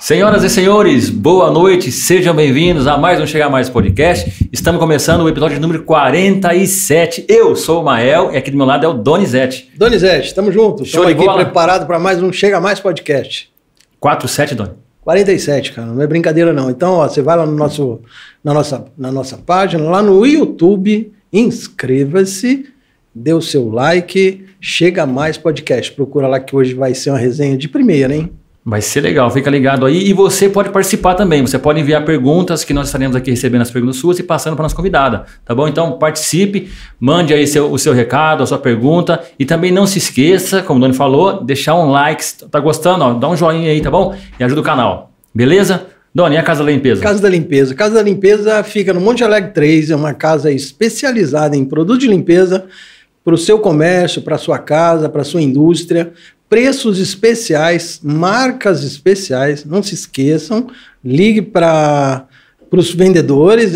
Senhoras e senhores, boa noite, sejam bem-vindos a mais um Chega Mais Podcast. Estamos começando o episódio número 47. Eu sou o Mael e aqui do meu lado é o Donizete. Donizete, estamos juntos. Show Estamos de aqui bola. preparados para mais um Chega Mais Podcast. 47, Doni. 47, cara, não é brincadeira não. Então, ó, você vai lá na nossa página, lá no YouTube, inscreva-se, dê o seu like, Chega Mais Podcast. Procura lá que hoje vai ser uma resenha de primeira, hein? Vai ser legal, fica ligado aí. E você pode participar também, você pode enviar perguntas que nós estaremos aqui recebendo as perguntas suas e passando para a nossa convidada, tá bom? Então participe, mande aí o seu recado, a sua pergunta e também não se esqueça, como o Doni falou, deixar um like, se tá gostando, ó, dá um joinha aí, tá bom? E ajuda o canal, beleza? Doni, e a Casa da Limpeza? Casa da Limpeza. Casa da Limpeza fica no Monte Alegre 3, é uma casa especializada em produto de limpeza para o seu comércio, para a sua casa, para a sua indústria. Preços especiais, marcas especiais, não se esqueçam, ligue para os vendedores,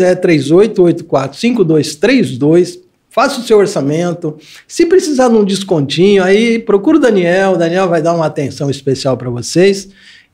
3884-5232, faça o seu orçamento, se precisar de um descontinho, aí procura o Daniel vai dar uma atenção especial para vocês,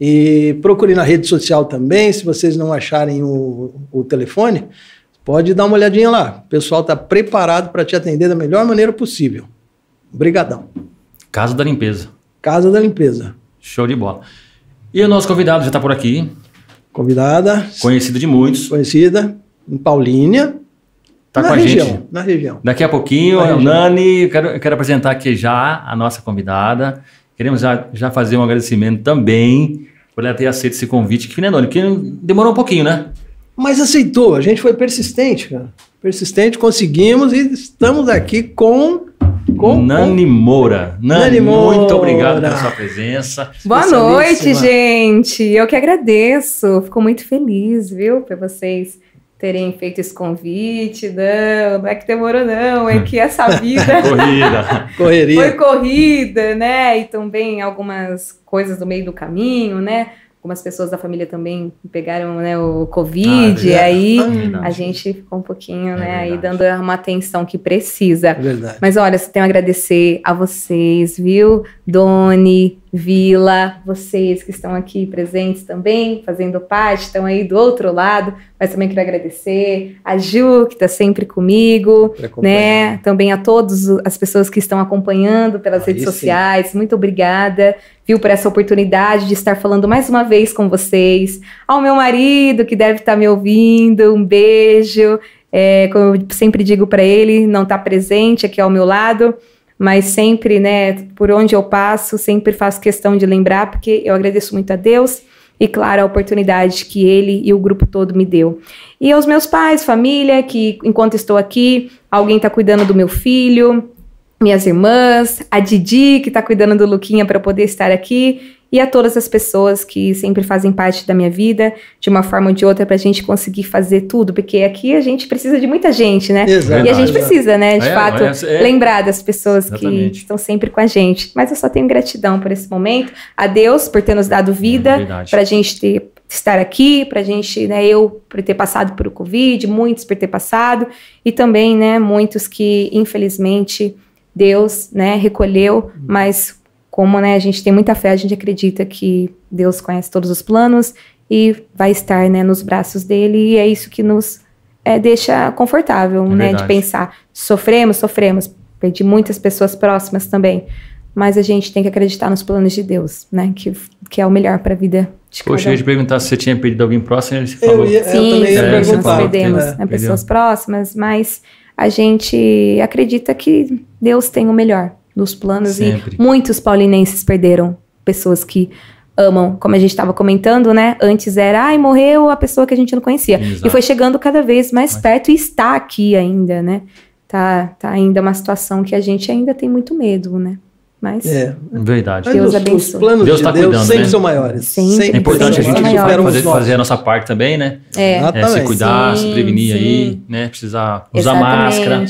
e procure na rede social também, se vocês não acharem o telefone, pode dar uma olhadinha lá, o pessoal está preparado para te atender da melhor maneira possível. Obrigadão. Casa da Limpeza. Casa da Limpeza. Show de bola. E o nosso convidado já está por aqui. Convidada. Conhecido de muitos. Conhecida em Paulínia. Está com a gente. Na região. Daqui a pouquinho, o Nani, eu quero apresentar aqui já a nossa convidada. Queremos já fazer um agradecimento também por ela ter aceito esse convite, que, né, Nani, que demorou um pouquinho, né? Mas aceitou, a gente foi persistente, cara. Persistente, conseguimos e estamos aqui com Nani Moura. Nani, Moura. Muito obrigado pela sua presença. Boa noite, gente. Eu que agradeço. Fico muito feliz, viu, por vocês terem feito esse convite. Não é que demorou, não. É que essa vida Correria. foi corrida, né? E também algumas coisas no meio do caminho, né? Algumas pessoas da família também pegaram, né, o Covid, e aí a gente ficou um pouquinho, né, aí dando uma atenção que precisa. É verdade. Mas olha, tenho que agradecer a vocês, viu? Doni, Vila, vocês que estão aqui presentes também, fazendo parte, estão aí do outro lado, mas também quero agradecer a Ju, que está sempre comigo, né? Também a todas as pessoas que estão acompanhando pelas redes sociais, muito obrigada, viu, por essa oportunidade de estar falando mais uma vez com vocês. Ao meu marido, que deve estar me ouvindo, um beijo. Como eu sempre digo para ele, não está presente aqui ao meu lado, mas sempre, né, por onde eu passo, sempre faço questão de lembrar, porque eu agradeço muito a Deus e, claro, a oportunidade que ele e o grupo todo me deu. E aos meus pais, família, que enquanto estou aqui, alguém está cuidando do meu filho, minhas irmãs, a Didi, que está cuidando do Luquinha para poder estar aqui, e a todas as pessoas que sempre fazem parte da minha vida, de uma forma ou de outra, para a gente conseguir fazer tudo, porque aqui a gente precisa de muita gente, né? Exato. E a gente precisa, né, de fato, lembrar das pessoas Exatamente. que estão sempre com a gente. Mas eu só tenho gratidão por esse momento, a Deus por ter nos dado vida, para a gente estar aqui, para a gente, né, eu por ter passado por o Covid, muitos por ter passado, e também, né, muitos que, infelizmente, Deus, né, recolheu, mas como, né, a gente tem muita fé, a gente acredita que Deus conhece todos os planos e vai estar, né, nos braços dele, e é isso que nos deixa confortável, né, de pensar. Sofremos, perdi muitas pessoas próximas também, mas a gente tem que acreditar nos planos de Deus, né, que é o melhor para a vida de cada um. Poxa, eu ia te perguntar se você tinha perdido alguém próximo, você falou. Eu também ia perguntar. Nós perdemos pessoas próximas, mas a gente acredita que Deus tem o melhor dos planos. Sempre. E muitos paulinenses perderam pessoas que amam, como a gente estava comentando, né? Antes era, morreu a pessoa que a gente não conhecia. Exato. E foi chegando cada vez mais perto e está aqui ainda, né? Tá ainda uma situação que a gente ainda tem muito medo, né? Mas verdade. Deus abençoe. Os planos Deus de Deus cuidando, sempre, né? São maiores. Sempre. É importante a gente fazer a nossa parte também, né? Se cuidar, se prevenir aí, né? Precisar usar máscara.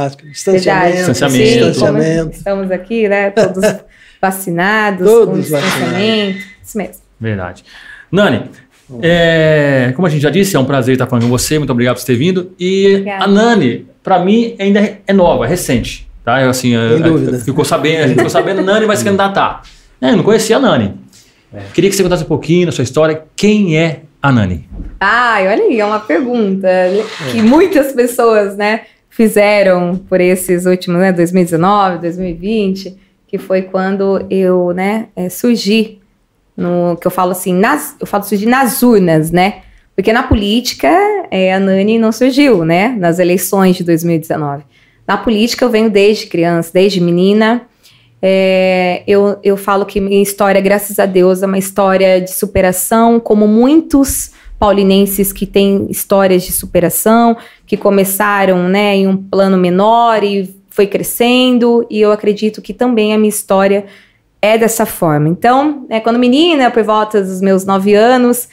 Distanciamento. Estamos aqui, né? Todos vacinados, com distanciamento. Isso mesmo. Verdade. Nani, como a gente já disse, é um prazer estar falando com você. Muito obrigado por ter vindo. E obrigada. A Nani, para mim, ainda é nova, é recente. Tá? A gente ficou sabendo, Nani vai se candidatar. Eu não conhecia a Nani. Queria que você contasse um pouquinho da sua história. Quem é a Nani? Olha aí, é uma pergunta que muitas pessoas, né, fizeram por esses últimos, né, 2019, 2020, que foi quando eu, né, surgi, que eu falo assim, surgir nas urnas, né, porque na política a Nani não surgiu, né, nas eleições de 2019. Na política eu venho desde criança, desde menina. Eu falo que minha história, graças a Deus, é uma história de superação, como muitos paulinenses que têm histórias de superação, que começaram, né, em um plano menor e foi crescendo, e eu acredito que também a minha história é dessa forma. Então, quando menina, por volta dos meus 9 anos,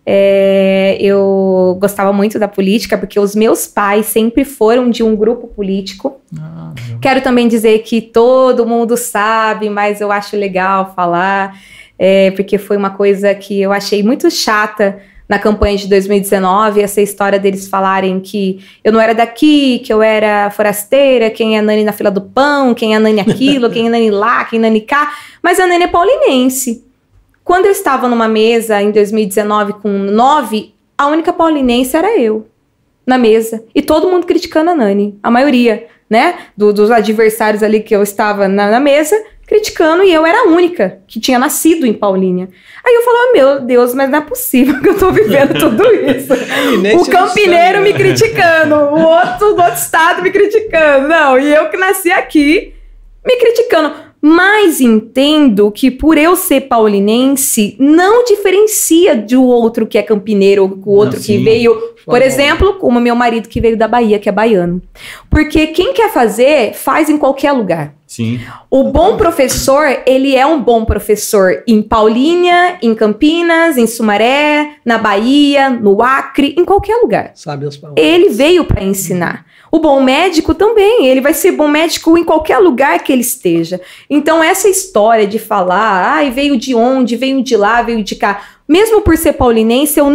eu gostava muito da política, porque os meus pais sempre foram de um grupo político. Quero também dizer que todo mundo sabe, mas eu acho legal falar, porque foi uma coisa que eu achei muito chata na campanha de 2019, essa história deles falarem que eu não era daqui, que eu era forasteira, quem é a Nani na fila do pão, quem é a Nani aquilo, quem é a Nani lá, quem é a Nani cá, mas a Nani é paulinense. Quando eu estava numa mesa em 2019 com 9, a única paulinense era eu, na mesa. E todo mundo criticando a Nani, a maioria, né, dos adversários ali que eu estava na mesa, criticando, e eu era a única que tinha nascido em Paulínia. Aí eu falava, meu Deus, mas não é possível que eu tô vivendo tudo isso. O campineiro me criticando, o outro do outro estado me criticando, não, e eu que nasci aqui me criticando. Mas entendo que por eu ser paulinense, não diferencia do outro que é campineiro, ou o outro que veio, por exemplo, como meu marido que veio da Bahia, que é baiano. Porque quem quer fazer, faz em qualquer lugar. Sim. O bom professor, ele é um bom professor em Paulínia, em Campinas, em Sumaré, na Bahia, no Acre, em qualquer lugar. Sabe as palavras. Ele veio para ensinar. O bom médico também, ele vai ser bom médico em qualquer lugar que ele esteja. Então essa história de falar, veio de onde, veio de lá, veio de cá, mesmo por ser paulinense, eu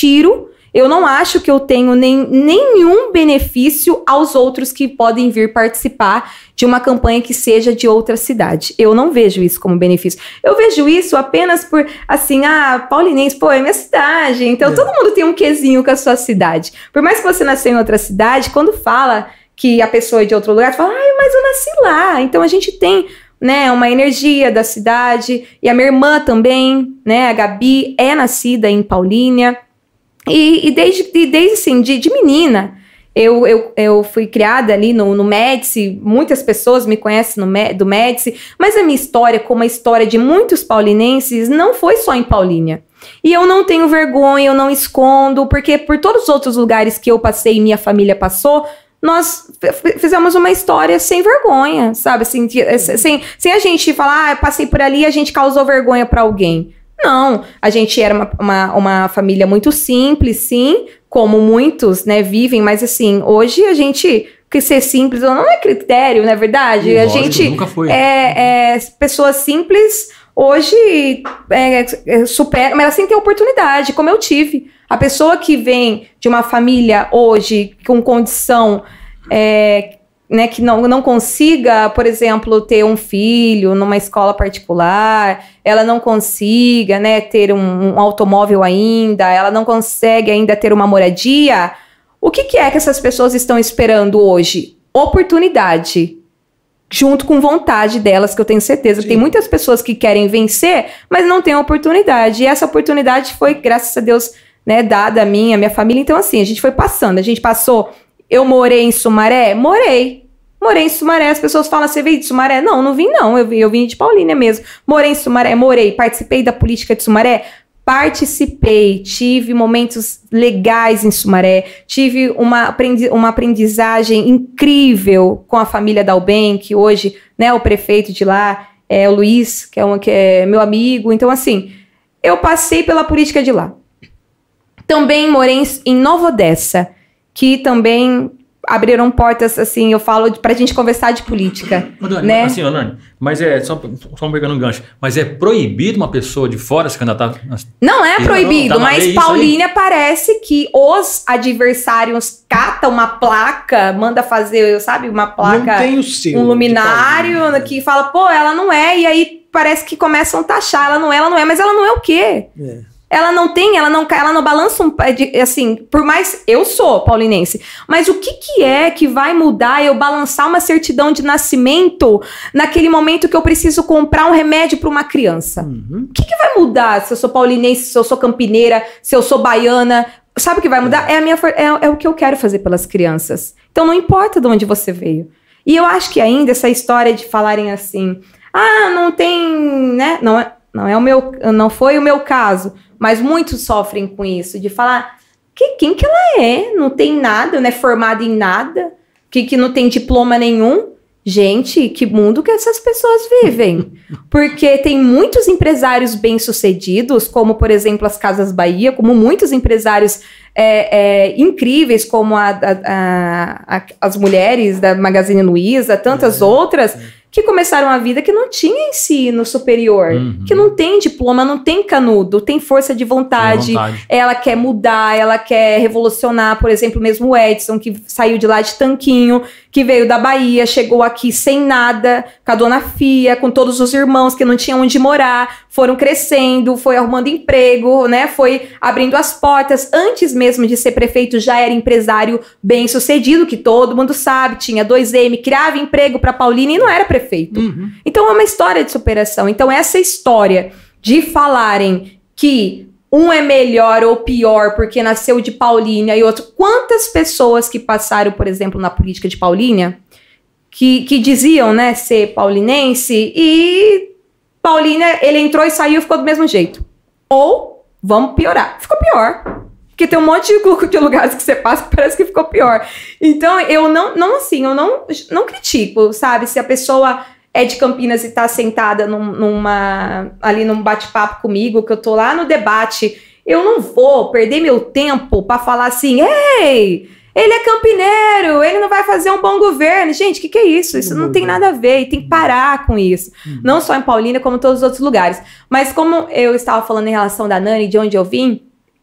não acho que eu tenho nenhum benefício aos outros que podem vir participar de uma campanha que seja de outra cidade. Eu não vejo isso como benefício. Eu vejo isso apenas por, assim, paulinense, é minha cidade. Então, todo mundo tem um quezinho com a sua cidade. Por mais que você nasceu em outra cidade, quando fala que a pessoa é de outro lugar, você fala, mas eu nasci lá. Então, a gente tem, né, uma energia da cidade. E a minha irmã também, né, a Gabi, é nascida em Paulínia. E desde assim, de menina, eu fui criada ali no Médici, muitas pessoas me conhecem do Médici, mas a minha história, como a história de muitos paulinenses, não foi só em Paulínia. E eu não tenho vergonha, eu não escondo, porque por todos os outros lugares que eu passei e minha família passou, nós fizemos uma história sem vergonha, sabe? Assim, sem a gente falar, eu passei por ali e a gente causou vergonha para alguém. Não, a gente era uma família muito simples, sim, como muitos, né, vivem, mas assim, hoje a gente, que ser simples não é critério, não é verdade? Lógico, a gente nunca foi. Pessoas simples hoje superam, mas elas têm que ter oportunidade, como eu tive. A pessoa que vem de uma família hoje com condição né, que não consiga, por exemplo, ter um filho numa escola particular, ela não consiga, né, ter um automóvel ainda, ela não consegue ainda ter uma moradia, o que é que essas pessoas estão esperando hoje? Oportunidade, junto com vontade delas, que eu tenho certeza que tem muitas pessoas que querem vencer, mas não têm oportunidade, e essa oportunidade foi, graças a Deus, né, dada a mim, a minha família. Então assim, a gente foi passando, eu morei em Sumaré? Morei em Sumaré. As pessoas falam, você veio de Sumaré? Não vim não, eu vim de Paulínia mesmo. Morei em Sumaré, participei da política de Sumaré? Participei, tive momentos legais em Sumaré, tive uma aprendizagem incrível com a família Dalben, que hoje, né, o prefeito de lá é o Luiz, que é meu amigo. Então assim, eu passei pela política de lá. Também morei em Nova Odessa, que também abriram portas, assim, eu falo, pra gente conversar de política, né? Assim, Nani, mas só pegando um gancho, mas é proibido uma pessoa de fora se candidatar? Não é proibido, mas Paulínia parece que os adversários catam uma placa, manda fazer, sabe, uma placa, não tem o seu, um luminário que fala, ela não é, e aí parece que começam a taxar. Ela não é, mas ela não é o quê? Ela não balança assim, por mais eu sou paulinense, mas o que é que vai mudar eu balançar uma certidão de nascimento naquele momento que eu preciso comprar um remédio para uma criança? O que vai mudar se eu sou paulinense, se eu sou campineira, se eu sou baiana? Sabe o que vai mudar? É o que eu quero fazer pelas crianças. Então não importa de onde você veio. E eu acho que ainda essa história de falarem assim, não tem, né? Não foi o meu caso, mas muitos sofrem com isso, de falar quem que ela é? Não tem nada, não é formada em nada, que não tem diploma nenhum. Gente, que mundo que essas pessoas vivem? Porque tem muitos empresários bem-sucedidos, como, por exemplo, as Casas Bahia, como muitos empresários incríveis, como as mulheres da Magazine Luiza, tantas outras, que começaram a vida que não tinha ensino superior, que não tem diploma, não tem canudo, tem força de vontade. Ela quer mudar, ela quer revolucionar, por exemplo, mesmo o Edson, que saiu de lá de tanquinho, que veio da Bahia, chegou aqui sem nada, com a dona Fia, com todos os irmãos que não tinham onde morar, foram crescendo, foi arrumando emprego, né? Foi abrindo as portas. Antes mesmo de ser prefeito, já era empresário bem sucedido, que todo mundo sabe, tinha 2M, criava emprego para Paulina e não era prefeito. Então é uma história de superação. Então essa história de falarem que um é melhor ou pior porque nasceu de Paulínia e outro... Quantas pessoas que passaram, por exemplo, na política de Paulínia, que diziam, né, ser paulinense, e Paulínia, ele entrou e saiu e ficou do mesmo jeito. Ou, vamos piorar, ficou pior. Porque tem um monte de lugares que você passa que parece que ficou pior. Então, eu não critico, sabe? Se a pessoa é de Campinas e tá sentada ali num bate-papo comigo, que eu tô lá no debate, eu não vou perder meu tempo para falar assim, ei, ele é campineiro, ele não vai fazer um bom governo. Gente, o que é isso? Isso não tem nada a ver, e tem que parar com isso. Não só em Paulínia, como em todos os outros lugares. Mas como eu estava falando em relação da Nani, de onde eu vim,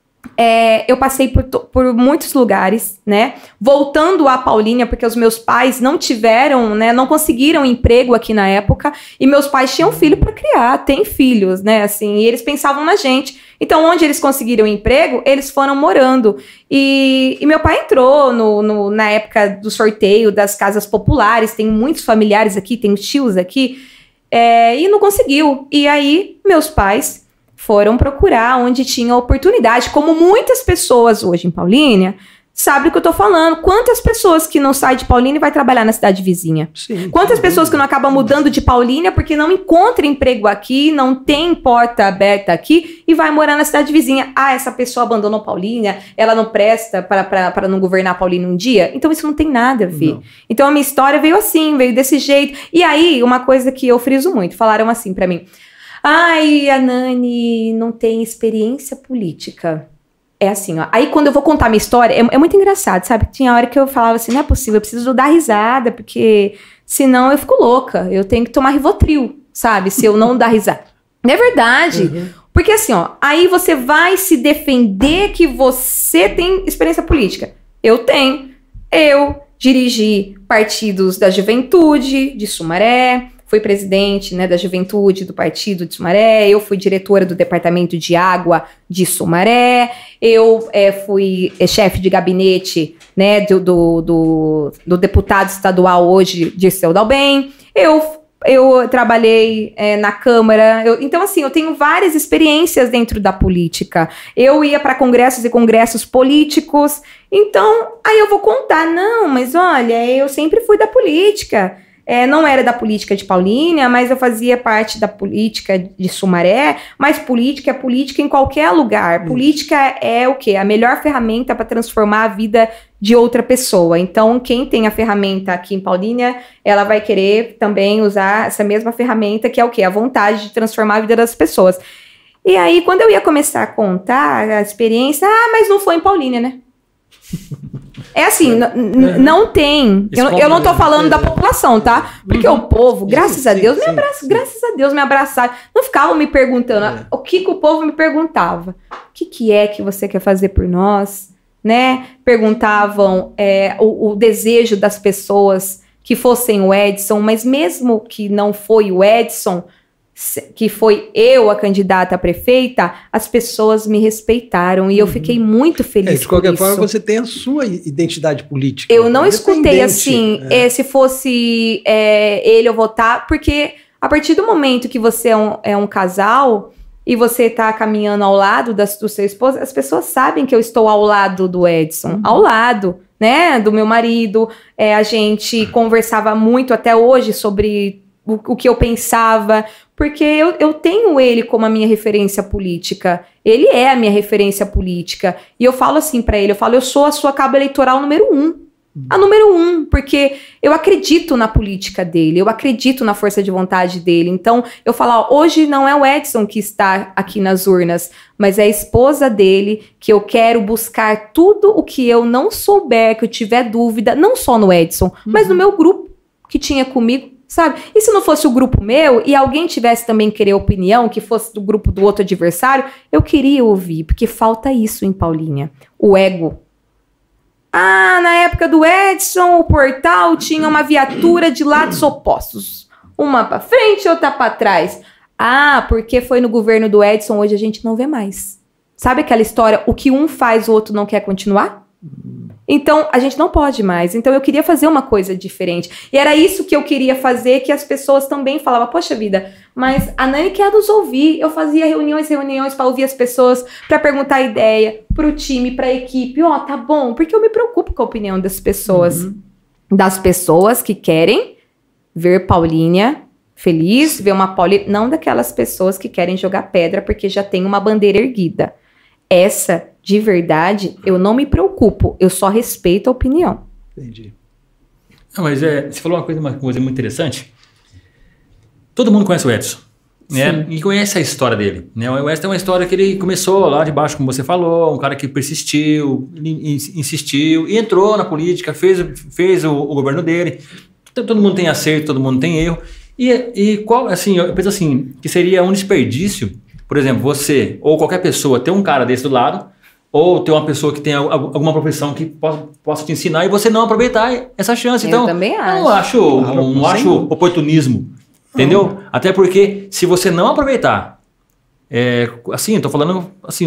eu passei por muitos lugares, né? Voltando a Paulínia, porque os meus pais não tiveram, né? Não conseguiram emprego aqui na época, e meus pais tinham filho para criar, têm filhos, né? Assim, e eles pensavam na gente. Então, onde eles conseguiram emprego, eles foram morando. E meu pai entrou na época do sorteio das casas populares, tem muitos familiares aqui, tem tios aqui, e não conseguiu. E aí, meus pais foram procurar onde tinha oportunidade, como muitas pessoas hoje em Paulínia, sabe o que eu tô falando. Quantas pessoas que não saem de Paulínia e vai trabalhar na cidade vizinha? Sim, quantas pessoas que não acabam mudando de Paulínia porque não encontram emprego aqui, não tem porta aberta aqui e vai morar na cidade vizinha. Essa pessoa abandonou Paulínia, ela não presta para não governar Paulínia um dia? Então isso não tem nada a ver. Não. Então a minha história veio assim, veio desse jeito. E aí, uma coisa que eu friso muito, falaram assim para mim, a Nani não tem experiência política. É assim, ó. Aí quando eu vou contar minha história, é muito engraçado, sabe? Tinha hora que eu falava assim, não é possível, eu preciso dar risada, porque senão eu fico louca. Eu tenho que tomar Rivotril, sabe? Se eu não dar risada. Não é verdade. Porque assim, ó, aí você vai se defender que você tem experiência política. Eu tenho. Eu dirigi partidos da juventude, de Sumaré, fui presidente, né, da juventude do partido de Sumaré, eu fui diretora do departamento de água de Sumaré, eu fui chefe de gabinete, né, do deputado estadual hoje, Dirceu Dalben, eu trabalhei na Câmara, então assim, eu tenho várias experiências dentro da política, eu ia para congressos e congressos políticos, então aí eu vou contar, não, mas olha, eu sempre fui da política. Não era da política de Paulínia, mas eu fazia parte da política de Sumaré, mas política é política em qualquer lugar. Política é o quê? A melhor ferramenta para transformar a vida de outra pessoa. Então, quem tem a ferramenta aqui em Paulínia, ela vai querer também usar essa mesma ferramenta, que é o quê? A vontade de transformar a vida das pessoas. E aí, quando eu ia começar a contar a experiência, mas não foi em Paulínia, né? É assim, não tem. Eu não tô falando da população, tá? Porque o povo, graças a Deus, me abraçaram. Não ficavam me perguntando. O que o povo me perguntava? O que é que você quer fazer por nós? Né? Perguntavam o desejo das pessoas que fossem o Edson, mas mesmo que não foi o Edson, que foi eu a candidata a prefeita, as pessoas me respeitaitaram e eu fiquei muito feliz de qualquer por isso. forma, você tem a sua identidade política. Eu não escutei assim, se fosse ele eu votar, porque a partir do momento que você é um casal e você tá caminhando ao lado do seu esposo, as pessoas sabem que eu estou ao lado do Edson, ao lado, né, do meu marido. A gente conversava muito até hoje sobre o que eu pensava, porque eu tenho ele como a minha referência política. Ele é a minha referência política. E eu falo assim pra ele, eu sou a sua cabo eleitoral número 1. A número 1, porque eu acredito na política dele, eu acredito na força de vontade dele. Então, eu falo, hoje não é o Edson que está aqui nas urnas, mas é a esposa dele, que eu quero buscar tudo o que eu não souber, que eu tiver dúvida, não só no Edson, mas no meu grupo que tinha comigo, sabe? E se não fosse o grupo meu e alguém tivesse também querer opinião, que fosse do grupo do outro adversário, eu queria ouvir, porque falta isso em Paulinha, o ego. Na época do Edson, o portal tinha uma viatura de lados opostos. Uma pra frente e outra pra trás. Porque foi no governo do Edson, hoje a gente não vê mais. Sabe aquela história, o que um faz, o outro não quer continuar? Então, a gente não pode mais. Então, eu queria fazer uma coisa diferente. E era isso que eu queria fazer, que as pessoas também falavam, poxa vida, mas a Nani quer nos ouvir. Eu fazia reuniões para ouvir as pessoas, para perguntar ideia, pro time, pra equipe. Tá bom, porque eu me preocupo com a opinião das pessoas. Das pessoas que querem ver Paulinha feliz, ver uma Paulinha, não daquelas pessoas que querem jogar pedra porque já tem uma bandeira erguida. Essa, de verdade, eu não me preocupo, eu só respeito a opinião. Entendi. Não, mas você falou uma coisa muito interessante. Todo mundo conhece o Edson, né? E conhece a história dele, né? O Edson é uma história que ele começou lá de baixo, como você falou, um cara que persistiu, insistiu e entrou na política, fez o governo dele. Todo mundo tem acerto, todo mundo tem erro. E qual, assim, eu penso assim, que seria um desperdício, por exemplo, você ou qualquer pessoa ter um cara desse do lado, ou ter uma pessoa que tenha alguma profissão que possa te ensinar e você não aproveitar essa chance. Então, eu também acho. Eu não acho oportunismo, entendeu? Até porque se você não aproveitar, assim, estou falando assim,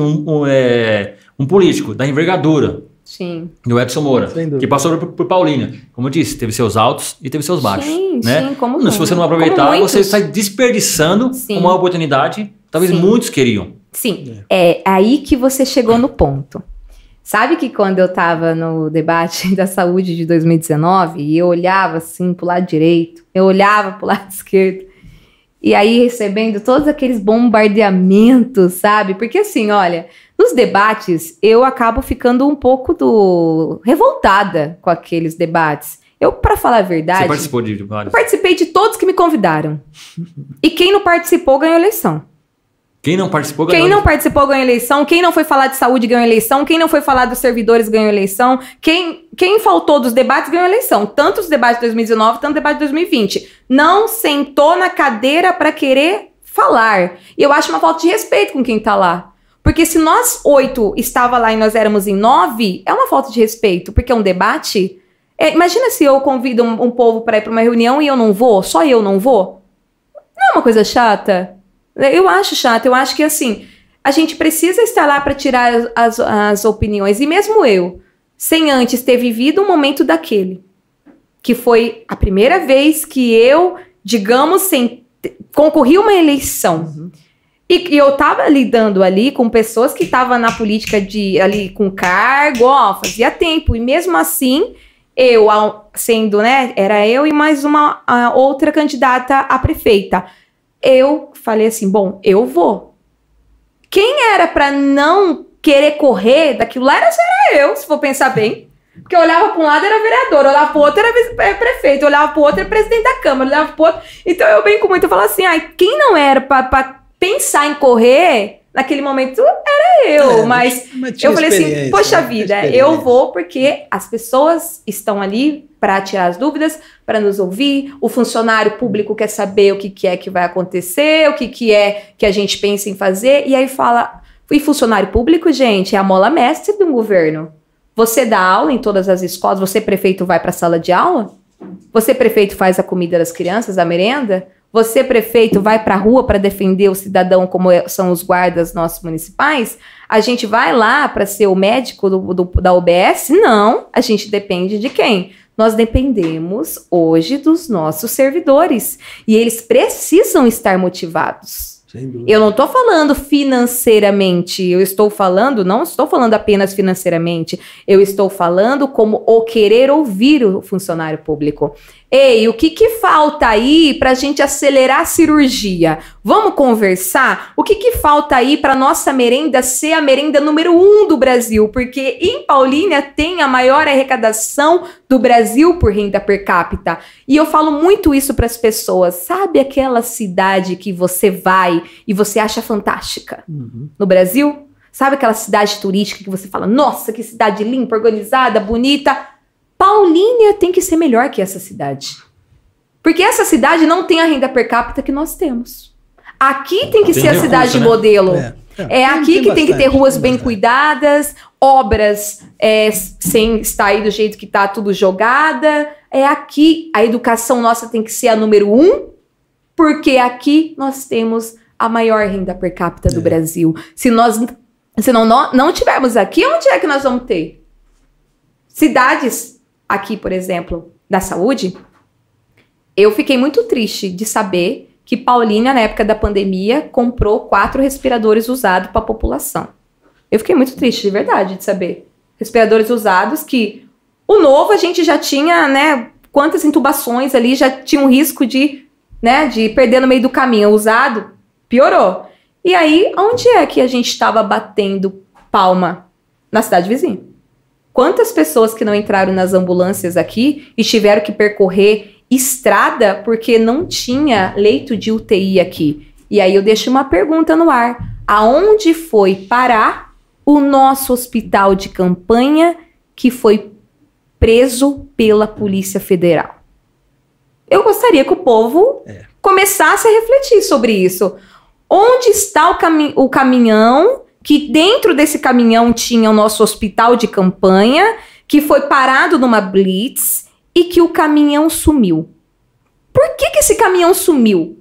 um político da envergadura, sim, do Edson Moura, que passou por Paulinha. Como eu disse, teve seus altos e teve seus baixos. Sim, né? Sim, como Se você não aproveitar, você está desperdiçando uma oportunidade. Talvez muitos queriam. Sim, é aí que você chegou no ponto. Sabe que quando eu estava no debate da saúde de 2019, e eu olhava assim pro lado direito, eu olhava pro lado esquerdo, e aí recebendo todos aqueles bombardeamentos, sabe? Porque assim, olha, nos debates eu acabo ficando um pouco revoltada com aqueles debates. Eu, para falar a verdade... Você participou de vários? Eu participei de todos que me convidaram. E quem não participou ganhou eleição. Quem não participou ganhou. Quem não participou ganhou eleição. Quem não foi falar de saúde ganhou eleição. Quem não foi falar dos servidores ganhou eleição. Quem faltou dos debates ganhou eleição. Tanto os debates de 2019, tanto o debate de 2020. Não sentou na cadeira para querer falar. E eu acho uma falta de respeito com quem tá lá. Porque se nós 8 estava lá e nós éramos em 9, é uma falta de respeito. Porque é um debate... imagina se eu convido um povo para ir para uma reunião e eu não vou. Só eu não vou. Não é uma coisa chata? Eu acho chato, eu acho que assim, a gente precisa estar lá para tirar as opiniões, e mesmo eu, sem antes ter vivido um momento daquele, que foi a primeira vez que eu, digamos, concorri a uma eleição, e eu tava lidando ali com pessoas que estavam na política ali com cargo, fazia tempo, e mesmo assim, eu, sendo, né, era eu e mais uma outra candidata a prefeita, eu falei assim, bom, eu vou. Quem era pra não querer correr daquilo lá era eu, se for pensar bem. Porque eu olhava pra um lado era vereador, eu olhava pro outro era prefeito, eu olhava pro outro era presidente da Câmara, eu olhava pro outro... Então eu brinco muito, eu falo assim, quem não era pra pensar em correr, naquele momento era eu, mas eu falei assim, poxa vida, eu vou porque as pessoas estão ali para tirar as dúvidas, para nos ouvir, o funcionário público quer saber o que é que vai acontecer, o que é que a gente pensa em fazer, e aí fala, e funcionário público, gente, é a mola mestre de um governo. Você dá aula em todas as escolas, você prefeito vai para a sala de aula? Você prefeito faz a comida das crianças, a merenda? Você, prefeito, vai para a rua para defender o cidadão como são os guardas nossos municipais? A gente vai lá para ser o médico da UBS? Não, a gente depende de quem? Nós dependemos hoje dos nossos servidores e eles precisam estar motivados. Eu não estou falando financeiramente, não estou falando apenas financeiramente, eu estou falando como o querer ouvir o funcionário público. Ei, o que falta aí para a gente acelerar a cirurgia? Vamos conversar? O que falta aí para nossa merenda ser a merenda número 1 do Brasil? Porque em Paulínia tem a maior arrecadação do Brasil por renda per capita. E eu falo muito isso para as pessoas. Sabe aquela cidade que você vai e você acha fantástica no Brasil? Sabe aquela cidade turística que você fala, nossa, que cidade limpa, organizada, bonita? Paulínia tem que ser melhor que essa cidade. Porque essa cidade não tem a renda per capita que nós temos. Aqui tem que ser a cidade modelo. É aqui que tem que ter ruas bem cuidadas, obras sem estar aí do jeito que está tudo jogada. É aqui a educação nossa tem que ser a número 1, porque aqui nós temos a maior renda per capita do Brasil. Se não tivermos aqui, onde é que nós vamos ter? Cidades aqui, por exemplo, da saúde, eu fiquei muito triste de saber que Paulínia, na época da pandemia, comprou 4 respiradores usados para a população. Eu fiquei muito triste, de verdade, de saber. Respiradores usados que o novo a gente já tinha, né, quantas intubações ali, já tinha um risco de perder no meio do caminho. O usado piorou. E aí, onde é que a gente estava batendo palma? Na cidade vizinha. Quantas pessoas que não entraram nas ambulâncias aqui e tiveram que percorrer estrada porque não tinha leito de UTI aqui? E aí eu deixo uma pergunta no ar. Aonde foi parar o nosso hospital de campanha que foi preso pela Polícia Federal? Eu gostaria que o povo começasse a refletir sobre isso. Onde está o caminhão que dentro desse caminhão tinha o nosso hospital de campanha, que foi parado numa blitz e que o caminhão sumiu? Por que esse caminhão sumiu?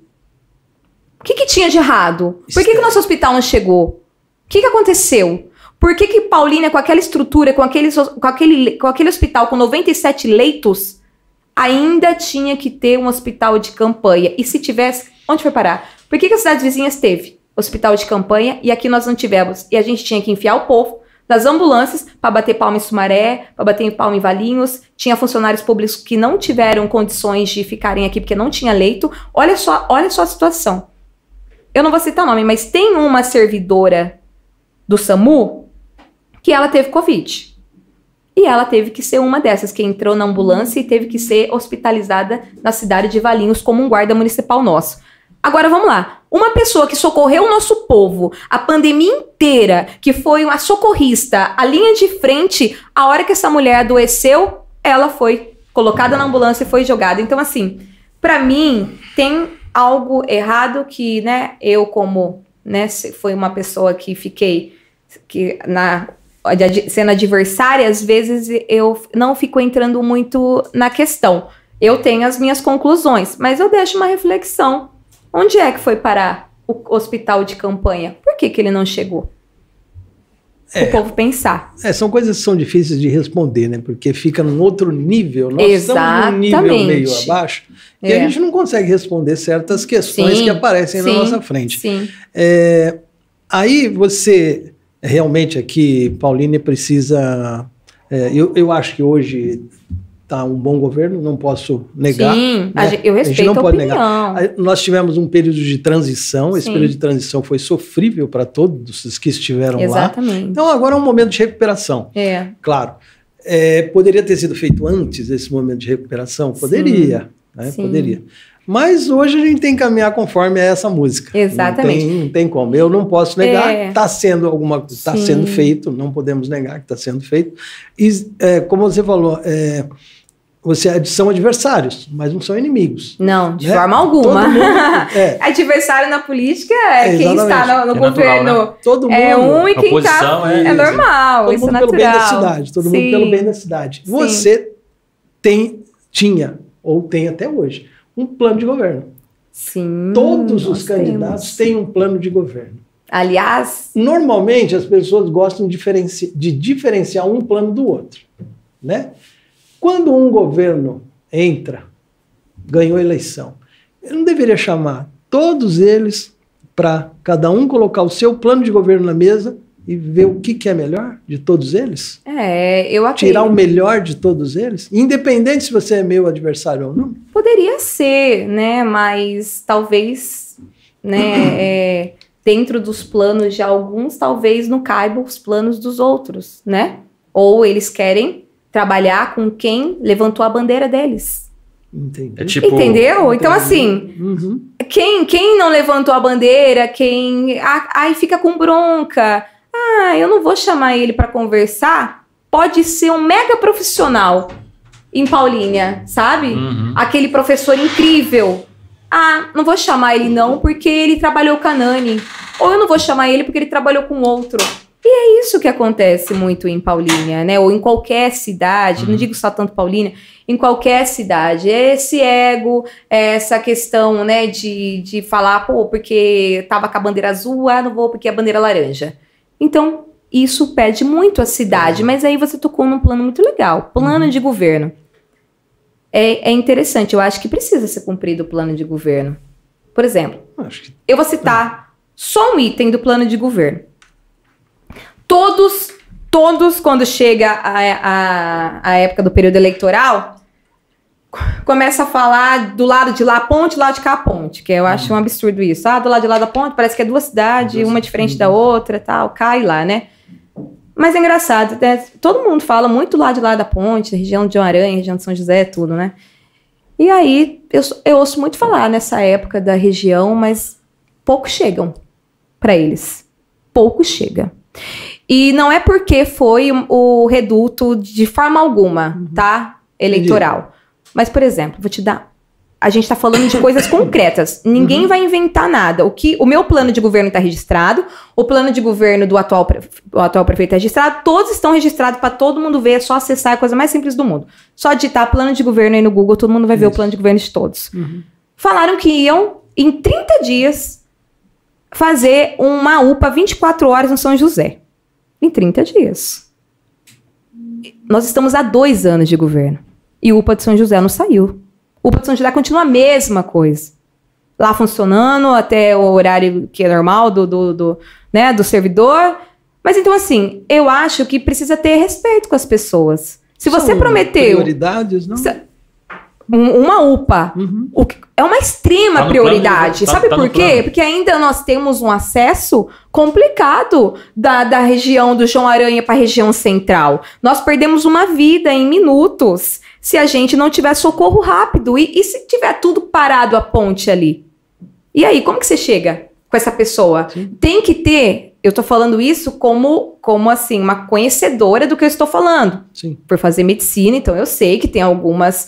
O que tinha de errado? Por que o nosso hospital não chegou? O que aconteceu? Por que Paulínia, com aquela estrutura, com aquele hospital com 97 leitos, ainda tinha que ter um hospital de campanha? E se tivesse, onde foi parar? Por que as cidades vizinhas teve hospital de campanha e aqui nós não tivemos? E a gente tinha que enfiar o povo das ambulâncias para bater palma em Sumaré, para bater palma em Valinhos. Tinha funcionários públicos que não tiveram condições de ficarem aqui porque não tinha leito. Olha só a situação. Eu não vou citar nome, mas tem uma servidora do SAMU que ela teve Covid. E ela teve que ser uma dessas que entrou na ambulância e teve que ser hospitalizada na cidade de Valinhos como um guarda municipal nosso. Agora vamos lá. Uma pessoa que socorreu o nosso povo a pandemia inteira, que foi uma socorrista, a linha de frente, a hora que essa mulher adoeceu, ela foi colocada na ambulância e foi jogada. Então, assim, pra mim, tem algo errado que, eu como, foi uma pessoa que fiquei sendo adversária, às vezes eu não fico entrando muito na questão. Eu tenho as minhas conclusões, mas eu deixo uma reflexão. Onde é que foi parar o hospital de campanha? Por que ele não chegou? O povo pensar. São coisas que são difíceis de responder, né? Porque fica num outro nível. Nós estamos num nível meio abaixo e a gente não consegue responder certas questões que aparecem na nossa frente. Sim. Aí você realmente aqui, Paulínia, precisa... eu acho que hoje... Tá um bom governo, não posso negar. Sim, eu respeito a opinião. Negar. Nós tivemos um período de transição, esse período de transição foi sofrível para todos os que estiveram lá. Então agora é um momento de recuperação. Claro, poderia ter sido feito antes desse momento de recuperação? Poderia, poderia. Mas hoje a gente tem que caminhar conforme essa música. Exatamente. Não tem como. Eu não posso negar que está sendo sendo feito, não podemos negar que está sendo feito. E, como você falou, são adversários, mas não são inimigos. Não, de forma alguma. Adversário na política quem está no governo. Né? Todo mundo. Um e quem está... É normal, isso é natural. Todo mundo pelo bem da cidade. Todo mundo pelo bem da cidade. Você tinha, ou tem até hoje, um plano de governo. Sim. Todos os candidatos têm um plano de governo. Aliás, normalmente as pessoas gostam de diferenciar um plano do outro, né? Quando um governo entra, ganhou a eleição, ele não deveria chamar todos eles para cada um colocar o seu plano de governo na mesa e ver o que é melhor de todos eles? eu acredito. Tirar o melhor de todos eles? Independente se você é meu adversário ou não? Poderia ser, né? Mas talvez, né? Dentro dos planos de alguns, talvez não caibam os planos dos outros, né? Ou eles querem trabalhar com quem levantou a bandeira deles. Entendi. Entendeu? Então, assim, quem não levantou a bandeira, aí fica com bronca. Eu não vou chamar ele para conversar. Pode ser um mega profissional em Paulínia, sabe? Aquele professor incrível. Não vou chamar ele não porque ele trabalhou com a Nani. Ou eu não vou chamar ele porque ele trabalhou com outro. E é isso que acontece muito em Paulínia, né? Ou em qualquer cidade, não digo só tanto Paulínia, em qualquer cidade. Esse ego, essa questão, né, de falar, porque tava com a bandeira azul, não vou porque é a bandeira laranja. Então, isso pede muito a cidade. Mas aí você tocou num plano muito legal. Plano de governo. É interessante, eu acho que precisa ser cumprido o plano de governo. Por exemplo, eu vou citar só um item do plano de governo. Todos, quando chega a época do período eleitoral, começa a falar do lado de lá a ponte, do lado de cá a ponte, que eu acho um absurdo isso. Do lado de lá da ponte parece que é duas cidades, uma diferente da outra, tal, cai lá, né? Mas é engraçado, né? Todo mundo fala muito lá de lá da ponte, região de João Aranha, região de São José, tudo, né? E aí, eu ouço muito falar nessa época da região, mas poucos chegam para eles. Pouco chega. E não é porque foi o reduto de forma alguma, tá? Eleitoral. Mas, por exemplo, vou te dar... A gente está falando de coisas concretas. Ninguém vai inventar nada. O meu plano de governo está registrado, o plano de governo do atual prefeito é registrado, todos estão registrados para todo mundo ver, é só acessar, é a coisa mais simples do mundo. Só digitar plano de governo aí no Google, todo mundo vai ver o plano de governo de todos. Falaram que iam, em 30 dias, fazer uma UPA 24 horas no São José. Em 30 dias. Nós estamos há 2 anos de governo. E o UPA de São José não saiu. O UPA de São José continua a mesma coisa. Lá funcionando até o horário que é normal do servidor. Mas então, assim, eu acho que precisa ter respeito com as pessoas. Se você prometeu... prioridades, não? Uma UPA. É uma extrema prioridade. Sabe por quê? Porque ainda nós temos um acesso complicado da região do João Aranha para a região central. Nós perdemos uma vida em minutos se a gente não tiver socorro rápido. E se tiver tudo parado a ponte ali? E aí, como que você chega com essa pessoa? Sim. Tem que ter... Eu tô falando isso como assim, uma conhecedora do que eu estou falando. Sim. Por fazer medicina, então eu sei que tem algumas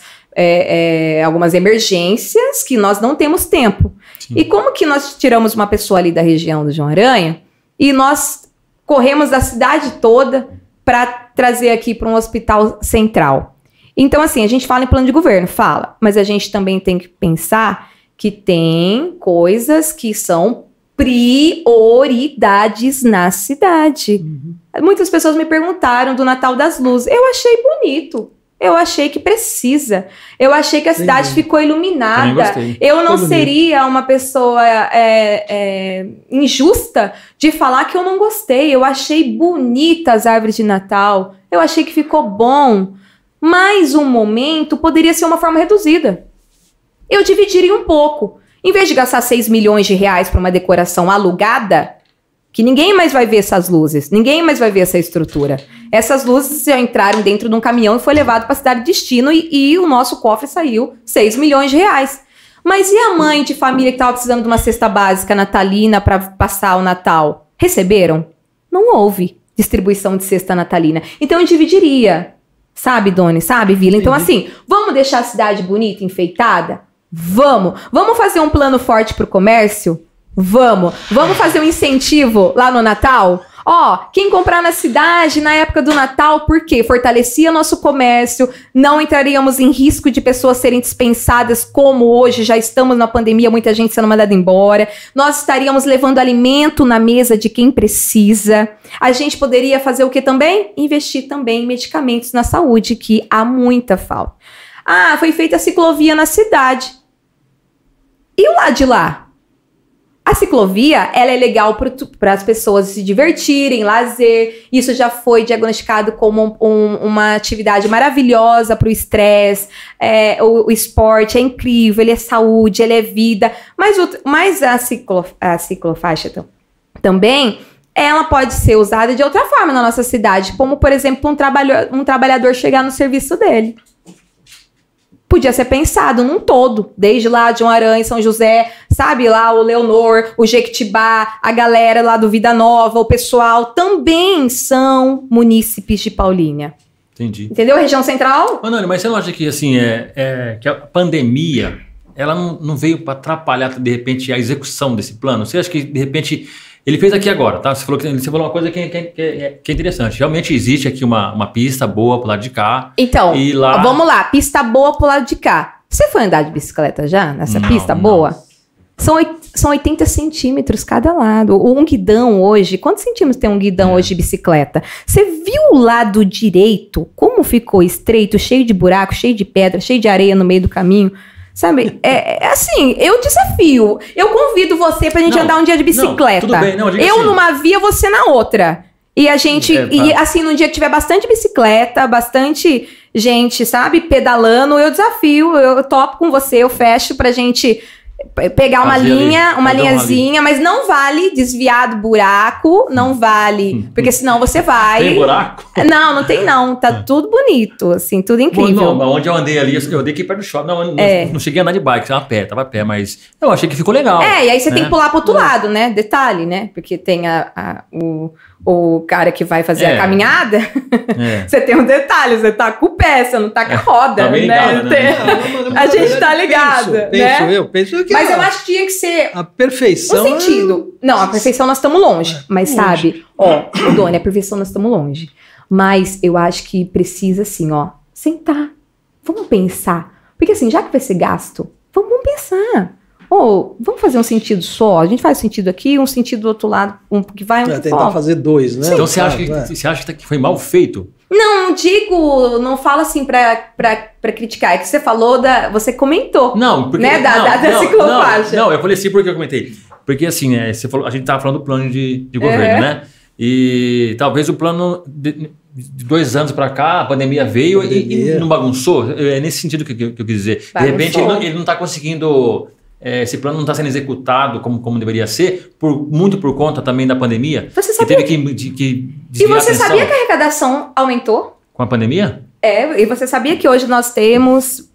emergências que nós não temos tempo. Sim. E como que nós tiramos uma pessoa ali da região do João Aranha e nós corremos a cidade toda para trazer aqui para um hospital central? Então, assim, a gente fala em plano de governo, mas a gente também tem que pensar que tem coisas que são prioridades na cidade. Muitas pessoas me perguntaram do Natal das Luzes. Eu achei bonito. Eu achei que precisa. Eu achei que a cidade ficou iluminada. Eu não seria uma pessoa injusta de falar que eu não gostei. Eu achei bonita as árvores de Natal. Eu achei que ficou bom. Mas um momento poderia ser uma forma reduzida. Eu dividiria um pouco. Em vez de gastar 6 milhões de reais para uma decoração alugada, que ninguém mais vai ver essas luzes, ninguém mais vai ver essa estrutura. Essas luzes já entraram dentro de um caminhão e foi levado para a cidade de destino e o nosso cofre saiu 6 milhões de reais. Mas e a mãe de família que estava precisando de uma cesta básica natalina para passar o Natal? Receberam? Não houve distribuição de cesta natalina. Então eu dividiria. Sabe, Doni? Sabe, Vila? Então assim, vamos deixar a cidade bonita, enfeitada? Vamos fazer um plano forte para o comércio? Vamos fazer um incentivo lá no Natal? Quem comprar na cidade na época do Natal, por quê? Fortalecia nosso comércio, não entraríamos em risco de pessoas serem dispensadas, como hoje já estamos na pandemia, muita gente sendo mandada embora. Nós estaríamos levando alimento na mesa de quem precisa. A gente poderia fazer o que também? Investir também em medicamentos na saúde, que há muita falta. Foi feita a ciclovia na cidade. E o lado de lá? A ciclovia, ela é legal para as pessoas se divertirem, lazer. Isso já foi diagnosticado como uma atividade maravilhosa para o estresse. O esporte é incrível, ele é saúde, ele é vida. Mas a ciclofaixa também, ela pode ser usada de outra forma na nossa cidade. Como, por exemplo, um trabalhador chegar no serviço dele. Podia ser pensado num todo, desde lá de Aranha, São José, sabe, lá o Leonor, o Jequitibá, a galera lá do Vida Nova, o pessoal também são munícipes de Paulínia. Entendi. Entendeu? Região Central? Mano, mas você não acha que, assim, que a pandemia, ela não veio para atrapalhar, de repente, a execução desse plano? Você acha que, de repente... Ele fez aqui agora, tá? Você falou uma coisa que é interessante. Realmente existe aqui uma pista boa pro lado de cá. Então, vamos lá. Pista boa pro lado de cá. Você foi andar de bicicleta já nessa pista boa? São 80 centímetros cada lado. Um guidão hoje... Quantos centímetros tem um guidão hoje de bicicleta? Você viu o lado direito? Como ficou estreito, cheio de buraco, cheio de pedra, cheio de areia no meio do caminho? Sabe, assim, eu desafio. Eu convido você pra gente andar um dia de bicicleta. Tudo bem, eu numa via, você na outra. E a gente, assim, num dia que tiver bastante bicicleta, bastante gente, sabe, pedalando, eu desafio, eu topo com você, eu fecho pra gente pegar uma linhazinha, mas não vale desviar do buraco, não vale, porque senão você vai... Tem buraco? Não tem não, tá tudo bonito, assim, tudo incrível. Não, onde eu andei ali, eu andei aqui perto do shopping, não cheguei a andar de bike, tava a pé, mas eu achei que ficou legal. E aí você tem que pular pro outro lado, né, detalhe, né, porque tem o cara que vai fazer a caminhada, você tem um detalhe, você tá com o pé, você não tá com a roda, tá bem ligado, né? A gente tá ligado, penso que mas eu acho que tinha que ser a perfeição. Um sentido. Não, a perfeição nós estamos longe. Mas sabe, Doni, a perfeição nós estamos longe. Mas eu acho que precisa, assim, sentar. Vamos pensar. Porque assim, já que vai ser gasto, vamos pensar. Vamos fazer um sentido só. A gente faz sentido aqui, um sentido do outro lado, que vai tentar fazer dois, né? Sim. Então você acha que foi mal feito? Não fala assim pra criticar. É que você falou você comentou. Não, porque... Né, da ciclofaixa. Não, eu falei assim porque eu comentei. Porque assim, você falou, a gente tava falando do plano de governo, né? E talvez o plano de 2 anos pra cá, a pandemia veio e não bagunçou. É nesse sentido que eu quis dizer. Bagunçou. De repente ele não tá conseguindo... esse plano não está sendo executado como deveria ser, muito por conta também da pandemia. Você sabia que desviar E você sabia que a arrecadação aumentou? Com a pandemia? E você sabia que hoje nós temos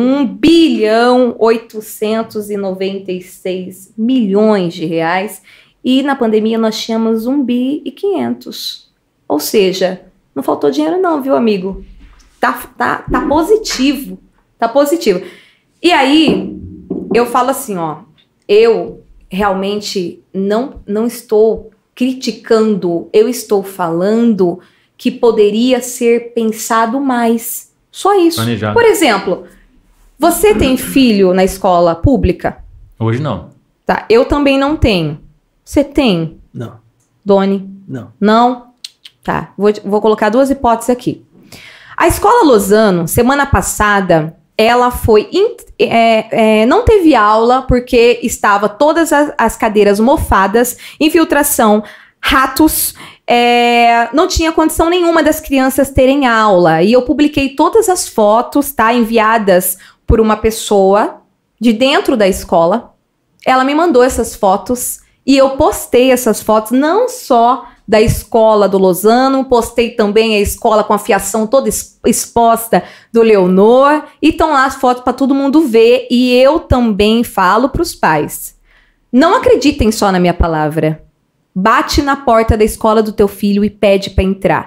1.896 bilhões de reais e na pandemia nós tínhamos 1.500 bi. Ou seja, não faltou dinheiro não, viu, amigo? Tá positivo. Tá positivo. E aí... Eu falo assim, eu realmente não estou criticando, eu estou falando que poderia ser pensado mais. Só isso. Planejado. Por exemplo, você tem filho na escola pública? Hoje não. Tá, eu também não tenho. Você tem? Não. Doni? Não. Não? Tá, vou colocar 2 hipóteses aqui. A Escola Lozano, semana passada... Ela foi... não teve aula porque estava todas as cadeiras mofadas, infiltração, ratos. Não tinha condição nenhuma das crianças terem aula. E eu publiquei todas as fotos, tá? Enviadas por uma pessoa de dentro da escola. Ela me mandou essas fotos e eu postei essas fotos, não só... da escola do Lozano, postei também a escola com a fiação toda exposta do Leonor, e estão lá as fotos para todo mundo ver, e eu também falo para os pais, não acreditem só na minha palavra, bate na porta da escola do teu filho e pede para entrar,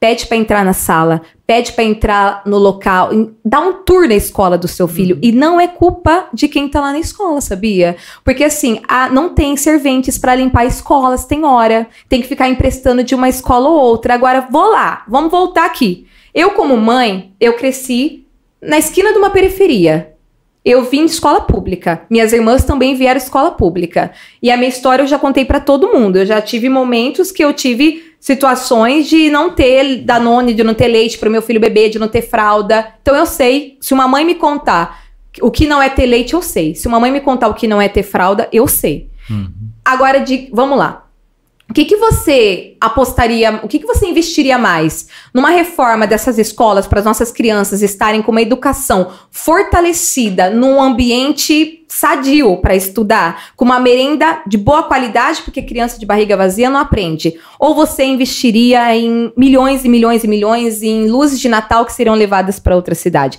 pede para entrar na sala, pede para entrar no local, dá um tour na escola do seu filho. E não é culpa de quem tá lá na escola, sabia? Porque assim, não tem serventes para limpar escolas, tem hora. Tem que ficar emprestando de uma escola ou outra. Agora, vamos voltar aqui. Eu, como mãe, eu cresci na esquina de uma periferia. Eu vim de escola pública. Minhas irmãs também vieram de escola pública. E a minha história eu já contei para todo mundo. Eu já tive momentos que eu tive situações de não ter Danone, de não ter leite para o meu filho beber, de não ter fralda. Então eu sei, se uma mãe me contar o que não é ter leite, eu sei. Se uma mãe me contar o que não é ter fralda, eu sei. Agora, vamos lá. O que você apostaria, o que você investiria mais numa reforma dessas escolas para as nossas crianças estarem com uma educação fortalecida, num ambiente sadio para estudar, com uma merenda de boa qualidade, porque criança de barriga vazia não aprende? Ou você investiria em milhões e milhões e milhões em luzes de Natal que seriam levadas para outra cidade?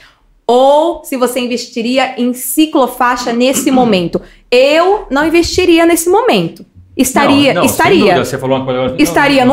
Ou se você investiria em ciclofaixa nesse momento? Eu não investiria nesse momento. Estaria. Dúvida, você falou uma coisa, estaria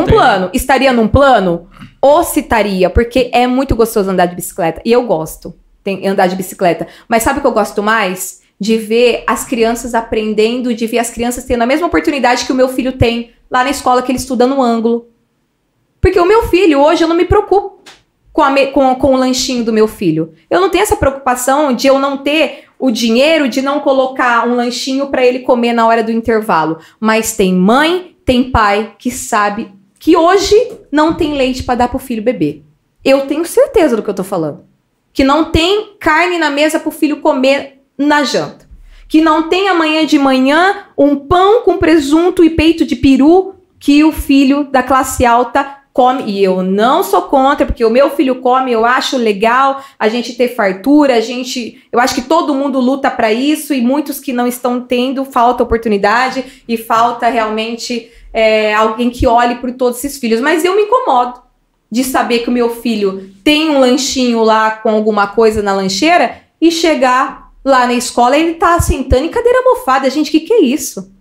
num plano, ou se estaria, porque é muito gostoso andar de bicicleta, e eu gosto de andar de bicicleta, mas sabe o que eu gosto mais? De ver as crianças aprendendo, de ver as crianças tendo a mesma oportunidade que o meu filho tem lá na escola, que ele estuda no ângulo. Porque o meu filho, hoje, eu não me preocupo com o lanchinho do meu filho. Eu não tenho essa preocupação de eu não ter o dinheiro de não colocar um lanchinho para ele comer na hora do intervalo. Mas tem mãe, tem pai que sabe que hoje não tem leite para dar pro filho beber. Eu tenho certeza do que eu tô falando. Que não tem carne na mesa pro filho comer na janta. Que não tem amanhã de manhã um pão com presunto e peito de peru que o filho da classe alta come. E eu não sou contra, porque o meu filho come, eu acho legal a gente ter fartura, eu acho que todo mundo luta para isso, e muitos que não estão tendo, falta oportunidade e falta realmente alguém que olhe por todos esses filhos. Mas eu me incomodo de saber que o meu filho tem um lanchinho lá com alguma coisa na lancheira e chegar lá na escola e ele tá sentando em cadeira mofada. Gente, que é isso?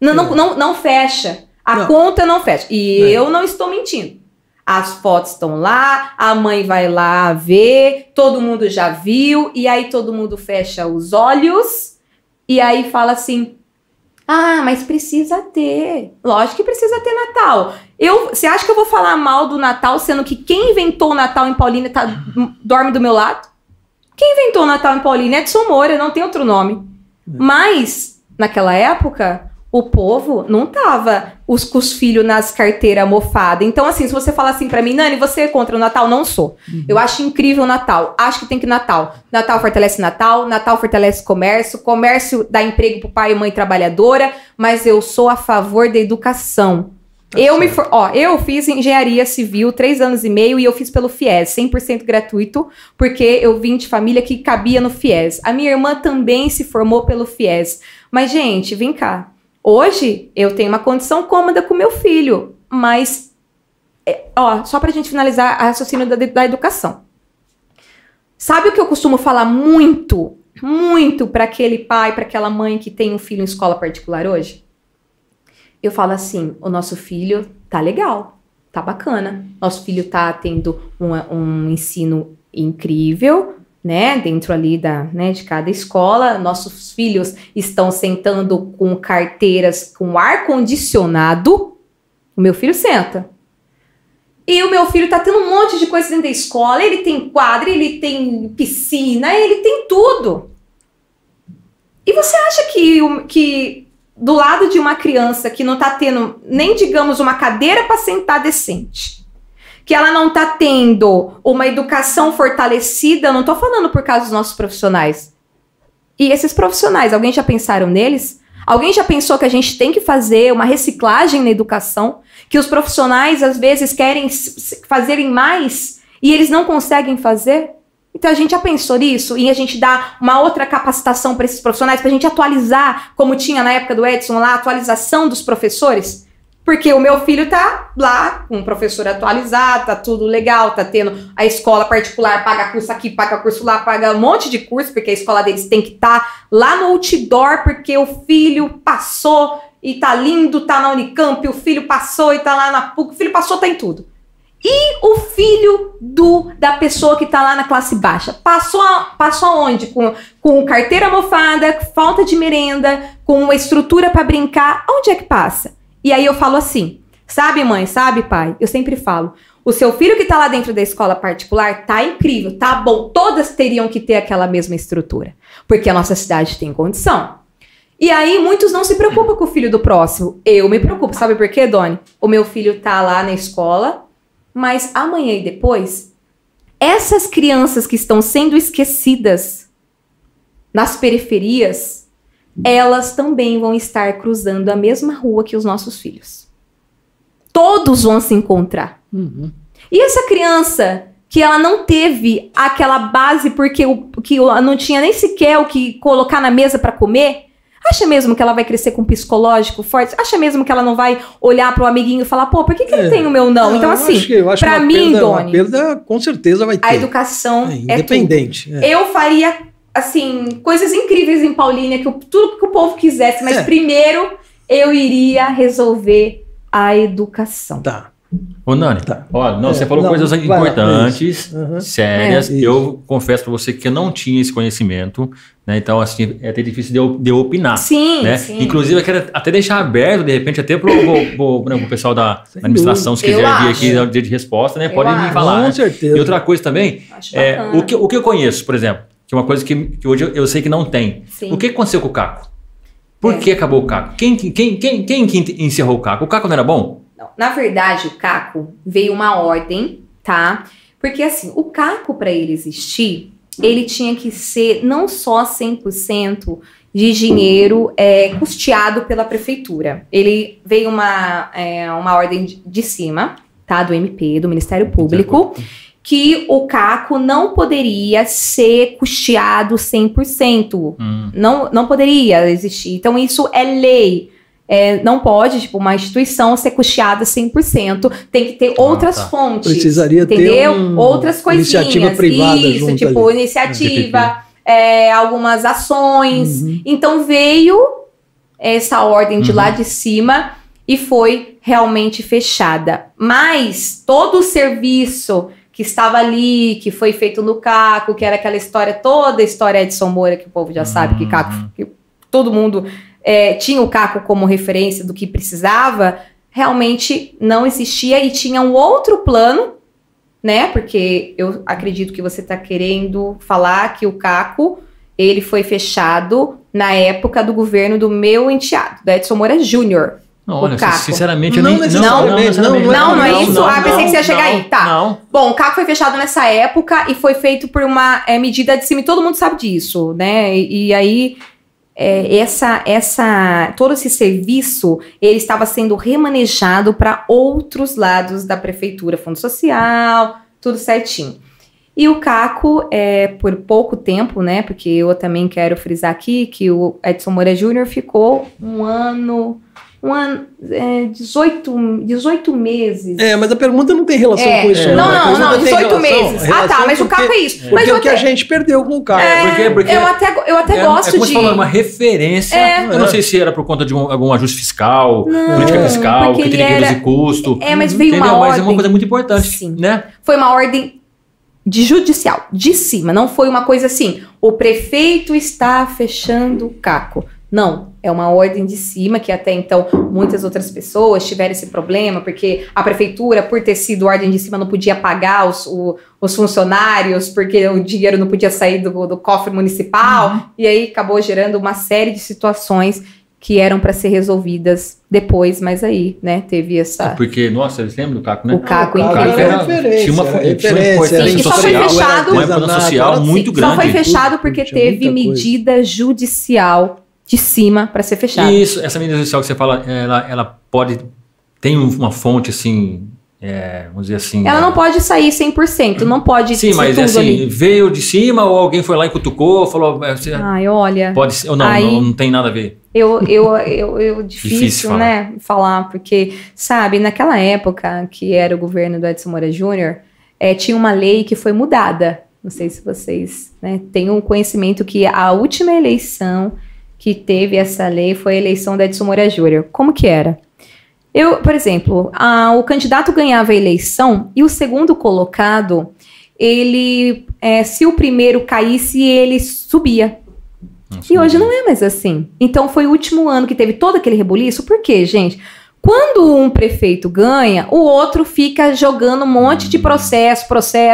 Não fecha. A conta não fecha. E eu não estou mentindo. As fotos estão lá, a mãe vai lá ver, todo mundo já viu, e aí todo mundo fecha os olhos, e aí fala assim, mas precisa ter. Lógico que precisa ter Natal. Você acha que eu vou falar mal do Natal, sendo que quem inventou o Natal em Paulínia dorme do meu lado? Quem inventou o Natal em Paulínia é Edson Moura, não tem outro nome. Mas, naquela época, o povo não tava com os filhos nas carteiras mofadas. Então, assim, se você falar assim pra mim, Nani, você é contra o Natal? Não sou. Eu acho incrível o Natal. Acho que tem que Natal. Natal fortalece Natal fortalece comércio dá emprego pro pai e mãe trabalhadora, mas eu sou a favor da educação. Eu fiz engenharia civil 3 anos e meio e eu fiz pelo FIES, 100% gratuito, porque eu vim de família que cabia no FIES. A minha irmã também se formou pelo FIES. Mas, gente, vem cá. Hoje, eu tenho uma condição cômoda com meu filho, mas, só pra gente finalizar a raciocínio da educação. Sabe o que eu costumo falar muito, muito para aquele pai, para aquela mãe que tem um filho em escola particular hoje? Eu falo assim, o nosso filho tá legal, tá bacana. Nosso filho tá tendo um ensino incrível, né, dentro ali de cada escola. Nossos filhos estão sentando com carteiras com ar-condicionado. O meu filho senta. E o meu filho tá tendo um monte de coisa dentro da escola. Ele tem quadra, ele tem piscina, ele tem tudo. E você acha que do lado de uma criança que não tá tendo nem, digamos, uma cadeira para sentar decente, que ela não tá tendo uma educação fortalecida, eu não tô falando por causa dos nossos profissionais. E esses profissionais, alguém já pensaram neles? Alguém já pensou que a gente tem que fazer uma reciclagem na educação? Que os profissionais, às vezes, querem fazerem mais e eles não conseguem fazer? Então, a gente já pensou nisso? E a gente dá uma outra capacitação para esses profissionais, para a gente atualizar, como tinha na época do Edson lá, a atualização dos professores? Porque o meu filho tá lá com um professor atualizado, tá tudo legal, tá tendo a escola particular, paga curso aqui, paga curso lá, paga um monte de curso, porque a escola deles tem que estar lá no outdoor, porque o filho passou e tá lindo, tá na Unicamp, o filho passou e tá lá na PUC, o filho passou, tá em tudo. E o filho da pessoa que tá lá na classe baixa? Passou aonde? Com carteira mofada, falta de merenda, com uma estrutura para brincar. Onde é que passa? E aí eu falo assim, sabe mãe, sabe pai? Eu sempre falo, o seu filho que tá lá dentro da escola particular tá incrível, tá bom. Todas teriam que ter aquela mesma estrutura. Porque a nossa cidade tem condição. E aí muitos não se preocupam com o filho do próximo. Eu me preocupo. Sabe por quê, Doni? O meu filho tá lá na escola, mas amanhã e depois, essas crianças que estão sendo esquecidas nas periferias, elas também vão estar cruzando a mesma rua que os nossos filhos. Todos vão se encontrar. Uhum. E essa criança que ela não teve aquela base porque que não tinha nem sequer o que colocar na mesa para comer, acha mesmo que ela vai crescer com um psicológico forte? Acha mesmo que ela não vai olhar para o amiguinho e falar, pô, por que ele tem o meu não? Então, assim, para mim, Doni... Uma perda, com certeza, vai ter. A educação independente. Tudo. Eu faria, assim, coisas incríveis em Paulínia, tudo que o povo quisesse, mas primeiro eu iria resolver a educação. Tá. Ô, Nani, você falou coisas importantes, sérias. Eu confesso para você que eu não tinha esse conhecimento, né? Então, assim, é até difícil de eu opinar. Sim, né? sim. Inclusive, eu quero até deixar aberto, de repente, até pro pessoal da administração, se quiser vir aqui no dia de resposta, né? Pode vir falar. Com né? certeza. E outra coisa também, o que eu conheço, por exemplo, que é uma coisa que hoje eu sei que não tem. Sim. O que aconteceu com o Caco? Por que acabou o Caco? Quem encerrou o Caco? O Caco não era bom? Na verdade, o Caco veio uma ordem, tá? Porque assim, o Caco, para ele existir, ele tinha que ser não só 100% de dinheiro custeado pela prefeitura. Ele veio uma ordem de cima, tá? Do MP, do Ministério Público, que o Caco não poderia ser custeado 100%. Não poderia existir. Então, isso é lei. Não pode, tipo, uma instituição ser custeada 100%, tem que ter outras fontes. Precisaria ter outras coisinhas. Iniciativa privada isso, tipo, ali. Iniciativa, algumas ações. Então veio essa ordem de lá de cima e foi realmente fechada. Mas todo o serviço que estava ali, que foi feito no Caco, que era aquela história, toda a história Edson Moura, que o povo já sabe que Caco, que todo mundo... tinha o Caco como referência do que precisava, realmente não existia e tinha um outro plano, né? Porque eu acredito que você está querendo falar que o Caco, ele foi fechado na época do governo do meu enteado, do Edson Moura Júnior. Não, olha, Caco. Sinceramente, eu não nem... Não é isso? Pensei que você ia chegar aí. Tá. Não. Bom, o Caco foi fechado nessa época e foi feito por uma medida de cima e todo mundo sabe disso, né? E aí... todo esse serviço ele estava sendo remanejado para outros lados da prefeitura, fundo social, tudo certinho. E o Caco, por pouco tempo, né? Porque eu também quero frisar aqui que o Edson Moura Júnior ficou 18 meses. Mas a pergunta não tem relação com isso. Não, 18 meses. Mas o Caco é isso. Porque o que a gente perdeu com o Caco. Porque eu até gosto de... Como você falou, uma referência. Eu não sei se era por conta de algum ajuste fiscal, política fiscal, que teria que reduzir custo. Mas veio uma ordem. Mas é uma coisa muito importante. Sim. Né? Foi uma ordem judicial, de cima. Não foi uma coisa assim, o prefeito está fechando o Caco. Não, é uma ordem de cima que até então muitas outras pessoas tiveram esse problema, porque a prefeitura, por ter sido ordem de cima, não podia pagar os funcionários, porque o dinheiro não podia sair do cofre municipal, e aí acabou gerando uma série de situações que eram para ser resolvidas depois, mas aí, né, teve essa... Porque, nossa, vocês lembram do Caco, né? O Caco tinha uma importância social, uma importância social muito grande. Só foi fechado porque teve medida judicial de cima para ser fechado. Isso, essa medida judicial que você fala, ela pode... Tem uma fonte, assim... vamos dizer assim... Ela não pode sair 100%, não pode... Sim, mas assim, ali. Veio de cima ou alguém foi lá e cutucou, falou... olha... Pode ser, ou não tem nada a ver. Difícil, né, falar, porque, sabe, naquela época que era o governo do Edson Moura Júnior, tinha uma lei que foi mudada. Não sei se vocês têm um conhecimento que a última eleição que teve essa lei foi a eleição do Edson Moura Júnior. Como que era? Por exemplo, o candidato ganhava a eleição e o segundo colocado, ele, se o primeiro caísse, ele subia. E hoje não é mais assim. Então foi o último ano que teve todo aquele rebuliço. Por quê, gente? Quando um prefeito ganha, o outro fica jogando um monte de processo.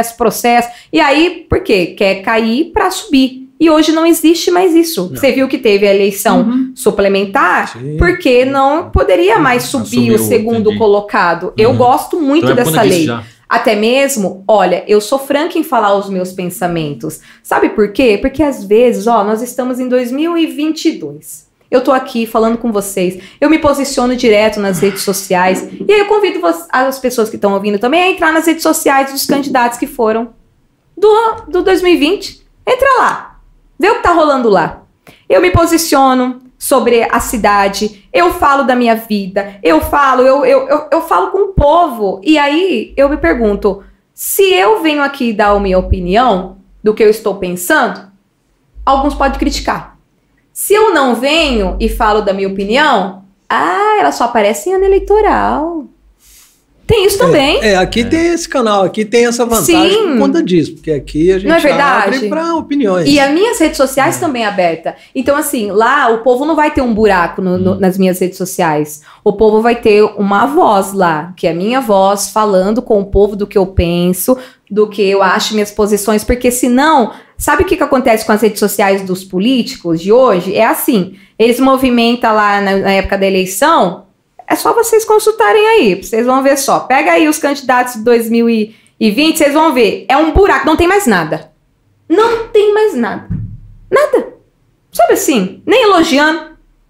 E aí, por quê? Quer cair para subir. E hoje não existe mais isso. Não. Você viu que teve a eleição suplementar, porque não poderia mais subir o segundo colocado. Eu gosto muito dessa lei. Até mesmo, olha, eu sou franca em falar os meus pensamentos. Sabe por quê? Porque às vezes, nós estamos em 2022. Eu tô aqui falando com vocês. Eu me posiciono direto nas redes sociais. E aí eu convido as pessoas que estão ouvindo também a entrar nas redes sociais dos candidatos que foram do 2020. Entra lá. Vê o que tá rolando lá. Eu me posiciono sobre a cidade, eu falo da minha vida, eu falo com o povo. E aí eu me pergunto, se eu venho aqui dar a minha opinião do que eu estou pensando, alguns podem criticar. Se eu não venho e falo da minha opinião, ela só aparece em ano eleitoral. Tem isso também. Aqui tem esse canal, aqui tem essa vantagem por conta disso, porque aqui a gente abre para opiniões. E as minhas redes sociais também abertas. Então, assim, lá o povo não vai ter um buraco nas minhas redes sociais. O povo vai ter uma voz lá, que é a minha voz, falando com o povo do que eu penso, do que eu acho, minhas posições, porque senão, sabe o que acontece com as redes sociais dos políticos de hoje? É assim, eles movimentam lá na época da eleição. É só vocês consultarem aí, vocês vão ver só. Pega aí os candidatos de 2020, vocês vão ver. É um buraco, não tem mais nada. Não tem mais nada. Nada. Sabe assim, nem elogiando,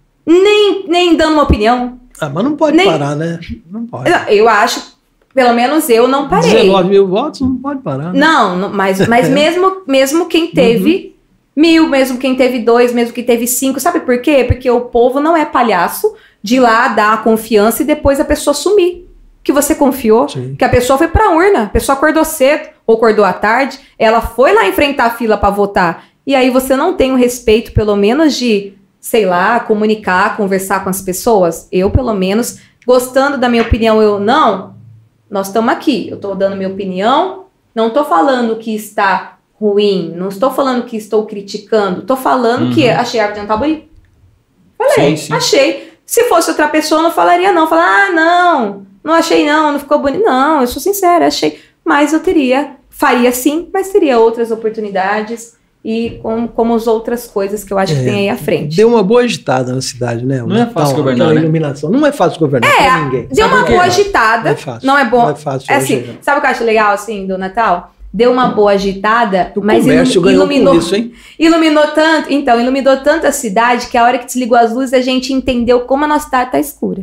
nem dando uma opinião. Mas não pode parar, né? Não pode. Eu acho, pelo menos eu não parei. 19 mil votos não pode parar. Né? Não, mas mesmo quem teve 1000, mesmo quem teve 2, mesmo quem teve 5, sabe por quê? Porque o povo não é palhaço de ir lá dar a confiança e depois a pessoa sumir. Que você confiou, que a pessoa foi pra urna, a pessoa acordou cedo ou acordou à tarde, ela foi lá enfrentar a fila para votar. E aí você não tem o respeito, pelo menos, de, sei lá, comunicar, conversar com as pessoas. Eu, pelo menos, gostando da minha opinião, nós estamos aqui. Eu tô dando minha opinião, não tô falando que está ruim, não estou falando que estou criticando, tô falando que achei a árvore de Natal bonita. Falei, achei. Se fosse outra pessoa, eu não falaria não. Falar, não achei não ficou bonito. Não, eu sou sincera, achei. Mas eu faria sim, mas teria outras oportunidades e como as outras coisas que eu acho que tem aí à frente. Deu uma boa agitada na cidade, né? Não é fácil governar, né? Iluminação. Não é fácil governar pra ninguém. Deu uma boa agitada. Não é fácil. Não é bom. Não é fácil. Assim, sabe o que eu acho legal, assim, do Natal? Deu uma boa agitada, mas iluminou isso, hein? Iluminou tanto a cidade que a hora que desligou as luzes a gente entendeu como a nossa cidade tá escura.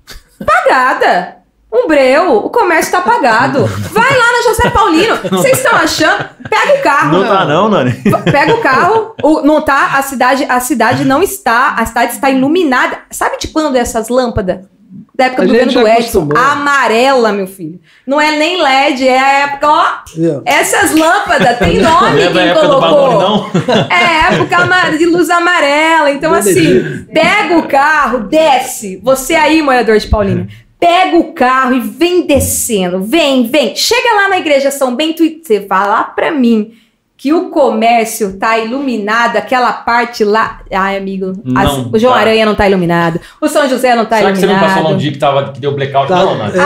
Apagada! Um breu, o comércio tá apagado. Vai lá na José Paulino. Vocês estão achando? Pega o carro. Não tá não, Nani. Pega o carro. Não tá, a cidade não está, a cidade está iluminada. Sabe de quando essas lâmpadas? Da época do governo do Edson, amarela, meu filho. Não é nem LED, é a época, essas lâmpadas, tem nome quem colocou. Não? É época de luz amarela. Então, assim, pega o carro, desce. Você aí, morador de Paulínia, pega o carro e vem descendo. Vem. Chega lá na igreja São Bento e você fala pra mim que o comércio tá iluminado, aquela parte lá... Ai, amigo, o João Aranha não tá iluminado, o São José não tá iluminado. Será que você não passou num dia que deu blackout? Não, Nath?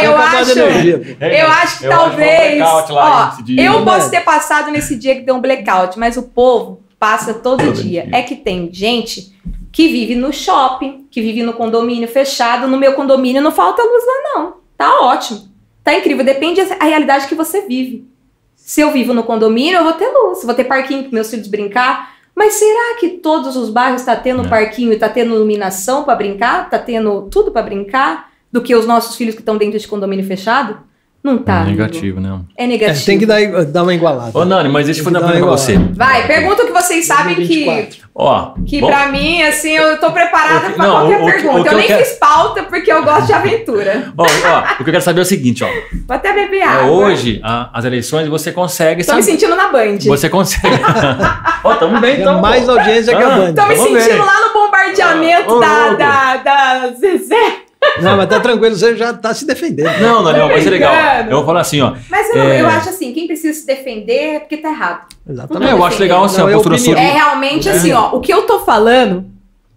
Eu acho que talvez... Eu posso ter passado nesse dia que deu um blackout, mas o povo passa todo dia. É que tem gente que vive no shopping, que vive no condomínio fechado. No meu condomínio não falta luz lá, não. Tá ótimo. Tá incrível. Depende da realidade que você vive. Se eu vivo no condomínio, eu vou ter luz, vou ter parquinho para meus filhos brincar. Mas será que todos os bairros tá tendo parquinho e tá tendo iluminação para brincar? Tá tendo tudo para brincar? Do que os nossos filhos que estão dentro de condomínio fechado? Não tá. É negativo, né? É negativo. Tem que dar uma igualada. Ô, Nani, mas deixa eu fazer uma pergunta pra você. Vai, pergunta o que vocês sabem que pra mim, assim, eu tô preparada pra qualquer pergunta. Eu nem fiz pauta porque eu gosto de aventura. O que eu quero saber é o seguinte, Vou até beber água. Hoje, as eleições, você consegue... Tô me sentindo na Band. Você consegue... Tamo bem, então. Mais audiência que a Band. Tô me sentindo lá no bombardeamento da Zezé. Não, mas tá tranquilo, você já tá se defendendo. Não, Daniel, vai ser legal. Eu vou falar assim, ó. Mas eu acho assim, quem precisa se defender é porque tá errado. Exatamente. Eu acho legal assim, Não, a postura sua. É realmente assim, ó, o que eu tô falando,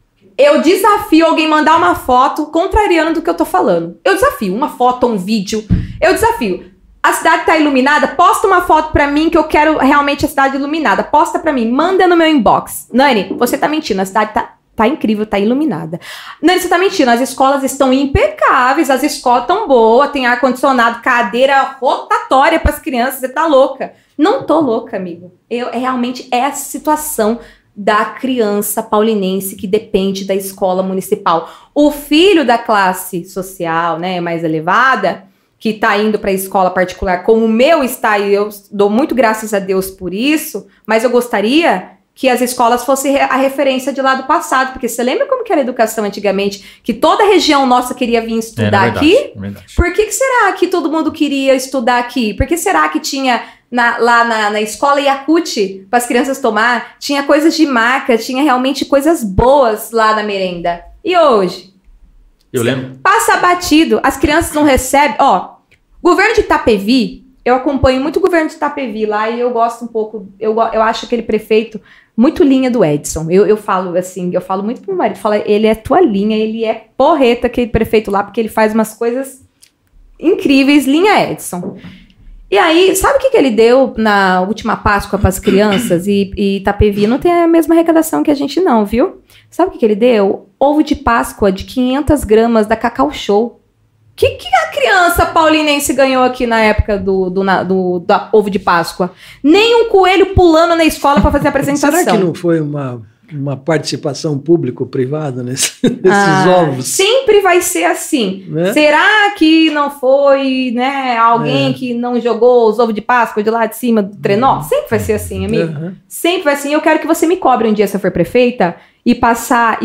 eu desafio alguém mandar uma foto contrariando do que eu tô falando. Eu desafio uma foto ou um vídeo. Eu desafio. A cidade tá iluminada? Posta uma foto pra mim que eu quero realmente a cidade iluminada. Posta pra mim, manda no meu inbox. Nani, você tá mentindo, a cidade tá incrível, tá iluminada. Nani, você tá mentindo, as escolas estão impecáveis, as escolas tão boas, tem ar-condicionado, cadeira rotatória pras crianças, você tá louca. Não tô louca, amigo. Realmente é a situação da criança paulinense que depende da escola municipal. O filho da classe social, né, mais elevada, que está indo para a escola particular, como o meu está, e eu dou muito graças a Deus por isso, mas eu gostaria que as escolas fossem a referência de lá do passado, porque você lembra como que era a educação antigamente, que toda a região nossa queria vir estudar aqui? Verdade. Por que será que todo mundo queria estudar aqui? Por que será que tinha lá na escola Yakult para as crianças tomar? Tinha coisas de marca, tinha realmente coisas boas lá na merenda. E hoje? Eu lembro. Passa batido, as crianças não recebem. Ó, governo de Itapevi, eu acompanho muito o governo de Itapevi lá e eu gosto um pouco. Eu acho aquele prefeito muito linha do Edson. Eu falo assim, eu falo muito pro meu marido, ele é tua linha, ele é porreta aquele prefeito lá, porque ele faz umas coisas incríveis, linha Edson. E aí, sabe o que ele deu na última Páscoa para as crianças? E Itapevi não tem a mesma arrecadação que a gente não, viu? Sabe o que ele deu? Ovo de Páscoa de 500 gramas da Cacau Show. O que a criança paulinense ganhou aqui na época do ovo de Páscoa? Nem um coelho pulando na escola para fazer a apresentação. Será que não foi uma participação público-privada nesses ovos? Sempre vai ser assim. Né? Será que não foi, né, alguém que não jogou os ovos de Páscoa de lá de cima do trenó? Sempre vai ser assim, amigo. Sempre vai ser assim. Eu quero que você me cobre um dia se eu for prefeita e passar,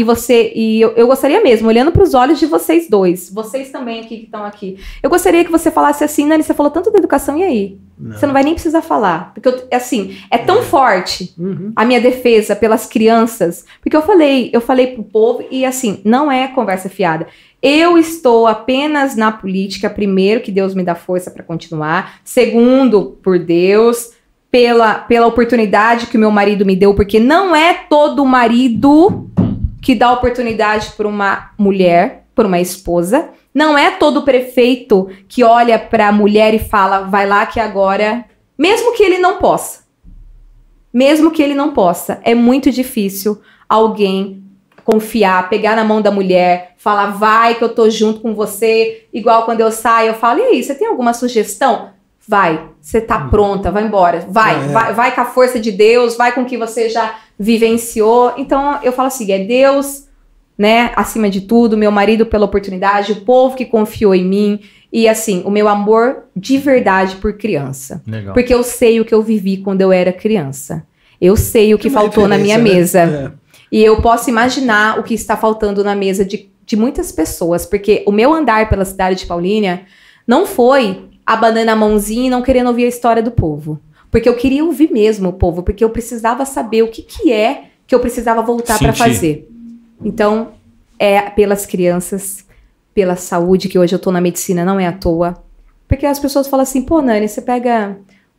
eu gostaria mesmo, olhando para os olhos de vocês dois, vocês também aqui que estão aqui, eu gostaria que você falasse assim, Nani, você falou tanto da educação, e aí? Não. Você não vai nem precisar falar, porque assim, é tão forte a minha defesa pelas crianças, porque eu falei pro povo, e assim, não é conversa fiada. Eu estou apenas na política, primeiro, que Deus me dá força para continuar, segundo, por Deus, pela oportunidade que o meu marido me deu, porque não é todo marido que dá oportunidade para uma mulher, para uma esposa. Não é todo prefeito que olha para a mulher e fala, vai lá que agora... Mesmo que ele não possa. Mesmo que ele não possa. É muito difícil alguém confiar, pegar na mão da mulher, falar, vai que eu tô junto com você. Igual quando eu saio, eu falo, e aí, você tem alguma sugestão? Vai, você tá pronta, vai embora, vai com a força de Deus, vai com o que você já vivenciou. Então eu falo assim, é Deus, né, acima de tudo, meu marido pela oportunidade, o povo que confiou em mim e assim, o meu amor de verdade por criança. Legal. Porque eu sei o que eu vivi quando eu era criança. Eu sei o que faltou na minha mesa. E eu posso imaginar o que está faltando na mesa de muitas pessoas, porque o meu andar pela cidade de Paulínia não foi abanando a mãozinha e não querendo ouvir a história do povo. Porque eu queria ouvir mesmo o povo, porque eu precisava saber o que é que eu precisava voltar para fazer. Então, é pelas crianças, pela saúde, que hoje eu tô na medicina, não é à toa. Porque as pessoas falam assim, pô, Nani, você pega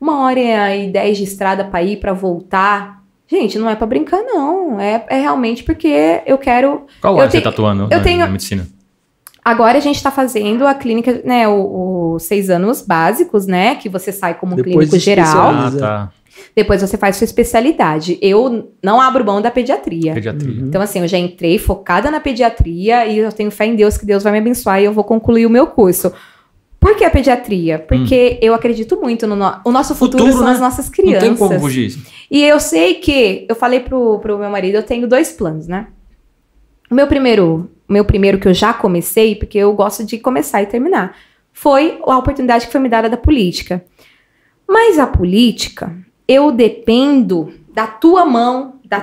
1h10 de estrada para ir, para voltar. Gente, não é para brincar, não. É realmente porque eu quero... Qual área você tá atuando na medicina? Agora a gente está fazendo a clínica, né, os 6 anos básicos, né, que você sai como clínico geral. Tá. Depois você faz sua especialidade. Eu não abro mão da pediatria. Então, assim, eu já entrei focada na pediatria e eu tenho fé em Deus que Deus vai me abençoar e eu vou concluir o meu curso. Por que a pediatria? Porque eu acredito muito no nosso futuro são, né? As nossas crianças. Não tem como fugir isso. E eu sei que, eu falei pro meu marido, eu tenho 2 planos, né? O meu primeiro que eu já comecei, porque eu gosto de começar e terminar, foi a oportunidade que foi me dada da política. Mas a política, eu dependo da tua mão, da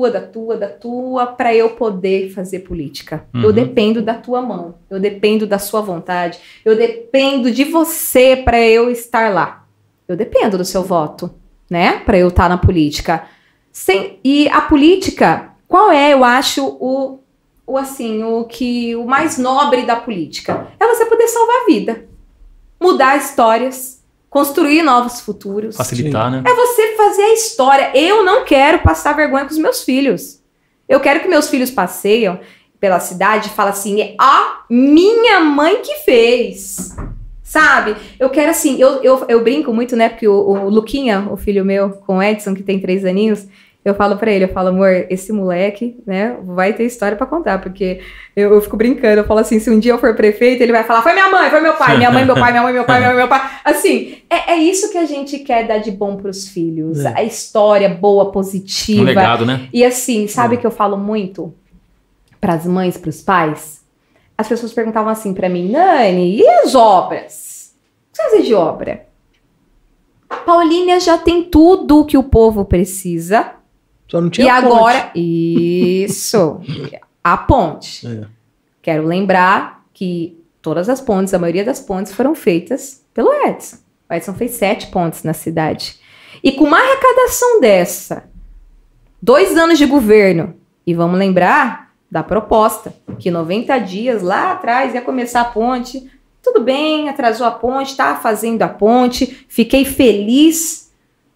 tua, para eu poder fazer política. Eu dependo da tua mão, eu dependo da sua vontade, eu dependo de você para eu estar lá. Eu dependo do seu voto, né? Para eu estar na política. E a política, qual é, eu acho, o mais nobre da política. É você poder salvar a vida, mudar histórias, construir novos futuros. Facilitar, né? É você fazer a história. Eu não quero passar vergonha com os meus filhos. Eu quero que meus filhos passeiam pela cidade e falem assim, é a minha mãe que fez. Sabe? Eu quero assim, eu brinco muito, né? Porque o Luquinha, o filho meu, com o Edson, que tem 3 aninhos, eu falo pra ele, amor, esse moleque, né, vai ter história pra contar, porque eu fico brincando, eu falo assim, se um dia eu for prefeito, ele vai falar, foi minha mãe, foi meu pai, minha mãe, meu pai, minha mãe, meu pai, minha mãe, meu pai. Assim, é isso que a gente quer dar de bom pros filhos, a história boa, positiva. Um legado, né? E assim, sabe que eu falo muito pras mães, pros pais? As pessoas perguntavam assim pra mim, Nani, e as obras? O que você faz de obra? Paulínia já tem tudo que o povo precisa. Só não tinha e agora, isso, a ponte. Quero lembrar que todas as pontes, a maioria das pontes foram feitas pelo Edson. O Edson fez 7 pontes na cidade. E com uma arrecadação dessa, 2 anos de governo, e vamos lembrar da proposta, que 90 dias lá atrás ia começar a ponte, tudo bem, atrasou a ponte, tá fazendo a ponte, fiquei feliz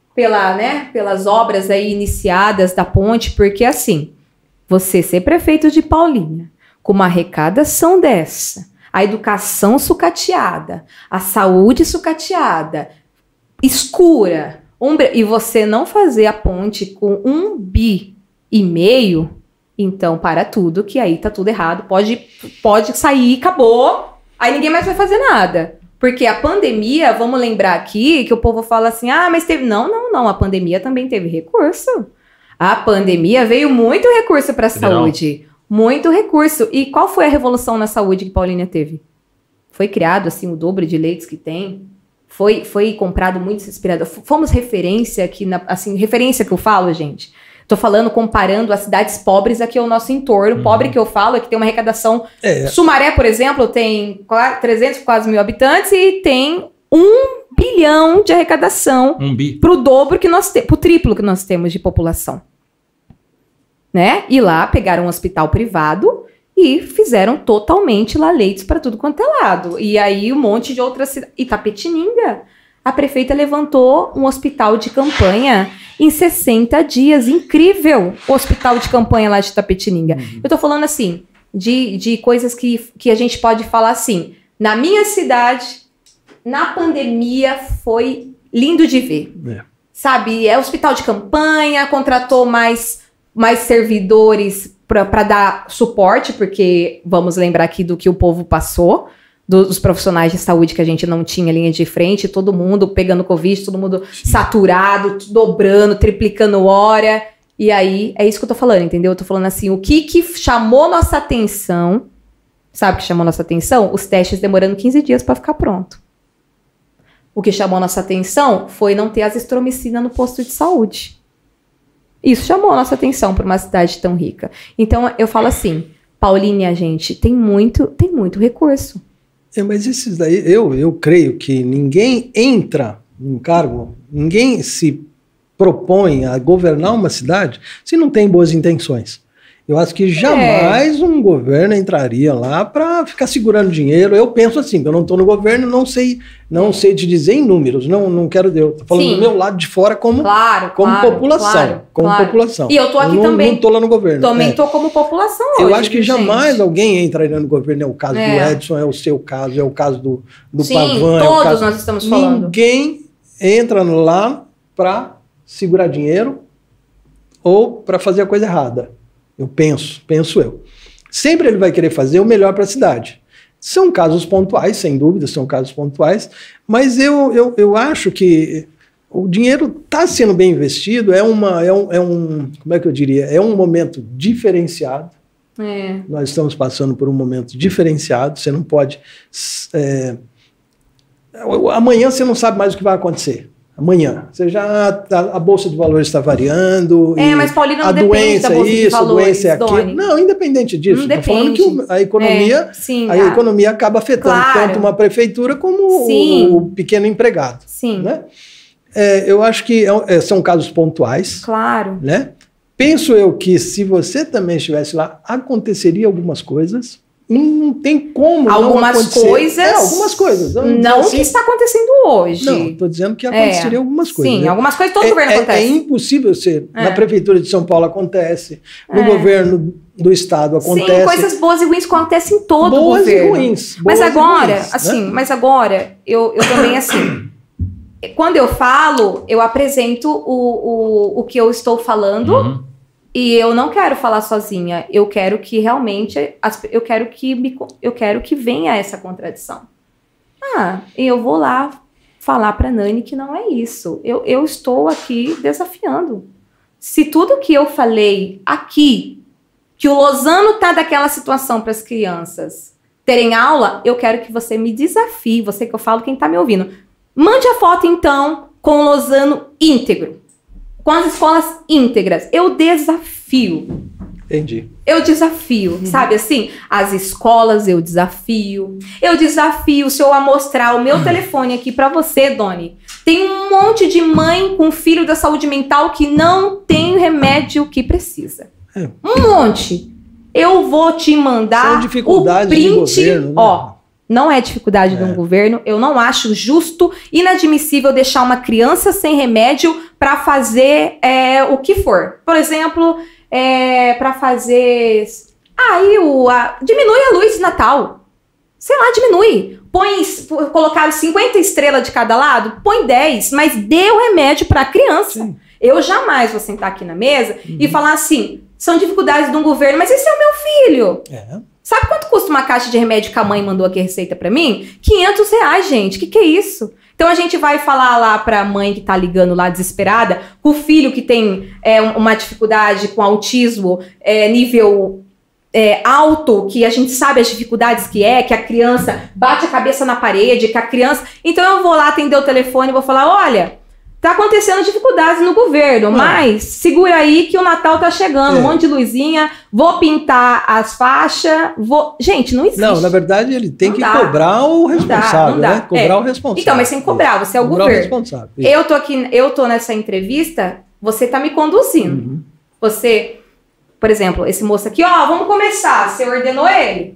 pelas obras aí iniciadas da ponte, porque assim, você ser prefeito de Paulínia, com uma arrecadação dessa, a educação sucateada, a saúde sucateada, escura, e você não fazer a ponte com 1,5 bi, então para tudo, que aí tá tudo errado, pode sair, acabou, aí ninguém mais vai fazer nada. Porque a pandemia, vamos lembrar aqui, que o povo fala assim, mas teve... Não, a pandemia também teve recurso. A pandemia veio muito recurso para a saúde. Muito recurso. E qual foi a revolução na saúde que Paulínia teve? Foi criado, assim, o dobro de leitos que tem. Foi comprado muitos respiradores. Fomos referência aqui, referência que eu falo, gente. Tô falando, comparando as cidades pobres aqui ao nosso entorno. Pobre que eu falo é que tem uma arrecadação... Sumaré, por exemplo, tem 300, quase 1.000 habitantes e tem 1 bilhão de arrecadação pro dobro que nós temos, pro triplo que nós temos de população. Né? E lá pegaram um hospital privado e fizeram totalmente lá leitos para tudo quanto é lado. E aí um monte de outras cidades... Itapetininga, a prefeita levantou um hospital de campanha em 60 dias. Incrível o hospital de campanha lá de Itapetininga. Eu tô falando assim, de coisas que a gente pode falar assim. Na minha cidade, na pandemia, foi lindo de ver. Sabe, é hospital de campanha, contratou mais servidores para dar suporte, porque vamos lembrar aqui do que o povo passou, dos profissionais de saúde que a gente não tinha linha de frente, todo mundo pegando Covid, todo mundo saturado, dobrando, triplicando hora. E aí, é isso que eu tô falando, entendeu? Eu tô falando assim, o que chamou nossa atenção, sabe o que chamou nossa atenção? Os testes demorando 15 dias para ficar pronto. O que chamou nossa atenção foi não ter azitromicina no posto de saúde. Isso chamou nossa atenção para uma cidade tão rica. Então, eu falo assim, Paulínia, gente, tem muito recurso. Mas esses daí, eu creio que ninguém entra num cargo, ninguém se propõe a governar uma cidade se não tem boas intenções. Eu acho que jamais um governo entraria lá para ficar segurando dinheiro. Eu penso assim, eu não estou no governo, não sei te dizer em números, não quero, eu estou falando do meu lado de fora como população. População. E eu estou aqui também. Não estou lá no governo. Também estou como população hoje. Eu acho que jamais alguém entraria no governo. É o caso do Edson, é o seu caso, é o caso do Pavan. Todos nós estamos falando. Ninguém entra lá para segurar dinheiro ou para fazer a coisa errada. Eu penso eu. Sempre ele vai querer fazer o melhor para a cidade. São casos pontuais, sem dúvida, são casos pontuais, mas eu acho que o dinheiro está sendo bem investido, como é que eu diria? É um momento diferenciado. Nós estamos passando por um momento diferenciado, você não pode... amanhã você não sabe mais o que vai acontecer. Amanhã. A Bolsa de Valores está variando. Mas Paulínia não depende da Bolsa de Valores, doença é aquilo. Doni. Não, independente disso. Estou falando que a economia acaba afetando tanto uma prefeitura como o pequeno empregado. Sim. Né? Eu acho que são casos pontuais. Claro. Né? penso eu que se você também estivesse lá, aconteceria algumas coisas. Não tem como algumas não acontecer. coisas. Algumas coisas. Não assim, o que está acontecendo hoje. Não, estou dizendo que aconteceria algumas coisas. Sim, algumas coisas todo governo acontece. É impossível ser. Na Prefeitura de São Paulo acontece, no governo do Estado acontece. Sim, coisas boas e ruins acontecem em todo o governo. Boas e ruins. Mas agora, eu também, assim, quando eu falo, eu apresento o que eu estou falando. E eu não quero falar sozinha, eu quero que realmente, eu quero que venha essa contradição. E eu vou lá falar para Nani que não é isso. Eu estou aqui desafiando. Se tudo que eu falei aqui, que o Lozano tá daquela situação para as crianças terem aula, eu quero que você me desafie, você que eu falo, quem tá me ouvindo. Mande a foto, então, com o Lozano íntegro. Com as escolas íntegras. Eu desafio. Entendi. Eu desafio, sabe assim? As escolas eu desafio. Eu desafio o senhor a mostrar o meu telefone aqui pra você, Doni. Tem um monte de mãe com filho da saúde mental que não tem remédio que precisa. Um monte. Eu vou te mandar São dificuldades o print. do governo, né? Ó, não é dificuldade de um governo. Eu não acho justo, inadmissível deixar uma criança sem remédio para fazer o que for. Por exemplo, para fazer... diminui a luz de Natal. Sei lá, diminui. Colocaram 50 estrelas de cada lado, põe 10, mas dê o remédio para a criança. Sim. Eu jamais vou sentar aqui na mesa e falar assim, são dificuldades de um governo, mas esse é o meu filho. Sabe quanto custa uma caixa de remédio que a mãe mandou aqui a receita pra mim? R$500, gente. Que é isso? Então a gente vai falar lá pra mãe que tá ligando lá desesperada, com o filho que tem uma dificuldade com autismo, nível alto, que a gente sabe as dificuldades que a criança bate a cabeça na parede, que a criança... Então eu vou lá atender o telefone e vou falar, olha... Tá acontecendo dificuldades no governo, mas segura aí que o Natal tá chegando, um monte de luzinha, vou pintar as faixas, Gente, não existe. Não, na verdade ele tem que cobrar o responsável, né? Cobrar o responsável. Então, mas sem cobrar, você é o governo. O responsável. Eu tô nessa entrevista, você tá me conduzindo. Você, por exemplo, esse moço aqui, vamos começar, você ordenou ele?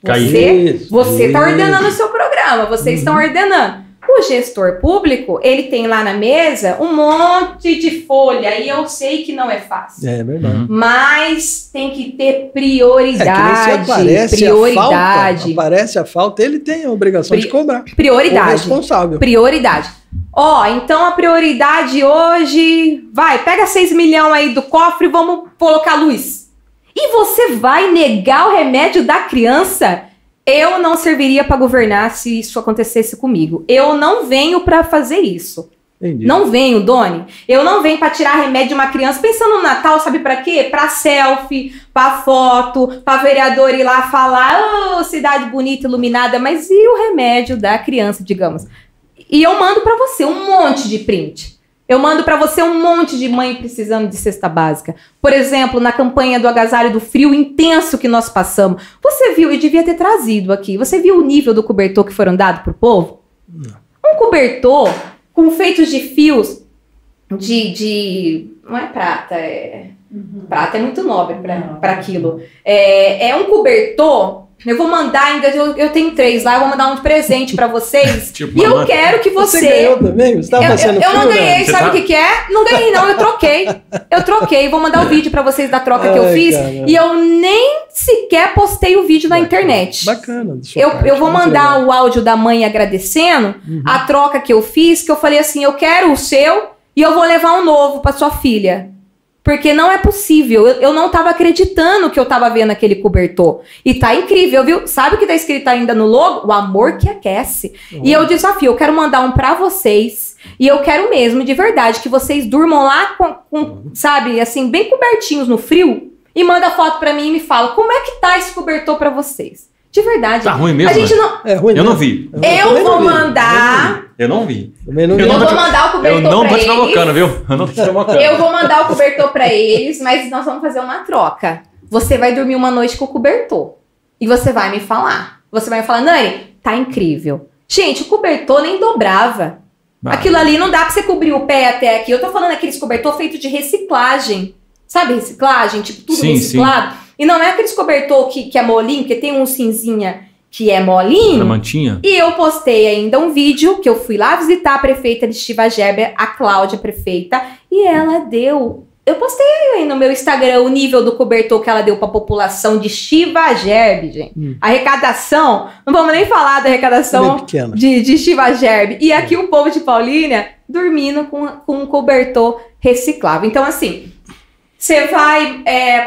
Você tá ordenando o seu programa, vocês estão ordenando. O gestor público, ele tem lá na mesa um monte de folha, e eu sei que não é fácil. É verdade. Mas tem que ter prioridade. Aparece a falta, ele tem a obrigação de cobrar. Prioridade. O responsável. Prioridade. Então a prioridade hoje... pega 6 milhões aí do cofre e vamos colocar luz. E você vai negar o remédio da criança... Eu não serviria para governar se isso acontecesse comigo. Eu não venho para fazer isso. Entendi. Não venho, Doni. Eu não venho para tirar remédio de uma criança pensando no Natal, sabe para quê? Para selfie, para foto, para vereador ir lá falar, cidade bonita, iluminada, mas e o remédio da criança, digamos? E eu mando para você um monte de print. Eu mando para você um monte de mãe precisando de cesta básica. Por exemplo, na campanha do agasalho do frio intenso que nós passamos. Você viu, e devia ter trazido aqui, você viu o nível do cobertor que foram dados pro povo? Não. Um cobertor com feitos de fios de não é prata, prata é muito nobre para aquilo. É um cobertor... Eu vou mandar ainda, eu tenho 3 lá, eu vou mandar um de presente pra vocês. E eu quero que você... Você ganhou também? Você tava passando eu não ganhei, sabe o que é? Não ganhei não, eu troquei. Vou mandar o vídeo pra vocês da troca que eu fiz. Caramba. E eu nem sequer postei o vídeo na internet. Bacana. Eu vou mandar o áudio da mãe agradecendo a troca que eu fiz, que eu falei assim, eu quero o seu e eu vou levar um novo pra sua filha. Porque não é possível. Eu não tava acreditando que eu tava vendo aquele cobertor. E tá incrível, viu? Sabe o que tá escrito ainda no logo? O amor que aquece. E eu desafio, eu quero mandar um pra vocês. E eu quero mesmo, de verdade, que vocês durmam lá sabe, assim, bem cobertinhos no frio. E manda foto pra mim e me fala, como é que tá esse cobertor pra vocês? De verdade. Tá ruim mesmo? A gente não... É ruim, eu não vi. Eu vou mandar... Eu não vi. Eu vou mandar o cobertor pra eles. Eu não tô te provocando, viu? Eu não tô te provocando. Eu vou mandar o cobertor pra eles, mas nós vamos fazer uma troca. Você vai dormir uma noite com o cobertor. E você vai me falar. Você vai me falar, Nani, tá incrível. Gente, o cobertor nem dobrava. Aquilo ali não dá pra você cobrir o pé até aqui. Eu tô falando aqueles cobertor feito de reciclagem. Sabe reciclagem? Tipo, tudo Sim, reciclado. Sim. E não é aqueles cobertor que é molinho, porque tem um cinzinha que é molinho. Na mantinha. E eu postei ainda um vídeo que eu fui lá visitar a prefeita de Estiva Gerber, a Cláudia, prefeita, e ela deu... Eu postei aí no meu Instagram o nível do cobertor que ela deu para a população de Estiva Gerber, gente. A arrecadação, não vamos nem falar da arrecadação de Estiva Gerber. E aqui o povo de Paulínia dormindo com um cobertor reciclável. Então, assim, você vai...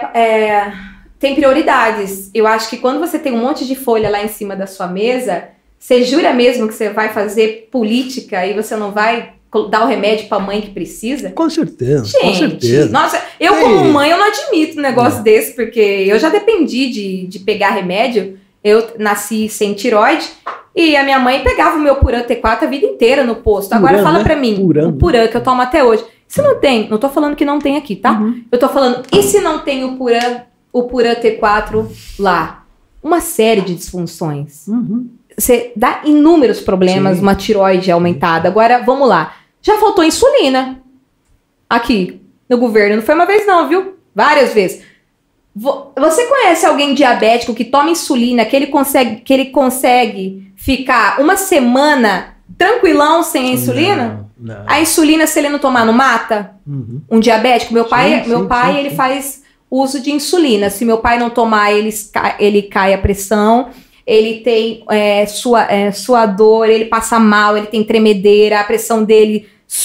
tem prioridades. Eu acho que quando você tem um monte de folha lá em cima da sua mesa, você jura mesmo que você vai fazer política e você não vai dar o remédio pra mãe que precisa? Com certeza, gente, com certeza. Nossa, eu como mãe, eu não admito um negócio desse, porque eu já dependi de pegar remédio. Eu nasci sem tiroide e a minha mãe pegava o meu Puran T4 a vida inteira no posto. Agora Puran, fala pra mim, o Puran que eu tomo até hoje. Se não tem, não tô falando que não tem aqui, tá? Eu tô falando, e se não tem o Puran T4 lá? Uma série de disfunções. Você dá inúmeros problemas, uma tiroide aumentada. Agora, vamos lá. Já faltou insulina aqui no governo. Não foi uma vez não, viu? Várias vezes. Você conhece alguém diabético que toma insulina, que ele consegue ficar uma semana tranquilão sem a insulina? Não. A insulina, se ele não tomar, não mata? Um diabético? Meu pai, ele faz uso de insulina. Se meu pai não tomar, ele cai a pressão. Ele tem suador, ele passa mal, ele tem tremedeira, a pressão dele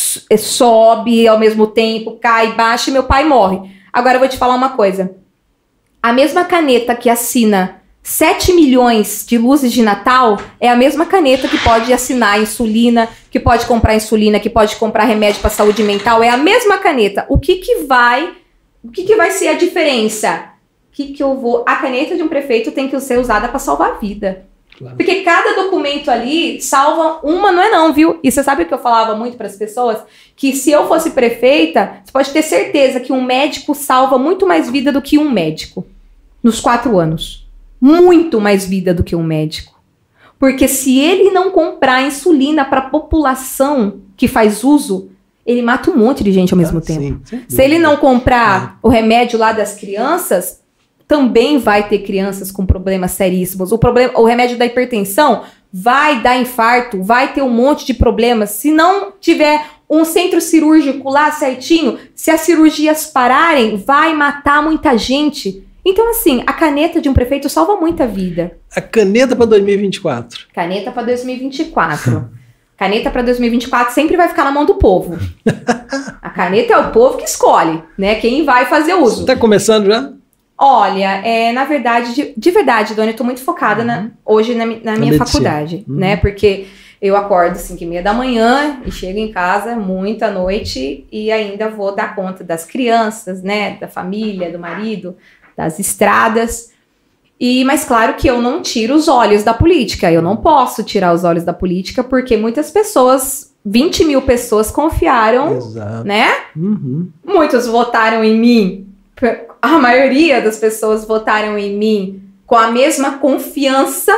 sobe ao mesmo tempo, cai, baixa e meu pai morre. Agora eu vou te falar uma coisa. A mesma caneta que assina 7 milhões de luzes de Natal é a mesma caneta que pode assinar insulina, que pode comprar insulina, que pode comprar remédio para saúde mental. É a mesma caneta. O que vai ser a diferença? A caneta de um prefeito tem que ser usada para salvar a vida. Claro. Porque cada documento ali salva uma, não é não, viu? E você sabe o que eu falava muito para as pessoas? Que se eu fosse prefeita, você pode ter certeza que um médico salva muito mais vida do que um médico. Nos 4 anos. Muito mais vida do que um médico. Porque se ele não comprar insulina para a população que faz uso, ele mata um monte de gente ao mesmo tempo. Sim. Se ele não comprar o remédio lá das crianças... também vai ter crianças com problemas seríssimos. O remédio da hipertensão vai dar infarto, vai ter um monte de problemas. Se não tiver um centro cirúrgico lá certinho, se as cirurgias pararem, vai matar muita gente. Então, assim, a caneta de um prefeito salva muita vida. A caneta para 2024. Caneta para 2024. Caneta para 2024 sempre vai ficar na mão do povo. A caneta é o povo que escolhe, né? Quem vai fazer uso. Está começando já? Olha, na verdade, de verdade, Dona, eu tô muito focada hoje na minha faculdade, né? Porque eu acordo 5h30 da manhã e chego em casa muita noite e ainda vou dar conta das crianças, né? Da família, do marido, das estradas. Mas claro que eu não tiro os olhos da política. Eu não posso tirar os olhos da política porque muitas pessoas, 20 mil pessoas confiaram, né? Muitos votaram em mim. A maioria das pessoas votaram em mim com a mesma confiança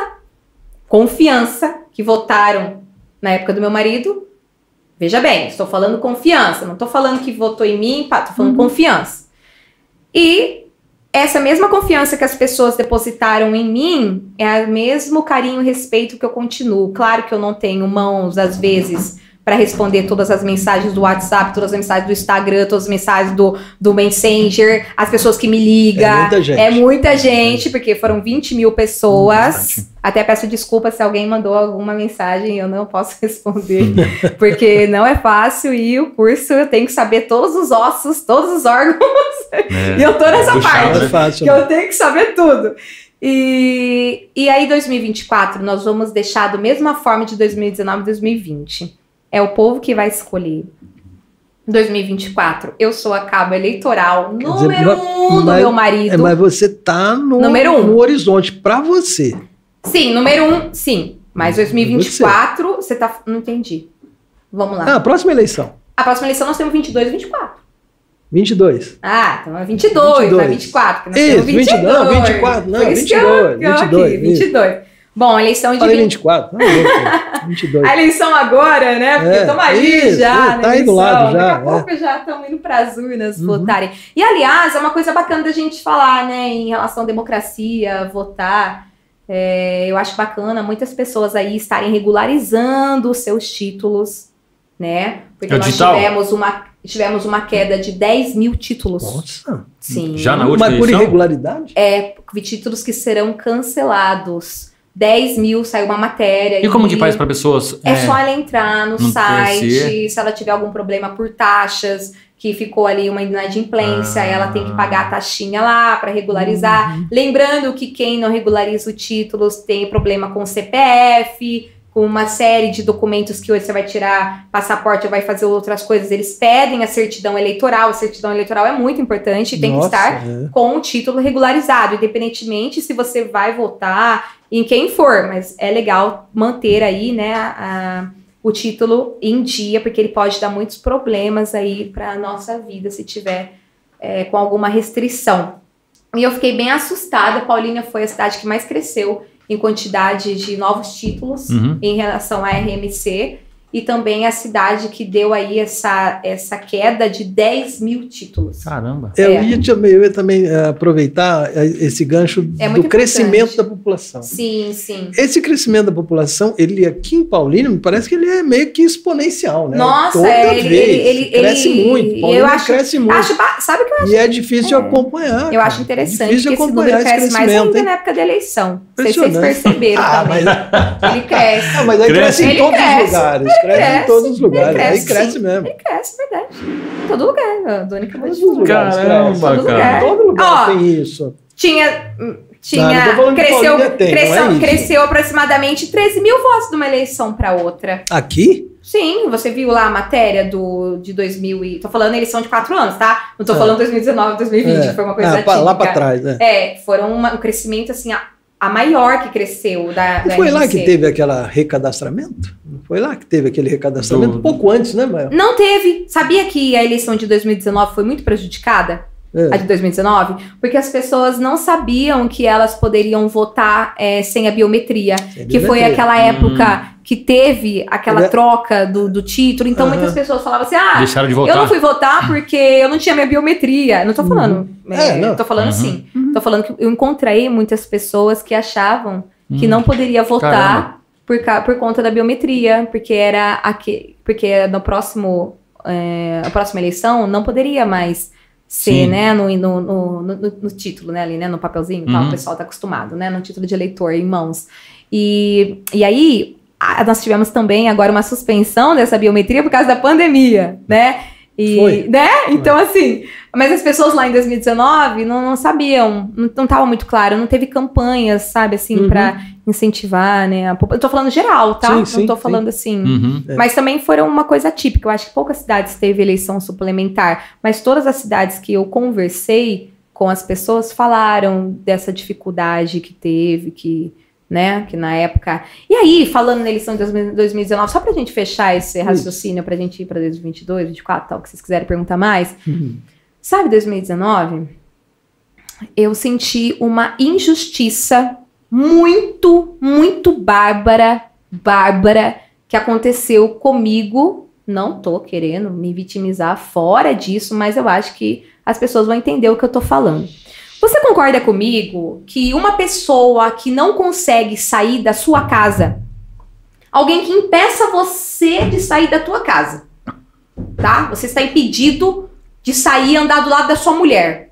que votaram na época do meu marido. Veja bem, estou falando confiança, não estou falando que votou em mim, estou falando confiança. E essa mesma confiança que as pessoas depositaram em mim é o mesmo carinho e respeito que eu continuo. Claro que eu não tenho mãos, às vezes, para responder todas as mensagens do WhatsApp, todas as mensagens do Instagram, todas as mensagens do Messenger, as pessoas que me ligam. É muita gente, porque foram 20 mil pessoas. Até peço desculpa se alguém mandou alguma mensagem e eu não posso responder, porque não é fácil e o curso eu tenho que saber todos os ossos, todos os órgãos. E eu tô nessa parte, que eu tenho que saber tudo. E aí, 2024, nós vamos deixar da mesma forma de 2019 e 2020. É o povo que vai escolher. 2024, eu sou a cabo eleitoral número 1 do meu marido. Mas você tá no horizonte para você. Sim, número 1, sim. Mas 2024, você tá... Não entendi. Vamos lá. A próxima eleição. A próxima eleição nós temos 22 e 24. 22. Então é 22, não é 24. Nós temos 22. Não, 24, não, 22. 22. Bom, eleição de... Falei 24, não, 22. A eleição agora, né? Porque estamos ali já, tá aí do lado já. Daqui a pouco já estamos indo para as urnas votarem. E, aliás, é uma coisa bacana da gente falar, né? Em relação à democracia, votar. Eu acho bacana muitas pessoas aí estarem regularizando os seus títulos, né? Porque nós tivemos uma queda de 10 mil títulos. Nossa! Sim. Já na última Mas por eleição? irregularidade? Títulos que serão cancelados. 10 mil, saiu uma matéria. E como que faz para pessoas? É só ela entrar no site, se ela tiver algum problema por taxas, que ficou ali uma inadimplência, ela tem que pagar a taxinha lá para regularizar. Lembrando que quem não regulariza o título tem problema com o CPF, com uma série de documentos que hoje você vai tirar passaporte ou vai fazer outras coisas, eles pedem a certidão eleitoral. A certidão eleitoral é muito importante e tem que estar com o título regularizado, independentemente se você vai votar em quem for, mas é legal manter aí, né, o título em dia, porque ele pode dar muitos problemas aí para a nossa vida se tiver com alguma restrição. E eu fiquei bem assustada. Paulínia foi a cidade que mais cresceu em quantidade de novos títulos em relação à RMC, e também a cidade que deu aí essa queda de 10 mil títulos. Caramba! Eu ia também aproveitar esse gancho do crescimento da população. Sim, sim. Esse crescimento da população, ele aqui em Paulínia, me parece que ele é meio que exponencial, né? Nossa, Toda vez, ele cresce muito. Paulínia cresce muito. Sabe o que eu acho? E é difícil acompanhar. Eu acho interessante que esse número cresce mais ainda na época da eleição. Não sei se vocês perceberam também. Ele cresce. Mas aí cresce em todos os lugares. Cresce em todos os lugares. Aí cresce mesmo. Ele cresce, verdade. Em todo lugar. A Dona acabou de falar. Caramba, cara. Todo lugar tem isso. Cresceu aproximadamente 13 mil votos de uma eleição para outra. Aqui? Sim, você viu lá a matéria de 2000 tô falando eleição de 4 anos, tá? Não tô falando 2019, 2020, foi uma coisa atípica. Lá para trás, foram um crescimento assim, a maior que cresceu da Não foi RMC. lá que teve aquele recadastramento? Não foi lá que teve aquele recadastramento? Pouco antes, né, Mael? Não teve. Sabia que a eleição de 2019 foi muito prejudicada? A de 2019? Porque as pessoas não sabiam que elas poderiam votar sem a biometria. Que foi aquela época que teve aquela troca do título. Então muitas pessoas falavam assim, deixaram de votar. Eu não fui votar porque eu não tinha minha biometria. Não tô falando. Tô falando assim. Tô falando que eu encontrei muitas pessoas que achavam que não poderia votar por conta da biometria. Porque no próximo a próxima eleição não poderia mais ser, né, no título, né, ali, né, no papelzinho, tá, o pessoal tá acostumado, né, no título de eleitor em mãos. E aí, nós tivemos também agora uma suspensão dessa biometria por causa da pandemia, né, né, então assim, mas as pessoas lá em 2019 não sabiam, não tava muito claro, não teve campanhas, sabe, assim, pra incentivar, né, eu tô falando geral, tá, não tô falando assim, mas também foram uma coisa típica. Eu acho que poucas cidades teve eleição suplementar, mas todas as cidades que eu conversei com as pessoas falaram dessa dificuldade que teve, que na época... E aí, falando na eleição de 2019, só pra gente fechar esse raciocínio, pra gente ir pra 2022, 2024, tal, que vocês quiserem perguntar mais. Sabe, 2019, eu senti uma injustiça muito, muito bárbara, que aconteceu comigo. Não tô querendo me vitimizar fora disso, mas eu acho que as pessoas vão entender o que eu tô falando. Você concorda comigo que uma pessoa que não consegue sair da sua casa, alguém que impeça você de sair da tua casa, tá? Você está impedido de sair e andar do lado da sua mulher.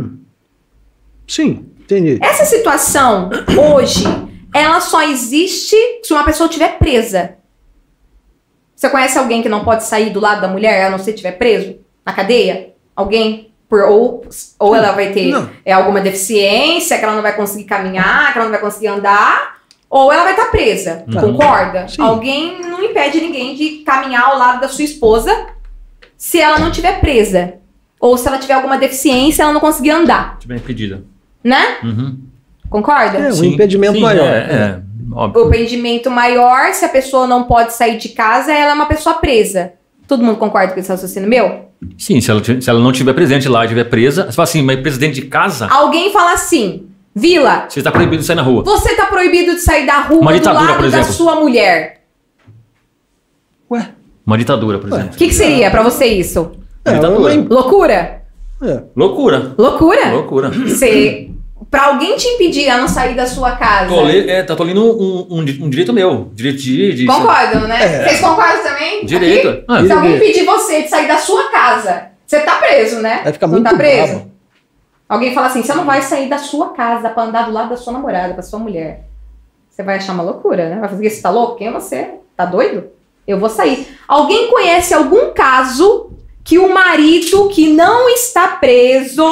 Sim, entendi. Essa situação, hoje, ela só existe se uma pessoa estiver presa. Você conhece alguém que não pode sair do lado da mulher, a não ser estiver preso na cadeia? Alguém? Ou ela vai ter alguma deficiência, que ela não vai conseguir caminhar, que ela não vai conseguir andar, ou ela vai estar presa. Concorda? Sim. Alguém não impede ninguém de caminhar ao lado da sua esposa se ela não estiver presa. Ou se ela tiver alguma deficiência, ela não conseguir andar. Estiver impedida. Né? Concorda? Um impedimento maior. Óbvio. O impedimento maior, se a pessoa não pode sair de casa, ela é uma pessoa presa. Todo mundo concorda com esse raciocínio meu? Sim, se ela não estiver presente lá, estiver presa, você fala assim, mas presidente de casa? Alguém fala assim, Vila, Você está proibido de sair na rua. você está proibido de sair da rua Uma do ditadura, lado por da exemplo. sua mulher. Ué? Uma ditadura, por exemplo. O que seria pra você isso? Ditadura. Loucura? Loucura. Loucura? Loucura. Pra alguém te impedir a não sair da sua casa. Tô lendo um direito meu. Direito de Concordam, né? Vocês concordam também? Direito. Aqui? Se alguém impedir você de sair da sua casa, você tá preso, né? Vai ficar não muito tá preso? bravo. Alguém fala assim, você não vai sair da sua casa pra andar do lado da sua namorada, da sua mulher. Você vai achar uma loucura, né? Vai fazer, você tá louco? Quem é você? Tá doido? Eu vou sair. Alguém conhece algum caso que o marido que não está preso,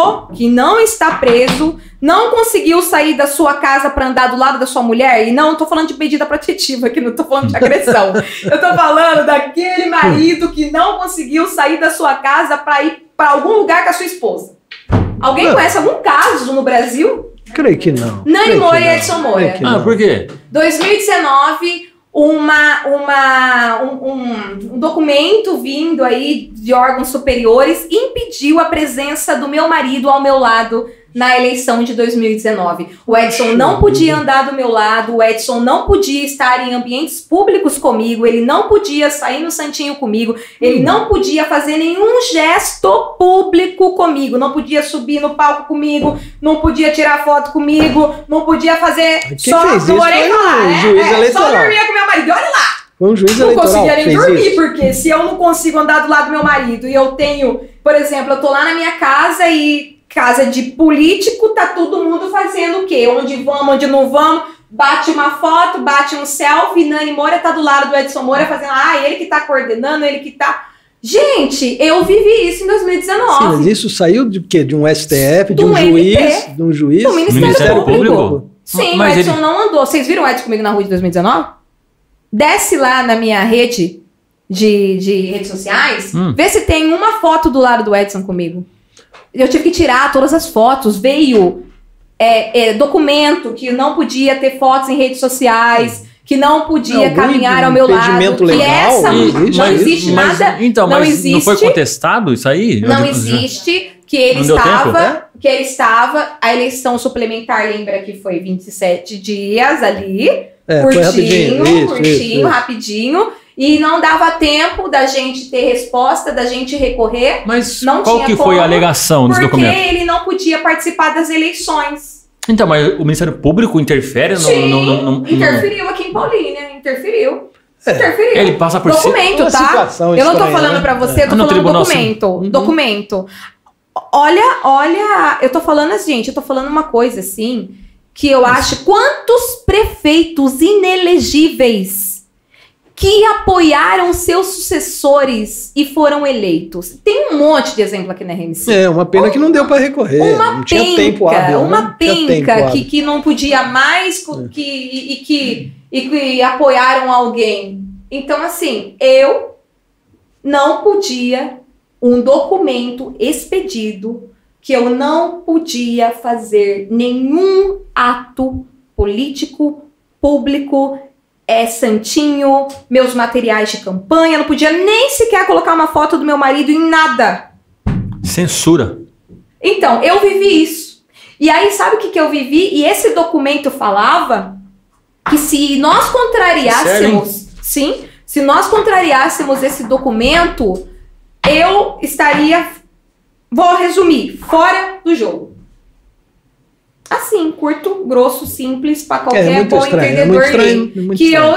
não conseguiu sair da sua casa pra andar do lado da sua mulher? E não tô falando de medida protetiva aqui, não tô falando de agressão. Eu tô falando daquele marido que não conseguiu sair da sua casa pra ir pra algum lugar com a sua esposa. Alguém conhece algum caso no Brasil? Creio que não. Nani Moura e Edson Moura. Por quê? 2019, um documento vindo aí de órgãos superiores impediu a presença do meu marido ao meu lado na eleição de 2019. O Edson não podia andar do meu lado, o Edson não podia estar em ambientes públicos comigo, ele não podia sair no santinho comigo, ele não podia fazer nenhum gesto público comigo, não podia subir no palco comigo, não podia tirar foto comigo, não podia fazer Quem fez isso foi o juiz eleitoral. Só dormia com meu marido, olha lá! Foi um juiz Não eleitoral conseguia que nem fez dormir, isso. porque se eu não consigo andar do lado do meu marido e eu tenho, por exemplo, eu tô lá na minha casa e casa de político, tá todo mundo fazendo o quê? Onde vamos, onde não vamos, bate uma foto, bate um selfie, Nani Moura tá do lado do Edson Moura fazendo, ele que tá coordenando, ele que tá... Gente, eu vivi isso em 2019. Sim, mas isso saiu de quê? De um STF, de Do um juiz, MP, de um juiz? do Ministério Público. Sim, Mas o Edson não andou. Vocês viram o Edson comigo na rua de 2019? Desce lá na minha rede de redes sociais, vê se tem uma foto do lado do Edson comigo. Eu tive que tirar todas as fotos. Veio documento que não podia ter fotos em redes sociais, que não podia caminhar ao meu lado. Legal, Não existe nada. Então, não mas existe, não foi contestado isso aí? Não existe que ele estava. A eleição suplementar, lembra que foi 27 dias ali. Curtinho, rapidinho. E não dava tempo da gente ter resposta, da gente recorrer. Mas não qual tinha que foi a alegação desse documento? Porque ele não podia participar das eleições. Então, mas o Ministério Público interfere no... Interferiu aqui em Paulínia, interferiu. Ele passa por documento, tá? Eu não tô falando pra você, eu tô falando documento. Documento. Olha, eu tô falando, gente, eu tô falando uma coisa assim, que eu acho, quantos prefeitos inelegíveis que apoiaram seus sucessores e foram eleitos. Tem um monte de exemplo aqui na RMC. Uma pena que não deu para recorrer. Não tinha tempo hábil. Uma penca que não podia mais que apoiaram alguém. Então, assim, eu não podia um documento expedido que eu não podia fazer nenhum ato político, público, santinho, meus materiais de campanha, não podia nem sequer colocar uma foto do meu marido em nada. Censura. Então, eu vivi isso. E aí, sabe o que eu vivi? E esse documento falava que se nós contrariássemos... Sim, se nós contrariássemos esse documento, eu estaria... Vou resumir, fora do jogo. Assim, curto, grosso, simples, para qualquer bom entendedor que eu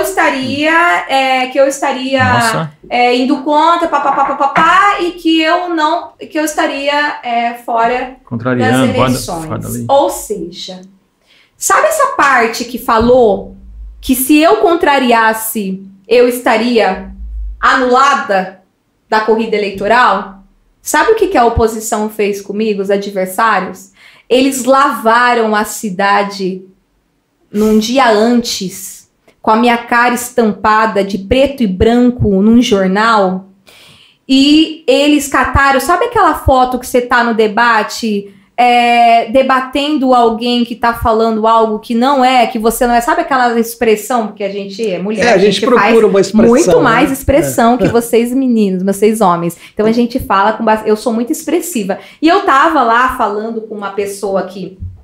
estaria indo contra, papapá, e que eu estaria fora das eleições. Ou seja, sabe essa parte que falou que se eu contrariasse, eu estaria anulada da corrida eleitoral? Sabe o que a oposição fez comigo, os adversários? Eles lavaram a cidade num dia antes, com a minha cara estampada de preto e branco num jornal, e eles cataram, sabe aquela foto que você tá no debate, debatendo alguém que tá falando algo que não é, que você não é, sabe aquela expressão, porque a gente é mulher, a gente procura faz uma expressão, muito mais expressão que vocês meninos, vocês homens, então a gente fala eu sou muito expressiva, e eu tava lá falando com uma pessoa que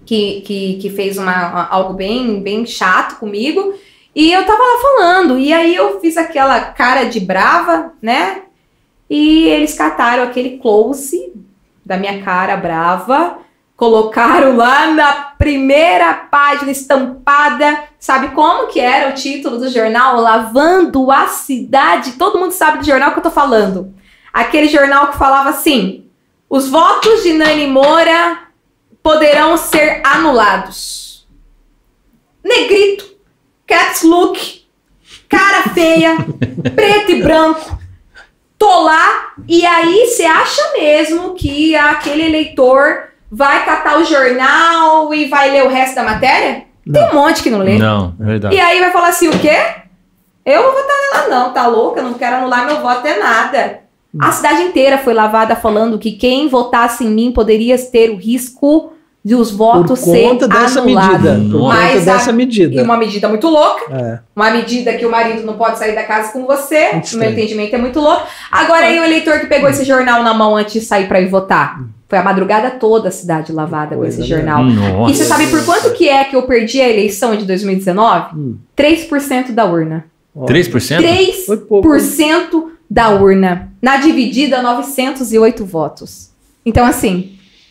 que fez algo bem chato comigo. E eu tava lá falando. E aí eu fiz aquela cara de brava, né? E eles cataram aquele close da minha cara brava, colocaram lá na primeira página estampada, sabe como que era o título do jornal? Lavando a cidade. Todo mundo sabe do jornal que eu tô falando. Aquele jornal que falava assim: os votos de Nani Moura poderão ser anulados. Negrito, caps look, cara feia, preto e branco. Tô lá, e aí você acha mesmo que aquele eleitor vai catar o jornal e vai ler o resto da matéria? Não. Tem um monte que não lê. Não, é verdade. E aí vai falar assim, o quê? Eu não vou votar nela não, tá louca? Eu não quero anular meu voto, é nada. A cidade inteira foi lavada falando que quem votasse em mim poderia ter o risco de os votos serem anulados. Por conta dessa medida. E uma medida muito louca. Uma medida que o marido não pode sair da casa com você. No meu entendimento é muito louco. Agora aí o eleitor que pegou esse jornal na mão antes de sair para ir votar. Foi a madrugada toda a cidade lavada com esse jornal. Nossa. E você sabe por quanto que é que eu perdi a eleição de 2019? 3% da urna. 3%? 3% da urna. Na dividida, 908 votos. Então, assim,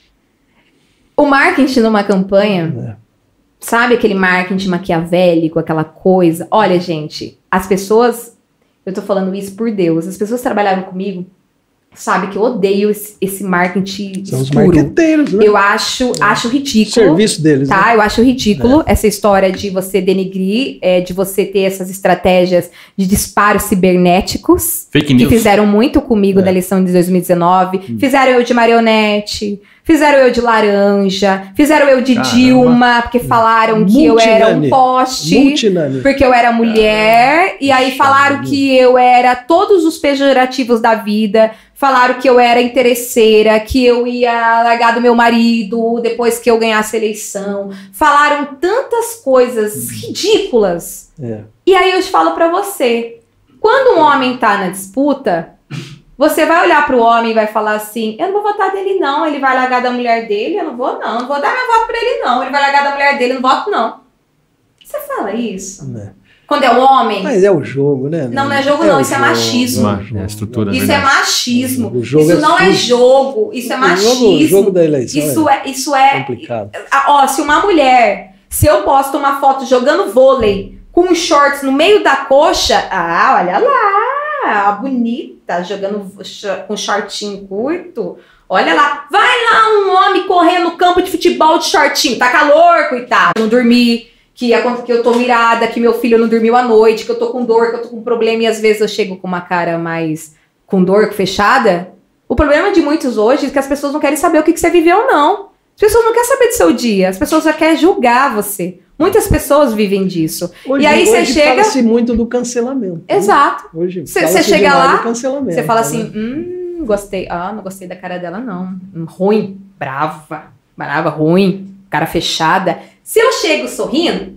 o marketing numa campanha, sabe aquele marketing maquiavélico, aquela coisa? Olha, gente, as pessoas, eu tô falando isso por Deus, as pessoas que trabalharam comigo, sabe que eu odeio esse marketing São escuro. Os marqueteiros, né? Eu acho ridículo. O serviço deles, tá? Né? Eu acho ridículo essa história de você denegrir, de você ter essas estratégias de disparos cibernéticos. Fake news. Que fizeram muito comigo na eleição de 2019. Fizeram eu de marionete, fizeram eu de laranja, fizeram eu de Dilma, porque falaram que eu era um poste, porque eu era mulher, e aí falaram que eu era todos os pejorativos da vida. Falaram que eu era interesseira, que eu ia largar do meu marido depois que eu ganhasse a eleição. Falaram tantas coisas ridículas. E aí eu te falo pra você, quando um homem tá na disputa, você vai olhar pro homem e vai falar assim, eu não vou votar dele não, ele vai largar da mulher dele, eu não vou não, não vou dar meu voto pra ele não, ele vai largar da mulher dele, eu não voto não. Você fala isso? Quando é o homem. Mas é o jogo, né? Não é jogo não, isso é machismo. É a estrutura. Isso é machismo. Isso é não é jogo, isso é machismo. O jogo da eleição isso é complicado. Ó, se uma mulher, se eu posto uma foto jogando vôlei com shorts no meio da coxa, olha lá, bonita, jogando com shortinho curto. Olha lá, vai lá um homem correndo no campo de futebol de shortinho, tá calor, coitado, não dormi. Que eu tô mirada, que meu filho não dormiu à noite, que eu tô com dor, que eu tô com problema, e às vezes eu chego com uma cara mais com dor, fechada. O problema de muitos hoje é que as pessoas não querem saber o que você viveu ou não. As pessoas não querem saber do seu dia, as pessoas só querem julgar você. Muitas pessoas vivem disso. E aí você chega... fala-se muito do cancelamento. Exato. Hoje você chega lá, você fala assim, gostei. Não gostei da cara dela não. Ruim, brava, ruim, cara fechada. Se eu chego sorrindo,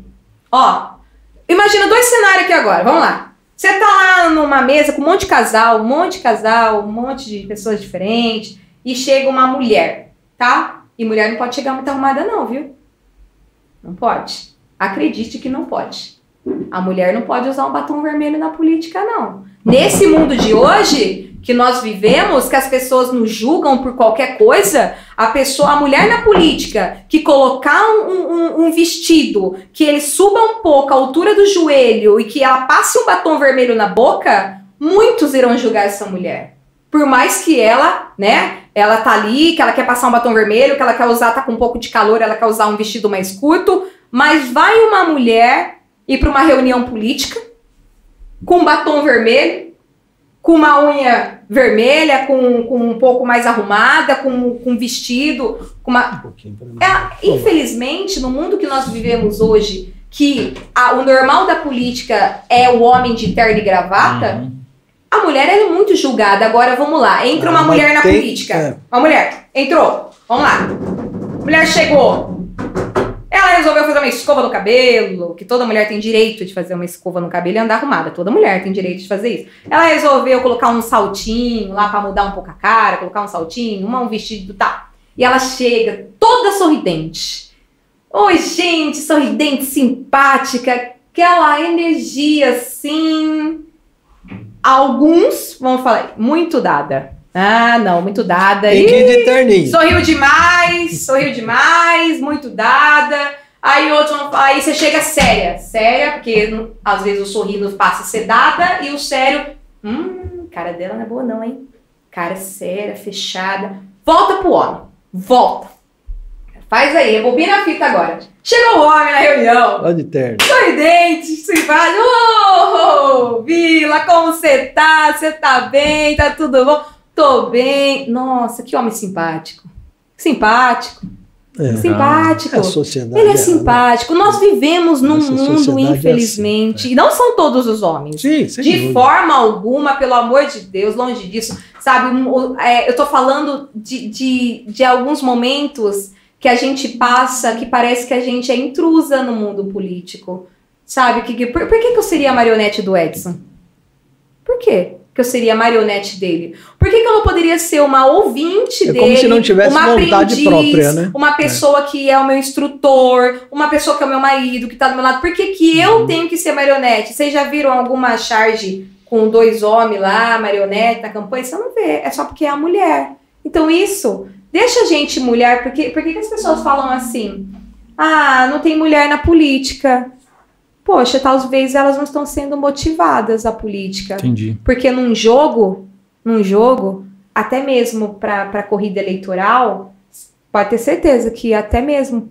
imagina 2 cenários aqui agora, vamos lá. Você tá lá numa mesa com um monte de casal, um monte de pessoas diferentes, e chega uma mulher, tá? E mulher não pode chegar muito arrumada não, viu? Não pode. Acredite que não pode. A mulher não pode usar um batom vermelho na política, não. Nesse mundo de hoje, que nós vivemos, que as pessoas nos julgam por qualquer coisa, a mulher na política, que colocar um vestido, que ele suba um pouco a altura do joelho e que ela passe um batom vermelho na boca, muitos irão julgar essa mulher. Por mais que ela, ela tá ali, que ela quer passar um batom vermelho, que ela quer usar, tá com um pouco de calor, ela quer usar um vestido mais curto, mas vai uma mulher ir para uma reunião política com um batom vermelho, com uma unha vermelha, com um pouco mais arrumada, com um vestido, com uma... Infelizmente, no mundo que nós vivemos hoje, que o normal da política é o homem de terno e gravata, a mulher é muito julgada. Agora, vamos lá, entra uma mulher na política. Uma mulher, entrou, vamos lá. Mulher chegou. Ela resolveu fazer uma escova no cabelo, que toda mulher tem direito de fazer uma escova no cabelo e andar arrumada. Toda mulher tem direito de fazer isso. Ela resolveu colocar um saltinho lá pra mudar um pouco a cara, colocar um saltinho, um vestido, tá. E ela chega toda sorridente, Oi, gente, sorridente, simpática, aquela energia assim. Alguns vão falar, muito dada. Ah, não, muito dada. Tem que ir de terninho. Sorriu demais, muito dada. Aí outros vão falar, aí você chega séria, porque às vezes o sorriso passa a ser dada e o sério, cara dela não é boa não, hein? Cara séria, fechada. Volta pro homem, volta. Faz aí, rebobina a fita agora. Chegou o homem na reunião. Olha de terno. Sorridente, simpático. Ô, Vila, como você tá? Você tá bem? Tá tudo bom? Tô bem. Nossa, que homem simpático. Simpático. Simpático. É a sociedade. Ele é simpático. Nós vivemos num mundo, infelizmente, e não são todos os homens. Sim, de forma alguma, pelo amor de Deus, longe disso. Sabe, eu tô falando de alguns momentos que a gente passa, que parece que a gente é intrusa no mundo político. Sabe? Por que eu seria a marionete do Edson? Por quê? Que eu seria a marionete dele? Por que eu não poderia ser uma ouvinte dele? Como se não tivesse uma vontade própria, né? Uma pessoa que é o meu instrutor, uma pessoa que é o meu marido, que tá do meu lado. Por que eu tenho que ser marionete? Vocês já viram alguma charge com 2 homens lá, marionete na campanha? Você não vê, é só porque é a mulher. Então isso, deixa a gente mulher, por que as pessoas falam assim? Ah, não tem mulher na política. Poxa, talvez elas não estão sendo motivadas à política. Entendi. Porque num jogo, até mesmo para corrida eleitoral, pode ter certeza que até mesmo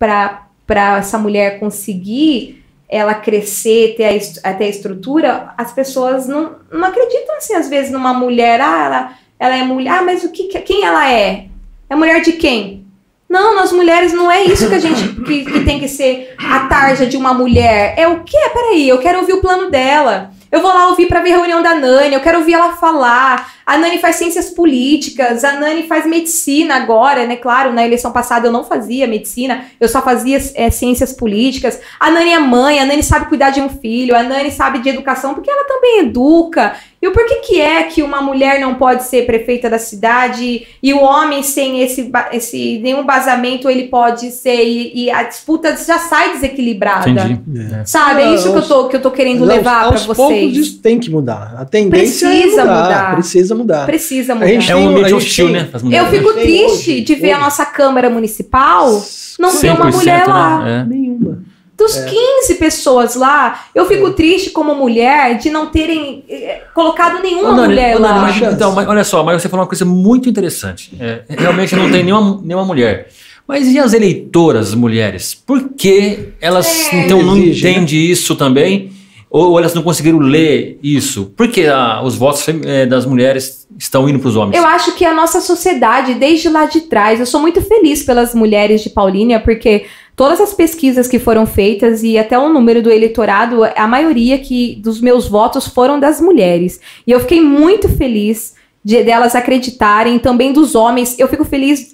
para essa mulher conseguir ela crescer, ter a estrutura, as pessoas não acreditam assim, às vezes, numa mulher. Ah, ela é mulher. Ah, mas quem ela é? É mulher de quem? Não, nós mulheres não é isso que a gente que tem que ser a tarja de uma mulher. É o quê? Peraí, eu quero ouvir o plano dela. Eu vou lá ouvir para ver a reunião da Nani, eu quero ouvir ela falar. A Nani faz ciências políticas, a Nani faz medicina agora, né? Claro, na eleição passada eu não fazia medicina, eu só fazia ciências políticas. A Nani é mãe, a Nani sabe cuidar de um filho, a Nani sabe de educação, porque ela também educa. E o porquê que é que uma mulher não pode ser prefeita da cidade e o homem sem esse nenhum basamento ele pode ser e a disputa já sai desequilibrada. Entendi. Sabe, é isso que eu tô querendo levar para vocês. Aos poucos isso tem que mudar. A tendência precisa é mudar. Precisa mudar. Precisa mudar. É um ambiente hostil, né? Eu fico triste de ver a nossa Câmara Municipal não ter uma mulher lá. Né? Nenhuma. Dos 15 pessoas lá, eu fico triste como mulher de não terem colocado nenhuma mulher lá. Mas olha só, mas você falou uma coisa muito interessante. Realmente não tem nenhuma mulher. Mas e as eleitoras mulheres? Por que elas então não entendem isso também? Ou elas não conseguiram ler isso? Por que os votos das mulheres estão indo para os homens? Eu acho que a nossa sociedade, desde lá de trás, eu sou muito feliz pelas mulheres de Paulínia, porque todas as pesquisas que foram feitas e até o número do eleitorado, a maioria dos meus votos foram das mulheres. E eu fiquei muito feliz delas acreditarem, também dos homens. Eu fico feliz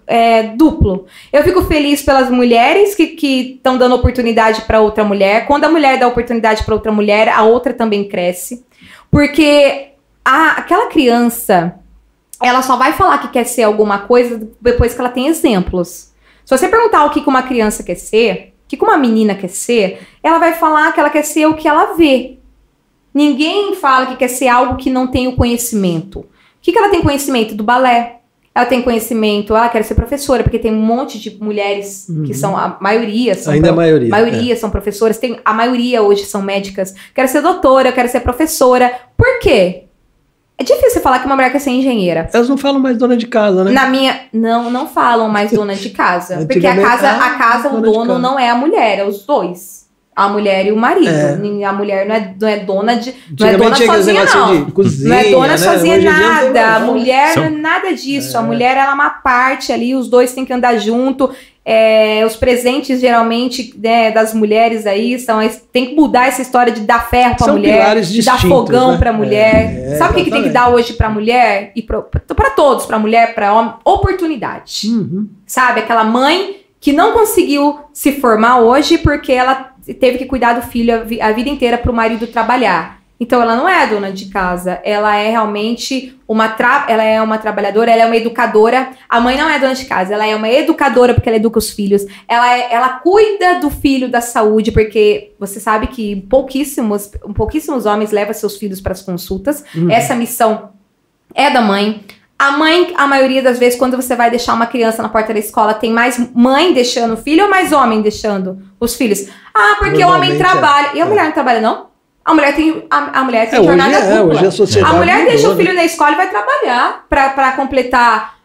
duplo. Eu fico feliz pelas mulheres que estão dando oportunidade para outra mulher. Quando a mulher dá oportunidade para outra mulher, a outra também cresce. Porque aquela criança, ela só vai falar que quer ser alguma coisa depois que ela tem exemplos. Se você perguntar o que uma criança quer ser, o que uma menina quer ser, ela vai falar que ela quer ser o que ela vê. Ninguém fala que quer ser algo que não tem o conhecimento. O que ela tem conhecimento? Do balé. Ela tem conhecimento, ela quer ser professora, porque tem um monte de mulheres que são, a maioria são... Ainda a maioria. Maioria são professoras, a maioria hoje são médicas. Quero ser doutora, eu quero ser professora. Por quê? É difícil falar que uma mulher quer ser engenheira. Elas não falam mais dona de casa, né? Não falam mais dona de casa. Porque a casa o dono não é a mulher, é os dois. A mulher e o marido. A mulher não é dona de. Não é dona sozinha, não. Cozinha, não é dona né? sozinha nada. A mulher não é nada disso. A mulher ela é uma parte ali, os dois têm que andar junto. Os presentes, geralmente, das mulheres aí, tem que mudar essa história de dar ferro pra mulher, de dar fogão, né? Pra mulher. Sabe o que tem que dar hoje pra mulher? E pra todos, pra mulher, pra homem? Oportunidade. Sabe? Aquela mãe que não conseguiu se formar hoje porque ela teve que cuidar do filho a vida inteira para o marido trabalhar. Então ela não é dona de casa, ela é realmente ela é uma trabalhadora, ela é uma educadora. A mãe não é dona de casa, ela é uma educadora porque ela educa os filhos. Ela cuida do filho, da saúde, porque você sabe que pouquíssimos homens levam seus filhos para as consultas. Essa missão é da mãe. A mãe, a maioria das vezes, quando você vai deixar uma criança na porta da escola, tem mais mãe deixando o filho ou mais homem deixando os filhos? Ah, porque o homem trabalha. E a mulher não trabalha, não? A mulher tem jornada dupla. Hoje a sociedade a mulher deixa mudou, o filho na escola e vai trabalhar para completar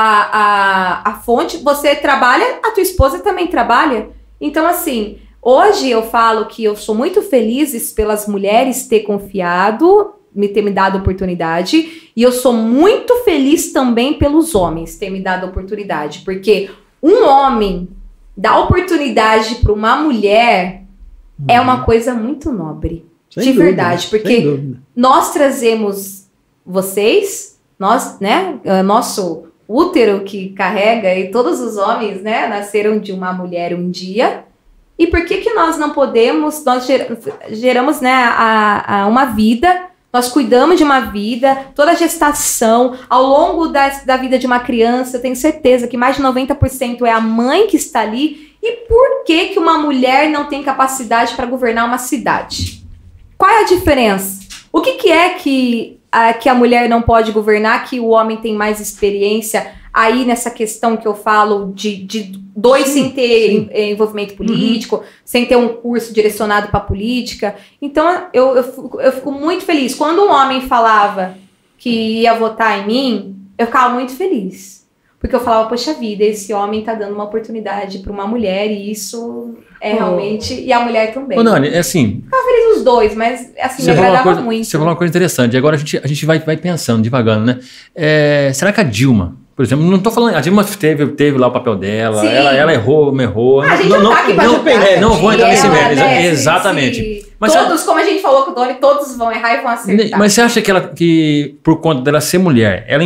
a fonte. Você trabalha, a tua esposa também trabalha. Então, assim, hoje eu falo que eu sou muito feliz pelas mulheres ter confiado, ter me dado oportunidade. E eu sou muito feliz também pelos homens ter me dado oportunidade. Porque um homem dar oportunidade para uma mulher é uma coisa muito nobre. Sem de dúvida, verdade, porque nós trazemos vocês, nós, né, nosso útero que carrega, e todos os homens, né, nasceram de uma mulher um dia, e por que nós não podemos, nós geramos, né, uma vida, nós cuidamos de uma vida, toda a gestação, ao longo da vida de uma criança, eu tenho certeza que mais de 90% é a mãe que está ali, e por que uma mulher não tem capacidade para governar uma cidade? Qual é a diferença? O que é que a mulher não pode governar, que o homem tem mais experiência aí nessa questão que eu falo de dois sem ter envolvimento político, sem ter um curso direcionado para política? Então, eu fico muito feliz. Quando um homem falava que ia votar em mim, eu ficava muito feliz. Porque eu falava, poxa vida, esse homem tá dando uma oportunidade para uma mulher, e isso é realmente... E a mulher também. Ô, Nani, é assim... Ficava feliz os dois, mas assim, me agradava muito. Você falou uma coisa interessante, e agora a gente vai pensando, devagando, né? Será que a Dilma, por exemplo, não tô falando... A Dilma teve lá o papel dela, ela errou. A gente não tá aqui pra julgar. Não vou entrar nesse mérito, né? exatamente. Mas todos, como a gente falou com o Doni, todos vão errar e vão acertar. Mas você acha que por conta dela ser mulher, ela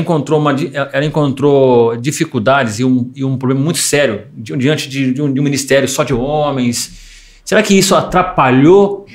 encontrou dificuldades e um problema muito sério diante de um ministério só de homens? Será que isso atrapalhou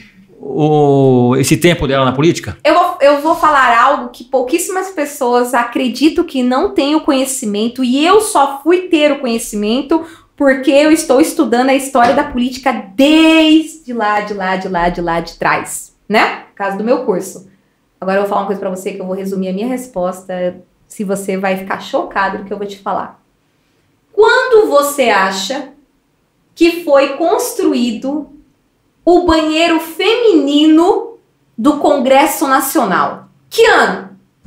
esse tempo dela na política? Eu vou falar algo que pouquíssimas pessoas acreditam que não têm o conhecimento, e eu só fui ter o conhecimento porque eu estou estudando a história da política desde lá de trás, né? Por causa do meu curso. Agora eu vou falar uma coisa pra você, que eu vou resumir a minha resposta, se você vai ficar chocado do que eu vou te falar. Quando você acha que foi construído o banheiro feminino do Congresso Nacional? Que ano?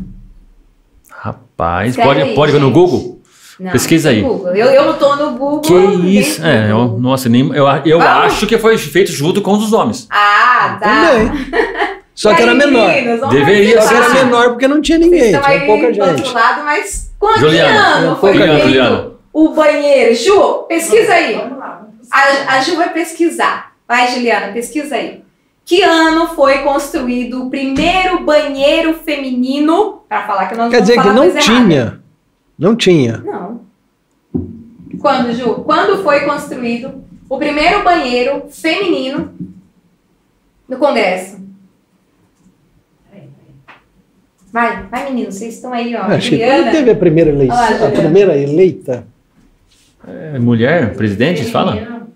Rapaz, pode ver no Google? Não, pesquisa aí. Eu não tô no Google. Que isso? Nossa, eu acho que foi feito junto com os homens. Ah, tá. Também. Só que era menor. Deveria ser. Só que era menor porque não tinha ninguém, tinha pouca gente. Outro lado, mas Juliana, foi feito o banheiro? Ju, pesquisa aí. A Ju vai pesquisar. Vai, Juliana, pesquisa aí. Que ano foi construído o primeiro banheiro feminino? Para falar que nós Quer dizer que não tinha. Errada. Não tinha. Não. Quando, Ju? Quando foi construído o primeiro banheiro feminino no Congresso? Vai, meninos, vocês estão aí, ó. Acho que quando teve a primeira eleição, a primeira eleita. Mulher, presidente, fala?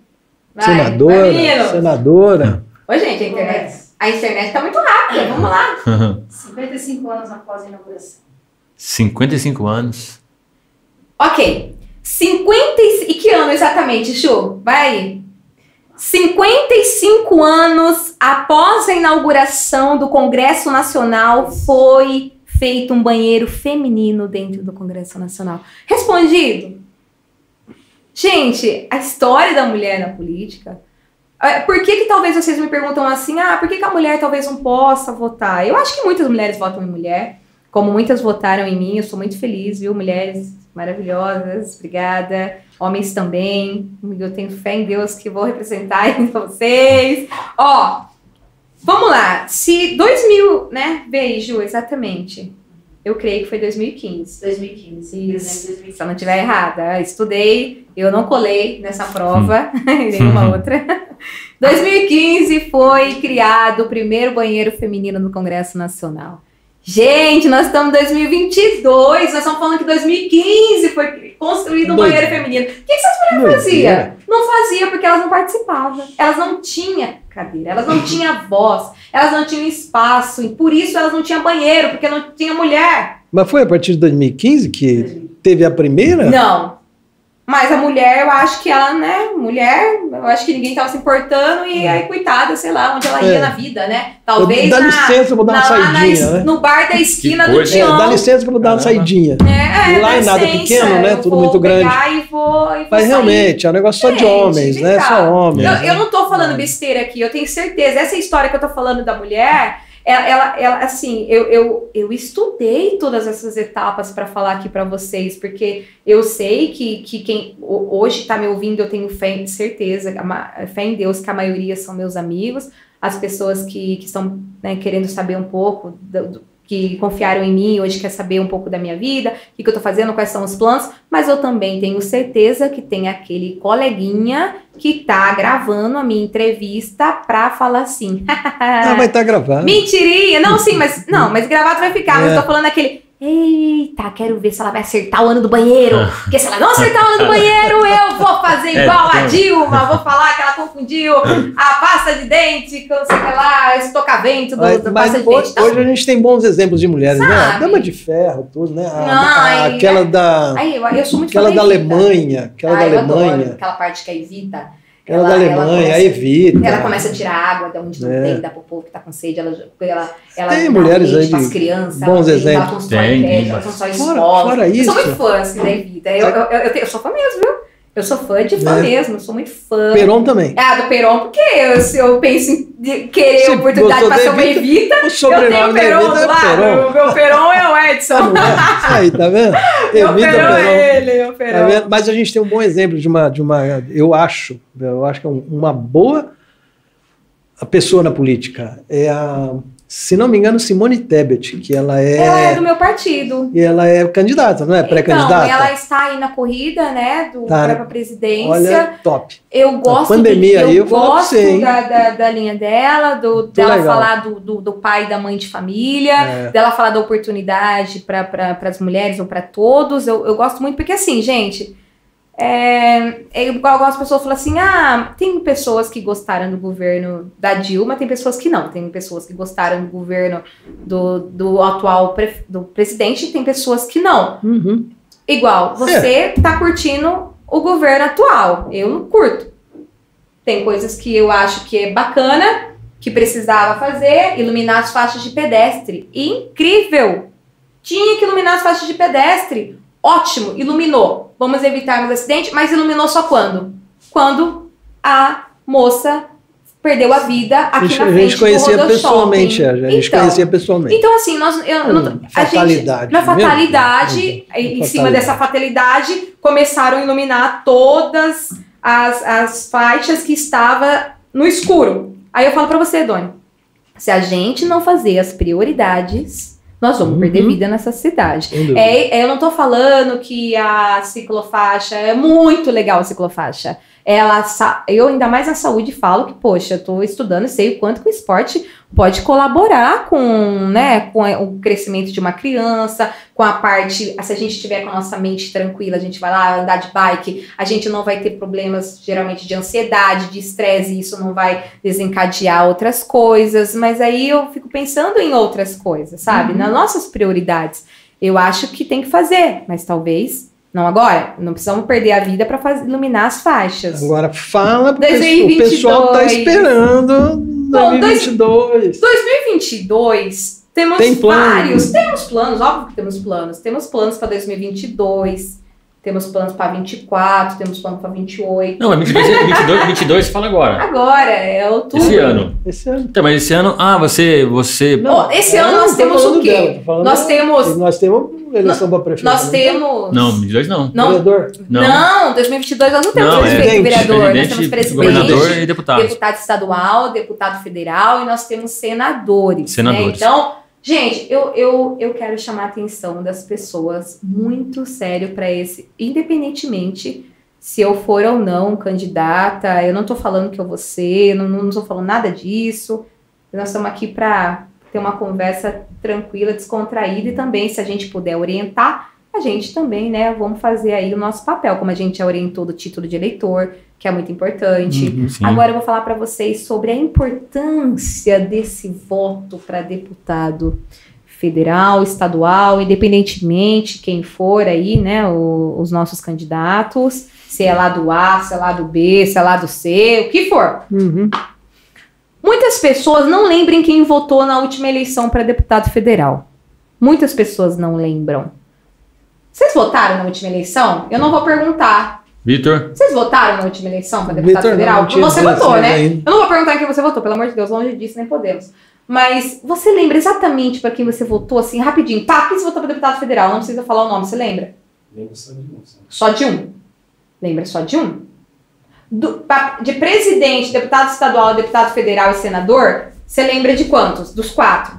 Senadora. Ô, gente, a internet tá muito rápida, vamos lá. 55 anos após a inauguração. 55 anos. Ok. E que ano exatamente, Chu? Vai aí. 55 anos após a inauguração do Congresso Nacional foi feito um banheiro feminino dentro do Congresso Nacional. Respondido. Gente, a história da mulher na política... Por que talvez vocês me perguntam assim, por que a mulher talvez não possa votar? Eu acho que muitas mulheres votam em mulher, como muitas votaram em mim, eu sou muito feliz, viu? Mulheres maravilhosas, obrigada. Homens também, eu tenho fé em Deus que vou representar entre vocês. Ó, vamos lá, se 2000, né? Vê aí, Ju, exatamente. Eu creio que foi 2015. 2015. Isso, se eu não estiver errada. Estudei, eu não colei nessa prova, nenhuma outra. 2015 foi criado o primeiro banheiro feminino no Congresso Nacional. Gente, nós estamos em 2022, nós estamos falando que 2015 foi construído um banheiro feminino. O que essas mulheres faziam? Não fazia porque elas não participavam. Elas não tinham cadeira, elas não tinham voz, elas não tinham espaço, e por isso elas não tinham banheiro, porque não tinha mulher. Mas foi a partir de 2015 que teve a primeira? Não. Mas a mulher, eu acho que ela, né, eu acho que ninguém tava se importando e aí, coitada, sei lá, onde ela ia na vida, né? Talvez dá licença, eu vou dar uma saidinha, né? No bar da esquina do Tião. Dá licença que eu vou dar uma saidinha. E lá em nada pequeno, né? Tudo muito grande. Mas realmente, é um negócio só de homens, né? Só homens. Eu não tô falando besteira aqui, eu tenho certeza. Essa história que eu tô falando da mulher... Ela assim, eu estudei todas essas etapas para falar aqui para vocês, porque eu sei que quem hoje está me ouvindo, eu tenho fé, certeza, fé em Deus, que a maioria são meus amigos, as pessoas que estão, né, querendo saber um pouco, que confiaram em mim, hoje quer saber um pouco da minha vida, o que eu tô fazendo, quais são os planos, mas eu também tenho certeza que tem aquele coleguinha que tá gravando a minha entrevista pra falar assim. Vai estar gravado. Mentirinha! Não, sim, mas gravado vai ficar, mas eu tô falando aquele... Eita, quero ver se ela vai acertar o ano do banheiro. Porque se ela não acertar o ano do banheiro, eu vou fazer igual a Dilma. Vou falar que ela confundiu a pasta de dente com, sei lá, estocavento da pasta de dente. Então, hoje a gente tem bons exemplos de mulheres, né? A Dama de Ferro, tudo, né? Aquela da... eu sou muito aquela da Alemanha. Aquela parte que é Evita. Ela da Alemanha, a Evita. Ela começa a tirar água de onde não tem, dá pro povo que tá com sede. Ela tem mulheres aí as crianças, bons exemplos. Ela constrói prédio, ela constrói escola. Fora isso. Eu sou muito fã assim, da Evita. Eu sou fã mesmo, viu? Eu sou fã de fã mesmo, eu sou muito fã. Peron também. Do Peron, porque eu penso em querer oportunidade para ser uma Evita. O sobrenome da Evita é Peron. O meu Peron é o Edson. Aí, tá vendo? Evita Peron é ele, o Peron. Tá vendo? Mas a gente tem um bom exemplo de uma eu acho que é uma boa pessoa na política. É se não me engano, Simone Tebet, que ela é do meu partido. E ela é candidata, não é? Pré-candidata? Então, ela está aí na corrida, né, para a presidência. Olha, top. Eu gosto, eu gosto da linha dela, dela falar do pai e da mãe de família, dela falar da oportunidade para as mulheres ou para todos. Eu gosto muito, porque assim, gente... igual as pessoas falam assim, tem pessoas que gostaram do governo da Dilma, tem pessoas que não, tem pessoas que gostaram do governo do atual do presidente, tem pessoas que não. Igual, você tá curtindo o governo atual, eu não curto. Tem coisas que eu acho que é bacana, que precisava fazer, iluminar as faixas de pedestre, incrível, tinha que iluminar as faixas de pedestre. Ótimo, iluminou. Vamos evitar mais acidente, mas iluminou só quando? Quando a moça perdeu a vida aqui na frente do Rodosshopping. A gente conhecia pessoalmente. Então, assim, na fatalidade, em cima dessa fatalidade, começaram a iluminar todas as faixas que estavam no escuro. Aí eu falo pra você, Doni, se a gente não fazer as prioridades... nós vamos perder vida nessa cidade. Eu não tô falando que a ciclofaixa é muito legal, a ciclofaixa. Eu ainda mais na saúde falo que, poxa, eu tô estudando e sei o quanto que o esporte pode colaborar com o crescimento de uma criança, com a parte, se a gente estiver com a nossa mente tranquila, a gente vai lá andar de bike, a gente não vai ter problemas, geralmente, de ansiedade, de estresse, e isso não vai desencadear outras coisas, mas aí eu fico pensando em outras coisas, sabe? Nas nossas prioridades. Eu acho que tem que fazer, mas talvez... não agora, não precisamos perder a vida para iluminar as faixas. Agora fala, porque o pessoal tá esperando 2022. 2022, temos vários, temos planos, óbvio que temos planos. Temos planos para 2022, temos planos para 24, temos planos para 28. Não, 22 fala agora. Agora, é outubro. Esse ano. Então, mas esse ano, você... Não, esse ano nós temos o quê? Nós temos eleição para prefeito. Nós temos... Não, 22 não. Vereador? Não, 2022 nós não temos vereador. Nós temos presidente, governador e deputado. Deputado estadual, deputado federal e nós temos senadores. Né? Então, Gente, eu quero chamar a atenção das pessoas muito sério para esse, independentemente se eu for ou não candidata, eu não tô falando que eu vou ser, não tô falando nada disso, nós estamos aqui para ter uma conversa tranquila, descontraída, e também, se a gente puder orientar, a gente também, né, vamos fazer aí o nosso papel, como a gente já orientou do título de eleitor, que é muito importante. Agora eu vou falar para vocês sobre a importância desse voto para deputado federal, estadual, independentemente quem for aí, né, os nossos candidatos, se é lá do A, se é lá do B, se é lá do C, o que for. Muitas pessoas não lembram quem votou na última eleição para deputado federal. Muitas pessoas não lembram. Vocês votaram na última eleição? Eu não vou perguntar. Vitor? Vocês votaram na última eleição para deputado federal? Não, você votou, né? Eu não vou perguntar em quem você votou, pelo amor de Deus, longe disso, nem podemos. Mas você lembra exatamente para quem você votou, assim, rapidinho? Tá, quem você votou para deputado federal? Não precisa falar o nome, você lembra? Lembro só de um. Só de um? Lembra só de um? De presidente, deputado estadual, deputado federal e senador, você lembra de quantos? Dos 4?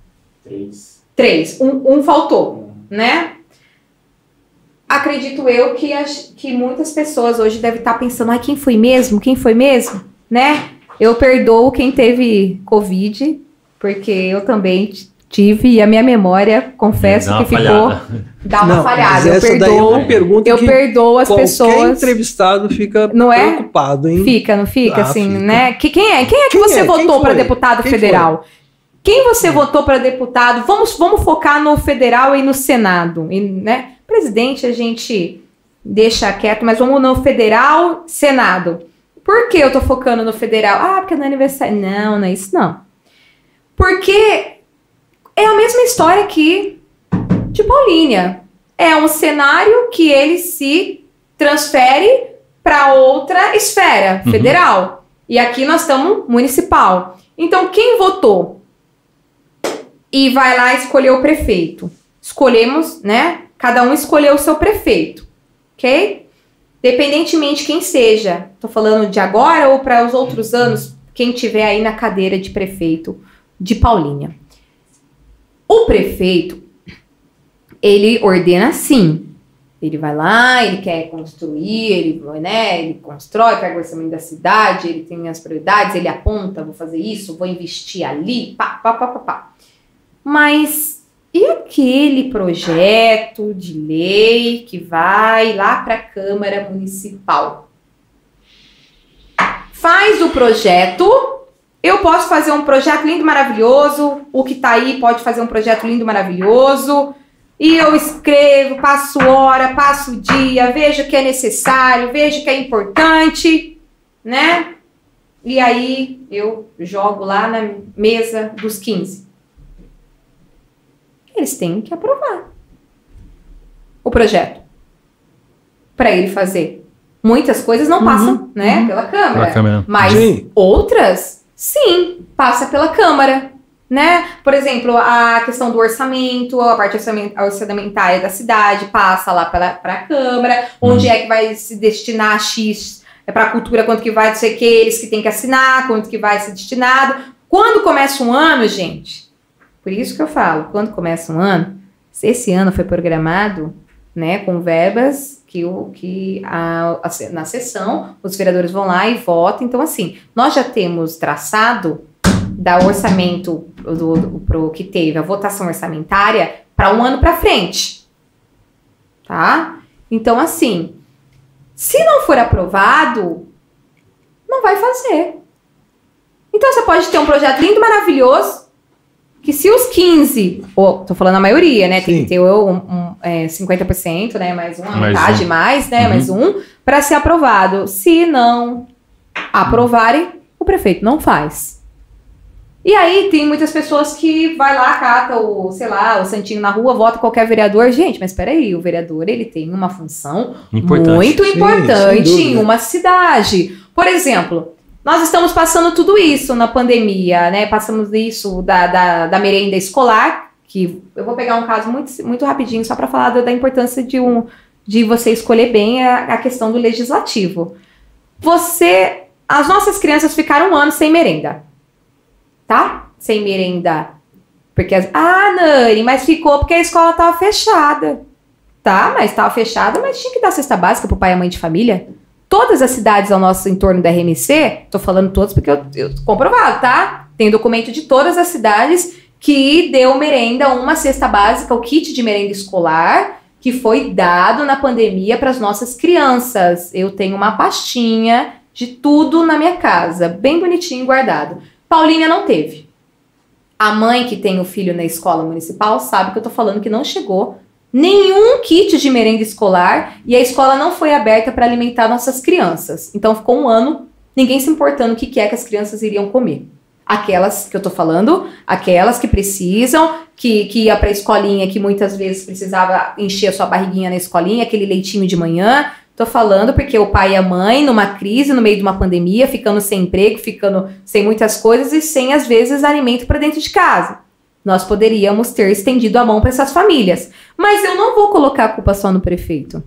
3. Um faltou, né? Acredito eu que muitas pessoas hoje devem estar pensando, quem foi mesmo? Quem foi mesmo? Né? Eu perdoo quem teve Covid, porque eu também tive, e a minha memória, confesso que ficou... Dá uma falhada. Eu perdoo as pessoas. Qualquer entrevistado fica preocupado, hein? Fica, não fica, assim, fica. Né? Quem é que você votou para deputado federal? Quem você votou para deputado? Vamos focar no federal e no Senado, né? Presidente a gente deixa quieto, mas vamos no federal, Senado. Por que eu tô focando no federal? Porque não é aniversário. Não é isso não. Porque é a mesma história aqui de Paulínia. É um cenário que ele se transfere para outra esfera federal. E aqui nós estamos municipal. Então, quem votou e vai lá escolher o prefeito? Escolhemos, né? Cada um escolheu o seu prefeito, ok? Dependentemente quem seja. Tô falando de agora ou para os outros anos, quem tiver aí na cadeira de prefeito de Paulínia. O prefeito, ele ordena assim. Ele vai lá, ele quer construir, ele constrói, pega o orçamento da cidade, ele tem as prioridades, ele aponta, vou fazer isso, vou investir ali, pá. Mas e aquele projeto de lei que vai lá para a Câmara Municipal? Faz o projeto. Eu posso fazer um projeto lindo, maravilhoso. O que tá aí pode fazer um projeto lindo, maravilhoso. E eu escrevo, passo hora, passo dia, vejo que é necessário, vejo que é importante, né? E aí eu jogo lá na mesa dos 15. Eles têm que aprovar o projeto para ele fazer. Muitas coisas não passam, né, pela Câmara. Mas outras, sim, passa pela Câmara, né? Por exemplo, a questão do orçamento, a parte orçamentária da cidade passa lá para a Câmara. Onde é que vai se destinar X para a cultura, quanto que vai ser que eles que tem que assinar, quanto que vai ser destinado. Quando começa um ano, gente, por isso que eu falo, quando começa um ano, esse ano foi programado, né, com verbas na sessão, os vereadores vão lá e votam. Então, assim, nós já temos traçado da orçamento pro que teve a votação orçamentária para um ano para frente, tá? Então, assim, se não for aprovado, não vai fazer. Então, você pode ter um projeto lindo, maravilhoso, que se os 15, tô falando a maioria, né, tem que ter 50%, né, mais uma metade, mais, né, mais um, para ser aprovado. Se não aprovarem, o prefeito não faz. E aí tem muitas pessoas que vai lá, cata o santinho na rua, vota qualquer vereador. Gente, mas espera aí, o vereador, ele tem uma função muito importante em uma cidade. Por exemplo, nós estamos passando tudo isso na pandemia, né? Passamos isso da merenda escolar, que eu vou pegar um caso muito, muito rapidinho, só para falar da importância de você escolher bem a questão do legislativo. As nossas crianças ficaram um ano sem merenda, tá? Sem merenda Porque, Nani, mas ficou porque a escola estava fechada. Tá, mas estava fechada, mas tinha que dar cesta básica pro pai e a mãe de família. Todas as cidades ao nosso entorno da RMC, tô falando todas porque eu comprovado, tá? Tem documento de todas as cidades que deu merenda, uma cesta básica, o kit de merenda escolar, que foi dado na pandemia para as nossas crianças. Eu tenho uma pastinha de tudo na minha casa, bem bonitinho guardado. Paulinha não teve. A mãe que tem o filho na escola municipal sabe que eu tô falando que não chegou nenhum kit de merenda escolar e a escola não foi aberta para alimentar nossas crianças. Então ficou um ano ninguém se importando o que é que as crianças iriam comer. Aquelas que eu tô falando, aquelas que precisam, que ia pra escolinha, que muitas vezes precisava encher a sua barriguinha na escolinha, aquele leitinho de manhã. Tô falando porque o pai e a mãe, numa crise, no meio de uma pandemia, ficando sem emprego, ficando sem muitas coisas e sem, às vezes, alimento para dentro de casa. Nós poderíamos ter estendido a mão para essas famílias. Mas eu não vou colocar a culpa só no prefeito.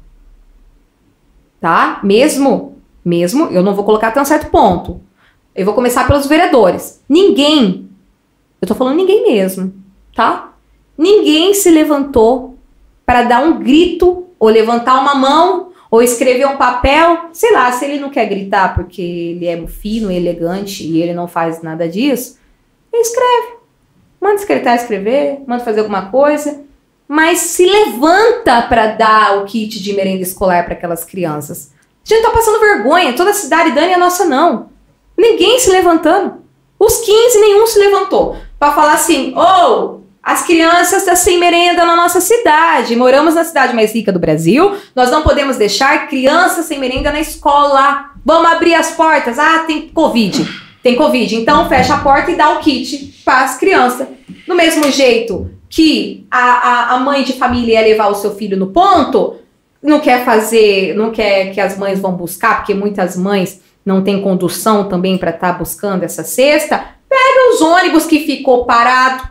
Tá? Mesmo, eu não vou colocar até um certo ponto. Eu vou começar pelos vereadores. Ninguém, eu tô falando ninguém mesmo, tá? Ninguém se levantou para dar um grito, ou levantar uma mão, ou escrever um papel. Sei lá, se ele não quer gritar porque ele é fino, elegante e ele não faz nada disso, ele escreve. Manda o secretário escrever, manda fazer alguma coisa, mas se levanta para dar o kit de merenda escolar para aquelas crianças. A gente tá passando vergonha, toda a cidade, Dani, a nossa não. Ninguém se levantando. Os 15, nenhum se levantou. Para falar assim, as crianças estão sem merenda na nossa cidade. Moramos na cidade mais rica do Brasil. Nós não podemos deixar crianças sem merenda na escola. Vamos abrir as portas. Tem Covid. Tem Covid. Então fecha a porta e dá o kit para as crianças. Do mesmo jeito que a mãe de família ia levar o seu filho no ponto, não quer que as mães vão buscar, porque muitas mães não tem condução também para estar buscando essa cesta, pega os ônibus que ficou parado.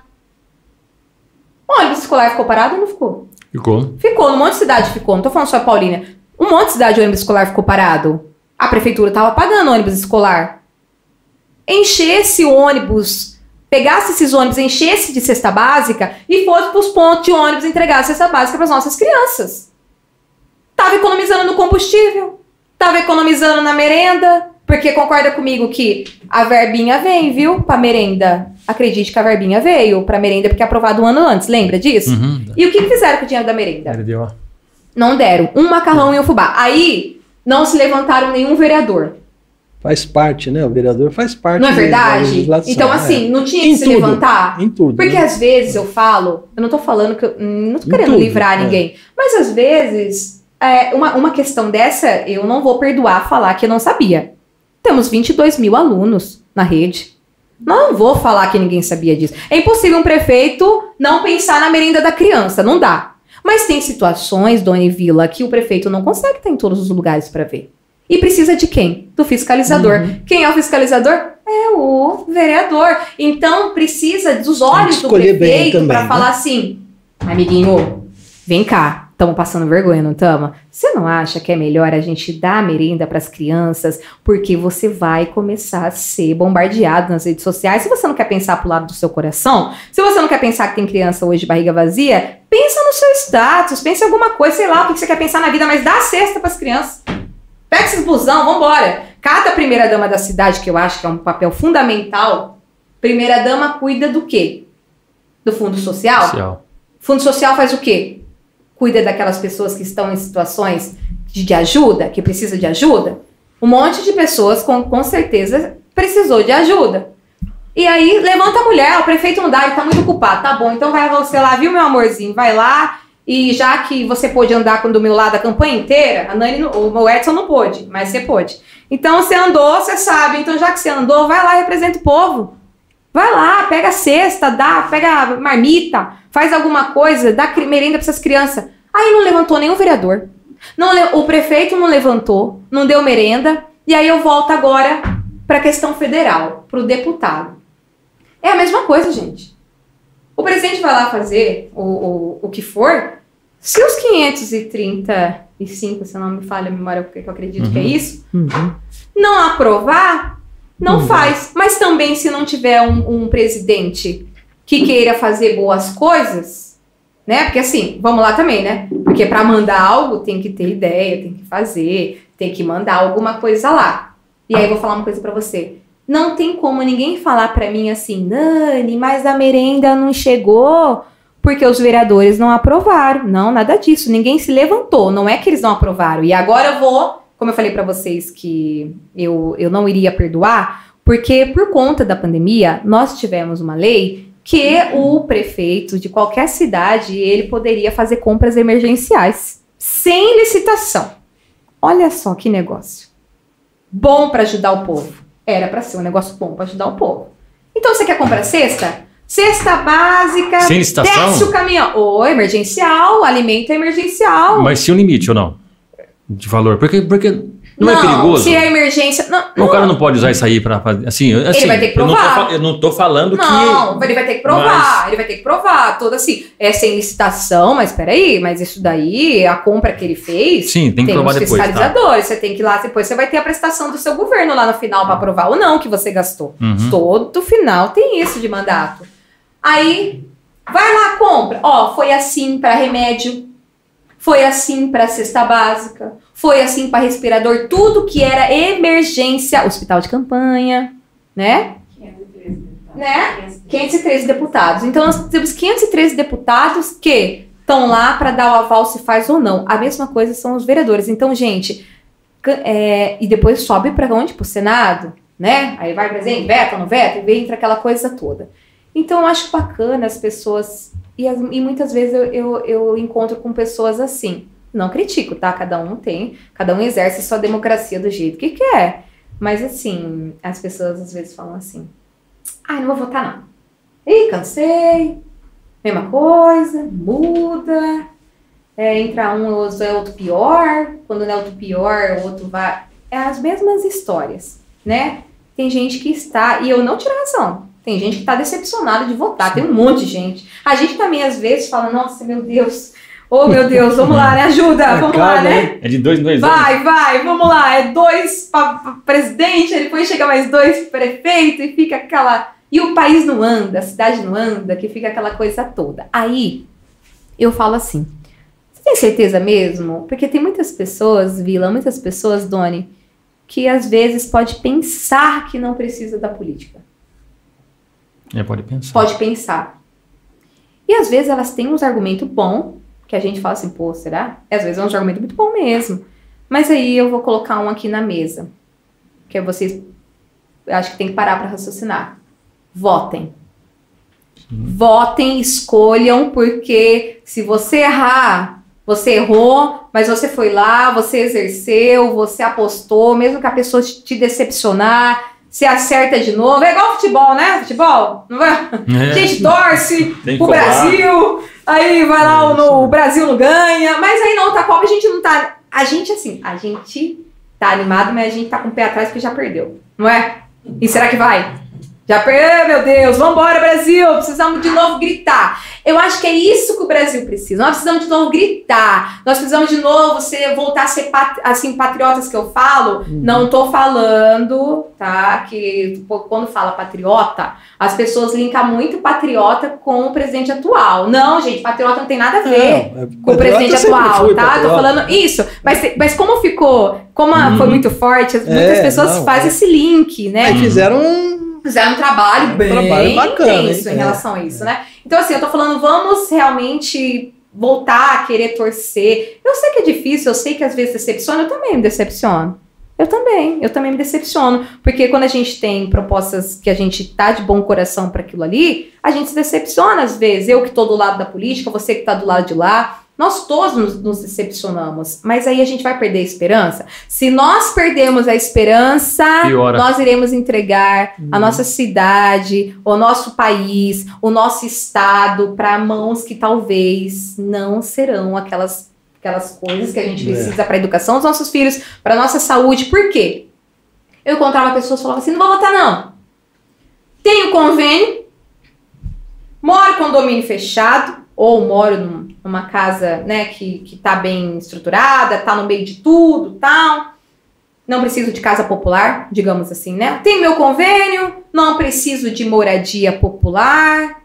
O ônibus escolar ficou parado ou não ficou? Ficou. Ficou, num monte de cidade ficou. Não tô falando só Paulínia. Um monte de cidade o ônibus escolar ficou parado. A prefeitura tava pagando ônibus escolar. Enchesse o ônibus, pegasse esses ônibus, enchesse de cesta básica e fosse pros pontos de ônibus entregar a cesta básica para as nossas crianças. Tava economizando no combustível. Tava economizando na merenda, porque concorda comigo que a verbinha vem, viu, pra merenda. Acredite que a verbinha veio pra merenda porque é aprovado um ano antes, lembra disso? Uhum. E o que fizeram com o dinheiro da merenda? Deu. Não deram. Um macarrão e um fubá. Aí, não se levantaram nenhum vereador. Faz parte, né? O vereador faz parte. Não é verdade? Da legislação, então, assim, não tinha que em se tudo, levantar? Em tudo. Porque né? às vezes eu falo, eu não tô falando que não tô querendo tudo, livrar ninguém, mas às vezes... uma questão dessa, eu não vou perdoar falar que eu não sabia. Temos 22 mil alunos na rede. Não vou falar que ninguém sabia disso. É impossível um prefeito não pensar na merenda da criança, não dá. Mas tem situações, Dona Vila, que o prefeito não consegue estar em todos os lugares para ver. E precisa de quem? Do fiscalizador. Uhum. Quem é o fiscalizador? É o vereador. Então precisa dos olhos do prefeito para falar assim, amiguinho, vem cá. Estamos passando vergonha, não estamos? Você não acha que é melhor a gente dar merenda para as crianças? Porque você vai começar a ser bombardeado nas redes sociais. Se você não quer pensar pro lado do seu coração, se você não quer pensar que tem criança hoje de barriga vazia, pensa no seu status, pensa em alguma coisa, sei lá, o que você quer pensar na vida, mas dá a cesta para as crianças. Pega esses busão, vambora. Cada primeira-dama da cidade, que eu acho que é um papel fundamental, primeira-dama cuida do quê? Do fundo social? Fundo social faz o quê? Cuida daquelas pessoas que estão em situações de ajuda, que precisa de ajuda. Um monte de pessoas com certeza precisou de ajuda. E aí levanta a mulher, o prefeito não dá, ele tá muito ocupado. Tá bom, então vai você lá, viu, meu amorzinho? Vai lá e já que você pôde andar do meu lado a campanha inteira, a Nani, o Edson não pôde, mas você pôde. Então você andou, você sabe. Então já que você andou, vai lá e representa o povo. Vai lá, pega a cesta, pega a marmita, faz alguma coisa, dá merenda para essas crianças. Aí não levantou nenhum vereador. O prefeito não levantou, não deu merenda. E aí eu volto agora para a questão federal, para o deputado. É a mesma coisa, gente. O presidente vai lá fazer o que for. Se os 535, se não me falha a memória, porque eu acredito que é isso, não aprovar, não faz. Mas também se não tiver um presidente que queira fazer boas coisas, né? Porque assim, vamos lá também, né? Porque para mandar algo tem que ter ideia, tem que fazer, tem que mandar alguma coisa lá. E aí eu vou falar uma coisa para você. Não tem como ninguém falar para mim assim, Nani, mas a merenda não chegou porque os vereadores não aprovaram. Não, nada disso. Ninguém se levantou. Não é que eles não aprovaram. E agora eu vou, como eu falei para vocês que eu não iria perdoar, porque por conta da pandemia, nós tivemos uma lei que o prefeito de qualquer cidade, ele poderia fazer compras emergenciais, sem licitação. Olha só que negócio. Bom para ajudar o povo. Era para ser um negócio bom para ajudar o povo. Então você quer comprar cesta? Cesta básica, sem licitação? Desce o caminhão. Ou emergencial, alimento emergencial. Mas se o limite ou não? De valor? Porque não é perigoso? Se é emergência... Não, o cara não pode usar isso aí pra fazer... Assim, ele vai ter que provar. Eu não tô falando que... Não, ele vai ter que provar. Ele vai ter que provar. Toda assim, é sem licitação, mas peraí, mas isso daí, a compra que ele fez... Sim, tem que provar depois, fiscalizadores. Tá? Você tem que ir lá, depois você vai ter a prestação do seu governo lá no final pra provar ou não que você gastou. Todo final tem isso de mandato. Aí, vai lá, compra. Ó, foi assim pra remédio, foi assim pra cesta básica, foi assim para respirador, tudo que era emergência, hospital de campanha, né? 513 deputados. Então, nós temos 513 deputados que estão lá para dar o aval se faz ou não. A mesma coisa são os vereadores. Então, gente, e depois sobe para onde? Para o Senado, né? Aí vai presidente, veta, não veta, e entra aquela coisa toda. Então, eu acho bacana as pessoas, e muitas vezes eu encontro com pessoas assim. Não critico, tá? Cada um exerce sua democracia do jeito que quer. Mas assim, as pessoas às vezes falam assim, não vou votar não. Ih, cansei, mesma coisa, muda, entra um, é outro pior, quando não é outro pior, o outro vai... É as mesmas histórias, né? Tem gente que está, e eu não tiro razão, tem gente que está decepcionada de votar, tem um monte de gente. A gente também às vezes fala, nossa, meu Deus... Oh, meu Deus, vamos lá, né? Ajuda, vamos lá, né? É de 2 em 2 anos. Vai, vamos lá. É 2 para presidente, depois chega mais 2 para prefeito e fica aquela... E o país não anda, a cidade não anda, que fica aquela coisa toda. Aí, eu falo assim, você tem certeza mesmo? Porque tem muitas pessoas, Vila, muitas pessoas, Doni, que às vezes pode pensar que não precisa da política. Pode pensar. Pode pensar. E às vezes elas têm uns argumentos bons, que a gente fala assim, pô, será? Às vezes é um argumento muito bom mesmo. Mas aí eu vou colocar um aqui na mesa. Que vocês, eu acho que tem que parar para raciocinar. Votem. Votem, escolham, porque se você errar, você errou, mas você foi lá, você exerceu, você apostou, mesmo que a pessoa te decepcionar, você acerta de novo. É igual futebol, né? Futebol, não vai? A gente torce pro Brasil, aí vai lá, o Brasil não ganha, mas aí na outra Copa a gente não tá... A gente tá animado, mas a gente tá com o pé atrás porque já perdeu, não é? E será que vai? Já perdeu, meu Deus, vambora Brasil, precisamos de novo gritar. Eu acho que é isso que o Brasil precisa. Nós precisamos de novo gritar. Nós precisamos de novo voltar a ser assim, patriotas que eu falo. Não tô falando, tá? Que quando fala patriota, as pessoas linkam muito patriota com o presidente atual. Não, gente, patriota não tem nada a ver com o presidente atual, tá? Tô falando isso. Mas como ficou, foi muito forte, muitas pessoas fazem esse link, né? Aí fizeram um trabalho bem bacana, intenso em relação a isso, né? Então, assim, eu tô falando, vamos realmente voltar a querer torcer. Eu sei que é difícil, eu sei que às vezes decepciona, eu também me decepciono. Eu também me decepciono. Porque quando a gente tem propostas que a gente tá de bom coração para aquilo ali, a gente se decepciona às vezes. Eu que tô do lado da política, você que tá do lado de lá. Nós todos nos decepcionamos, mas aí a gente vai perder a esperança? Se nós perdemos a esperança, nós iremos entregar a nossa cidade, o nosso país, o nosso estado para mãos que talvez não serão aquelas coisas que a gente precisa para a educação dos nossos filhos, para a nossa saúde. Por quê? Eu encontrava pessoas que falavam assim, não vou votar não. Tenho convênio, moro em condomínio fechado, ou moro numa casa, né, que tá bem estruturada, tá no meio de tudo, tal. Não preciso de casa popular, digamos assim, né? Tenho meu convênio, não preciso de moradia popular.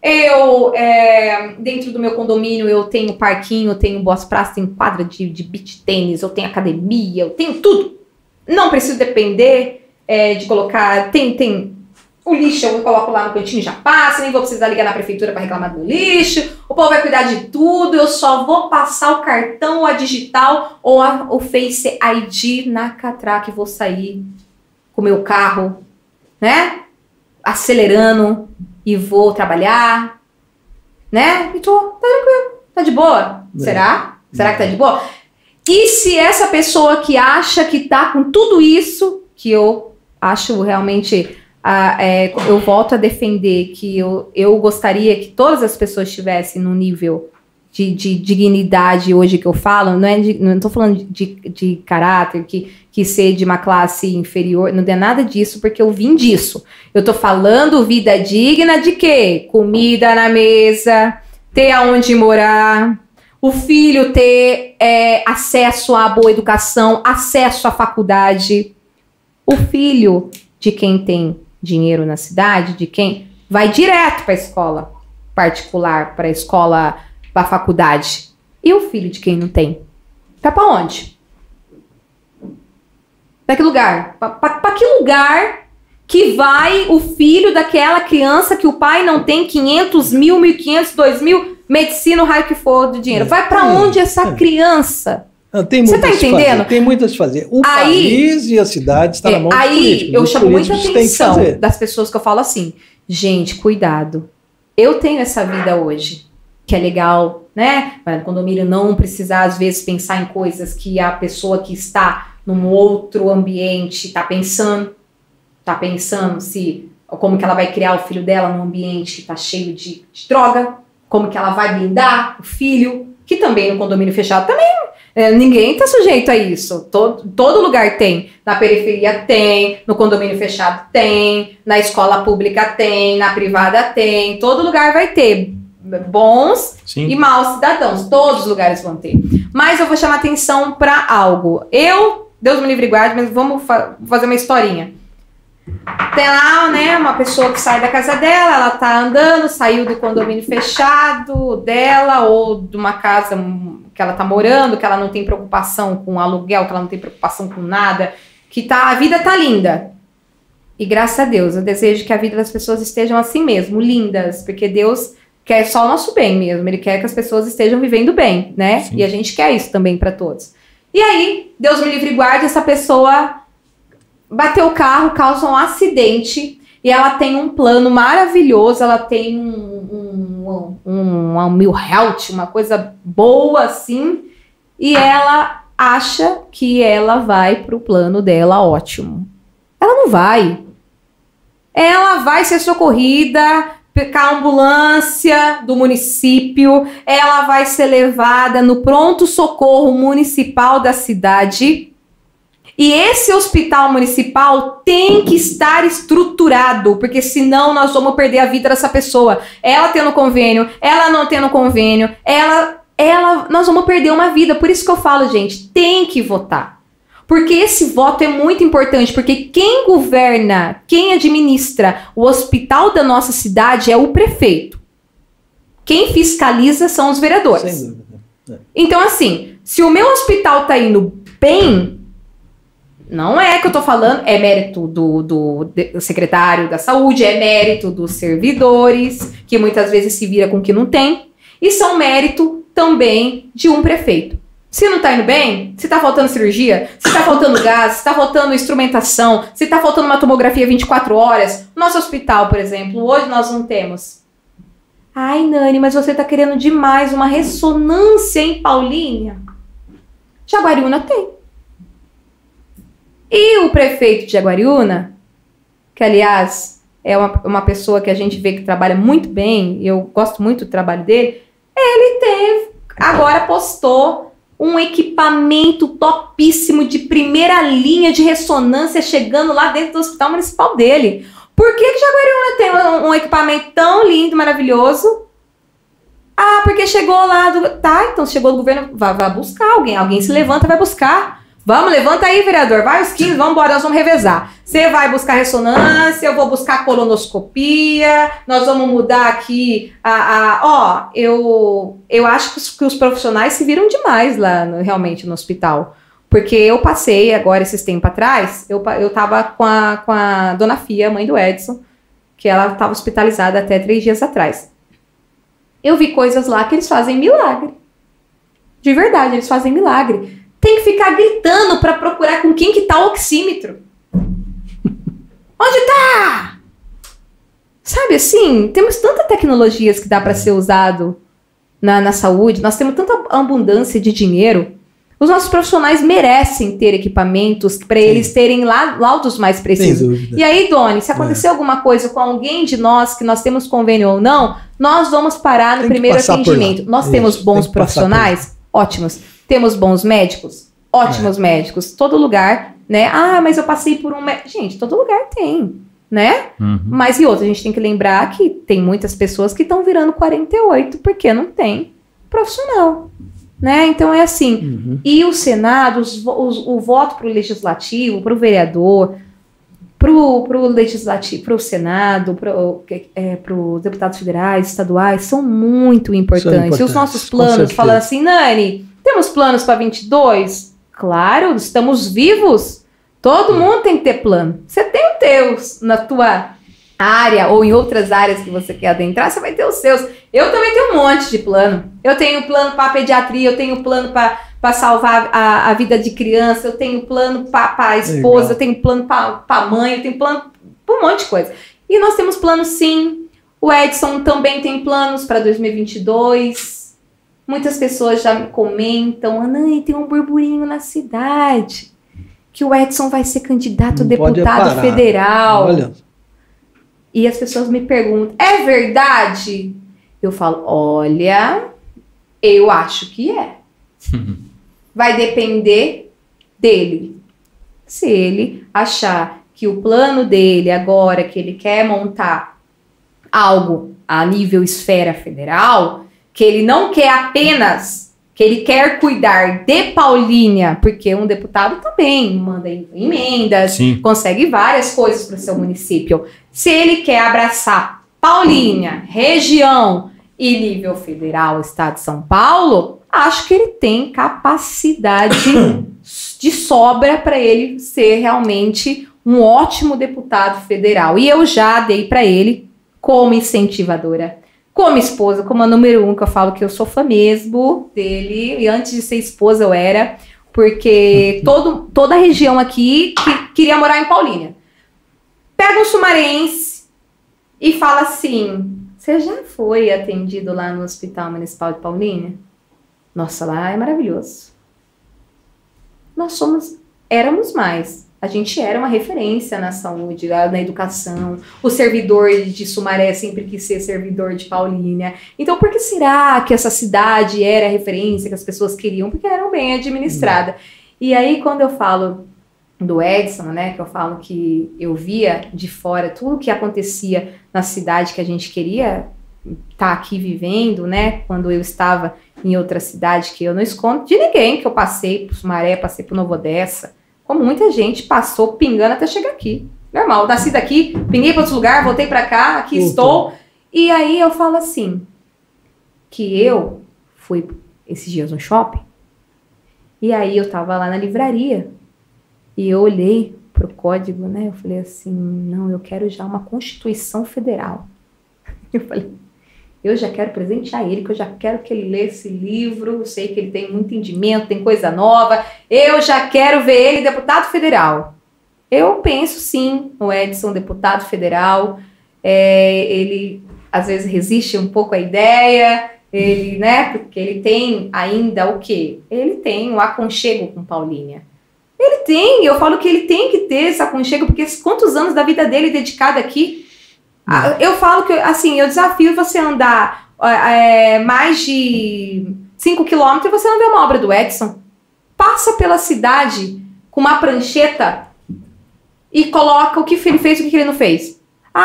Dentro do meu condomínio, eu tenho parquinho, eu tenho boas praças, tenho quadra de beach tênis, eu tenho academia, eu tenho tudo. Não preciso depender de colocar... Tem o lixo, eu coloco lá no cantinho e já passa, nem vou precisar ligar na prefeitura para reclamar do lixo. O povo vai cuidar de tudo, eu só vou passar o cartão, a digital ou o Face ID na catraca e vou sair com o meu carro, né? Acelerando e vou trabalhar, né? E tá tranquilo, tá de boa. Será? Será que tá de boa? E se essa pessoa que acha que tá com tudo isso, que eu acho realmente, eu volto a defender que eu gostaria que todas as pessoas estivessem num nível de dignidade hoje que eu falo, não tô falando de caráter, que ser de uma classe inferior, não é nada disso, porque eu vim disso. Eu tô falando vida digna de quê? Comida na mesa, ter aonde morar, o filho ter acesso à boa educação, acesso à faculdade. O filho de quem tem dinheiro na cidade, de quem vai direto para a escola particular, para a escola, para a faculdade. E o filho de quem não tem? Vai para onde? Para que lugar? Para que lugar que vai o filho daquela criança que o pai não tem 500 mil, 1.500, 2.000, medicina, o raio que for do dinheiro? Vai para onde essa criança? Você tá entendendo? Tem muitas a fazer. O país e a cidade está na mão dos políticos. Aí eu chamo muita atenção das pessoas que eu falo assim, gente, cuidado. Eu tenho essa vida hoje, que é legal, né? Para o condomínio não precisar, às vezes, pensar em coisas que a pessoa que está num outro ambiente está pensando como que ela vai criar o filho dela num ambiente que está cheio de droga, como que ela vai blindar o filho, que também no condomínio fechado também ninguém está sujeito a isso. Todo lugar tem. Na periferia tem, no condomínio fechado tem, na escola pública tem, na privada tem, todo lugar vai ter bons Sim. e maus cidadãos, todos os lugares vão ter. Mas eu vou chamar atenção para algo. Deus me livre e guarde, mas vamos fazer uma historinha. Tem lá, né, uma pessoa que sai da casa dela, ela tá andando, saiu do condomínio fechado dela ou de uma casa que ela tá morando, que ela não tem preocupação com aluguel, que ela não tem preocupação com nada, a vida tá linda. E graças a Deus, eu desejo que a vida das pessoas estejam assim mesmo, lindas, porque Deus quer só o nosso bem mesmo, Ele quer que as pessoas estejam vivendo bem, né? Sim. E a gente quer isso também para todos. E aí, Deus me livre e guarde, essa pessoa bateu o carro, causa um acidente e ela tem um plano maravilhoso, ela tem um Mil Health, uma coisa boa assim, e ela acha que ela vai pro plano dela ótimo. Ela não vai. Ela vai ser socorrida com a ambulância do município, ela vai ser levada no pronto-socorro municipal da cidade. E esse hospital municipal tem que estar estruturado, porque senão nós vamos perder a vida dessa pessoa. Ela tendo convênio, ela não tendo convênio, nós vamos perder uma vida. Por isso que eu falo, gente, tem que votar. Porque esse voto é muito importante, porque quem governa, quem administra o hospital da nossa cidade é o prefeito. Quem fiscaliza são os vereadores. Sem dúvida. Então, assim, se o meu hospital tá indo bem, não é que eu tô falando, é mérito do secretário da saúde, é mérito dos servidores, que muitas vezes se vira com o que não tem, e são mérito também de um prefeito. Se não tá indo bem, se tá faltando cirurgia, se tá faltando gás, se tá faltando instrumentação, se tá faltando uma tomografia 24 horas, nosso hospital, por exemplo, hoje nós não temos. Ai, Nani, mas você tá querendo demais uma ressonância em Paulínia? Jaguariúna tem. E o prefeito de Jaguariúna, que aliás é uma pessoa que a gente vê que trabalha muito bem, e eu gosto muito do trabalho dele, agora postou um equipamento topíssimo de primeira linha de ressonância chegando lá dentro do hospital municipal dele. Por que Jaguariúna tem um equipamento tão lindo, maravilhoso? Ah, porque chegou lá então chegou do governo, vai buscar alguém se levanta e vai buscar. Vamos, levanta aí, vereador. Vai os 15, vamos embora, nós vamos revezar. Você vai buscar ressonância, eu vou buscar colonoscopia, nós vamos mudar aqui eu acho que os profissionais se viram demais lá, realmente, no hospital. Porque eu passei agora, esses tempos atrás, eu tava com a dona Fia, mãe do Edson, que ela estava hospitalizada até 3 dias atrás. Eu vi coisas lá que eles fazem milagre. De verdade, eles fazem milagre. Tem que ficar gritando para procurar com quem que tá o oxímetro. Onde tá? Sabe assim, temos tantas tecnologias que dá para ser usado na saúde, nós temos tanta abundância de dinheiro. Os nossos profissionais merecem ter equipamentos para eles terem laudos mais precisos. E aí, Doni, se acontecer alguma coisa com alguém de nós, que nós temos convênio ou não, nós vamos parar no primeiro atendimento. Nós temos bons profissionais? Ótimos. Temos bons médicos? Ótimos médicos. Todo lugar, né? Ah, mas eu passei por um médico. Gente, todo lugar tem, né? Mas e outra, a gente tem que lembrar que tem muitas pessoas que estão virando 48 porque não tem profissional, né? Então é assim. E o Senado, o voto para o Legislativo, para o vereador, para o Legislativo, para o Senado, para os deputados federais, estaduais, são muito importantes. E os nossos planos, falando assim, Nani, temos planos para 22? Claro, estamos vivos. Todo mundo tem que ter plano. Você tem o teu na tua área ou em outras áreas que você quer adentrar, você vai ter os seus. Eu também tenho um monte de plano. Eu tenho plano para pediatria, eu tenho plano para salvar a vida de criança, eu tenho plano para a esposa, eu tenho plano para a mãe, eu tenho plano para um monte de coisa. E nós temos planos sim. O Edson também tem planos para 2022. Muitas pessoas já me comentam, Anãe, tem um burburinho na cidade, que o Edson vai ser candidato a deputado federal. Olha. E as pessoas me perguntam, é verdade? Eu falo, olha, eu acho que é. Vai depender dele. Se ele achar que o plano dele agora, que ele quer montar algo a nível esfera federal, que ele não quer apenas, que ele quer cuidar de Paulínia, porque um deputado também manda emendas, consegue várias coisas para o seu município. Se ele quer abraçar Paulínia, região e nível federal, estado de São Paulo, acho que ele tem capacidade de sobra para ele ser realmente um ótimo deputado federal. E eu já dei para ele como incentivadora. Como esposa, como a número 1, que eu falo que eu sou fã mesmo dele, e antes de ser esposa eu era, porque toda a região aqui queria morar em Paulínia. Pega um sumarense e fala assim, você já foi atendido lá no Hospital Municipal de Paulínia? Nossa, lá é maravilhoso. Nós éramos mais. A gente era uma referência na saúde, na educação. O servidor de Sumaré sempre quis ser servidor de Paulínia. Então, por que será que essa cidade era a referência que as pessoas queriam? Porque eram bem administradas. E aí, quando eu falo do Edson, né, que eu falo que eu via de fora tudo o que acontecia na cidade que a gente queria estar aqui vivendo, né, quando eu estava em outra cidade, que eu não escondo de ninguém, que eu passei por Sumaré, passei por Nova Odessa, como muita gente passou pingando até chegar aqui. Normal, nasci daqui, pinguei para outro lugar, voltei para cá, aqui estou. E aí eu falo assim, que eu fui esses dias no shopping, e aí eu tava lá na livraria, e eu olhei pro código, né, eu falei assim, não, eu quero já uma Constituição Federal. Eu falei, eu já quero presentear ele, que eu já quero que ele lê esse livro, eu sei que ele tem muito entendimento, tem coisa nova, eu já quero ver ele deputado federal. Eu penso sim no Edson, deputado federal, ele às vezes resiste um pouco à ideia, ele, né, porque ele tem ainda o quê? Ele tem um aconchego com Paulínia. Ele tem, eu falo que ele tem que ter esse aconchego, porque quantos anos da vida dele dedicado aqui? Eu falo que, assim, eu desafio você andar mais de 5 quilômetros e você não vê uma obra do Edson. Passa pela cidade com uma prancheta e coloca o que ele fez e o que ele não fez.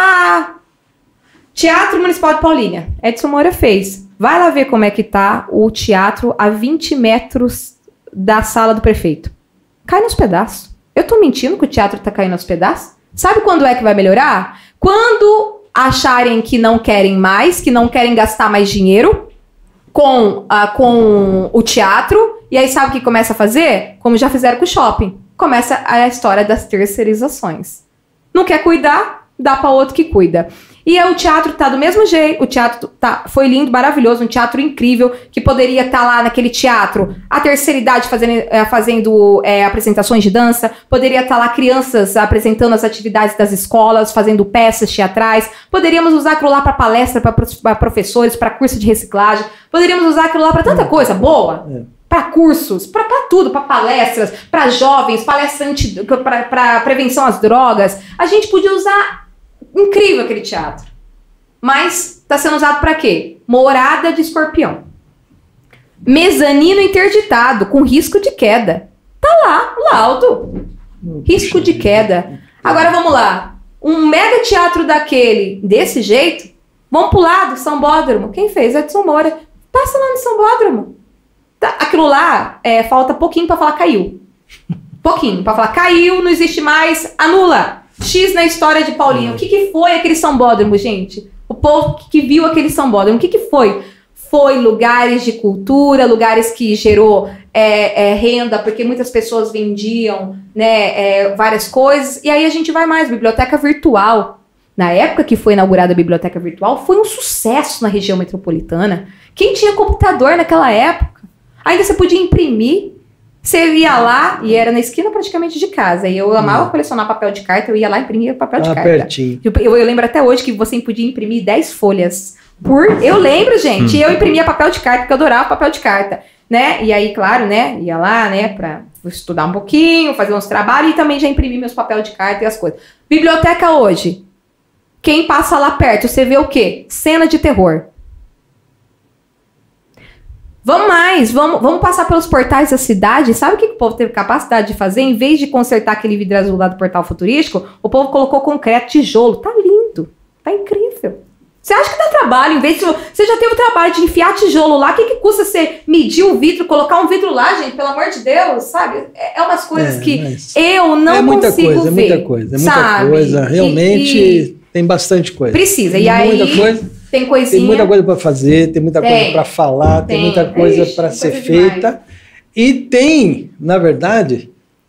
Teatro Municipal de Paulínia. Edson Moura fez. Vai lá ver como é que tá o teatro a 20 metros da sala do prefeito. cai nos pedaços. Eu tô mentindo que o teatro tá caindo aos pedaços? Sabe quando é que vai melhorar? Quando acharem que não querem mais, que não querem gastar mais dinheiro com o teatro, e aí sabe o que começa a fazer? Como já fizeram com o shopping. Começa a história das terceirizações. Não quer cuidar? Dá para outro que cuida. E o teatro tá do mesmo jeito, o teatro foi lindo, maravilhoso, um teatro incrível, que poderia estar lá naquele teatro, a terceira idade fazendo apresentações de dança, poderia estar lá crianças apresentando as atividades das escolas, fazendo peças teatrais, poderíamos usar aquilo lá para palestra, para professores, para curso de reciclagem, poderíamos usar aquilo lá para tanta coisa boa. Para cursos, para tudo, para palestras, para jovens, palestrantes, para prevenção às drogas. A gente podia usar incrível aquele teatro. Mas está sendo usado para quê? Morada de escorpião. Mezanino interditado, com risco de queda. Tá lá o laudo. Risco de queda. Agora vamos lá. Um mega teatro daquele, desse jeito, vamos pular do Sambódromo. Quem fez? Edson Moura. Passa lá no Sambódromo. Tá, aquilo lá, falta pouquinho para falar caiu. Pouquinho para falar caiu, não existe mais, anula. X na história de Paulinho. O que foi aquele sambódromo, gente? O povo que viu aquele sambódromo, o que foi? Foi lugares de cultura, lugares que gerou renda, porque muitas pessoas vendiam, né, várias coisas. E aí a gente vai mais, biblioteca virtual. Na época que foi inaugurada a biblioteca virtual, foi um sucesso na região metropolitana. Quem tinha computador naquela época? Ainda você podia imprimir. Você ia lá, e era na esquina praticamente de casa, e eu amava colecionar papel de carta, eu ia lá e imprimia papel de carta. Pertinho. Eu lembro até hoje que você podia imprimir 10 folhas eu lembro, gente, eu imprimia papel de carta, porque eu adorava papel de carta, né? E aí, claro, né, ia lá, né, pra estudar um pouquinho, fazer uns trabalhos, e também já imprimi meus papel de carta e as coisas. Biblioteca hoje, quem passa lá perto, você vê o quê? Cena de terror. Vamos passar pelos portais da cidade. Sabe o que o povo teve capacidade de fazer? Em vez de consertar aquele vidro azul lá do portal futurístico, o povo colocou concreto, tijolo. Tá lindo, tá incrível. Você acha que dá trabalho? Em vez de você já teve o trabalho de enfiar tijolo lá, o que custa você medir o vidro, colocar um vidro lá, gente? Pelo amor de Deus, sabe? É umas coisas que eu não consigo ver. É muita coisa. Realmente tem bastante coisa. Precisa. Tem muita coisa. Tem coisinha. Tem muita coisa para fazer, tem muita coisa para falar, tem muita coisa para ser feita. Demais. E tem, na verdade,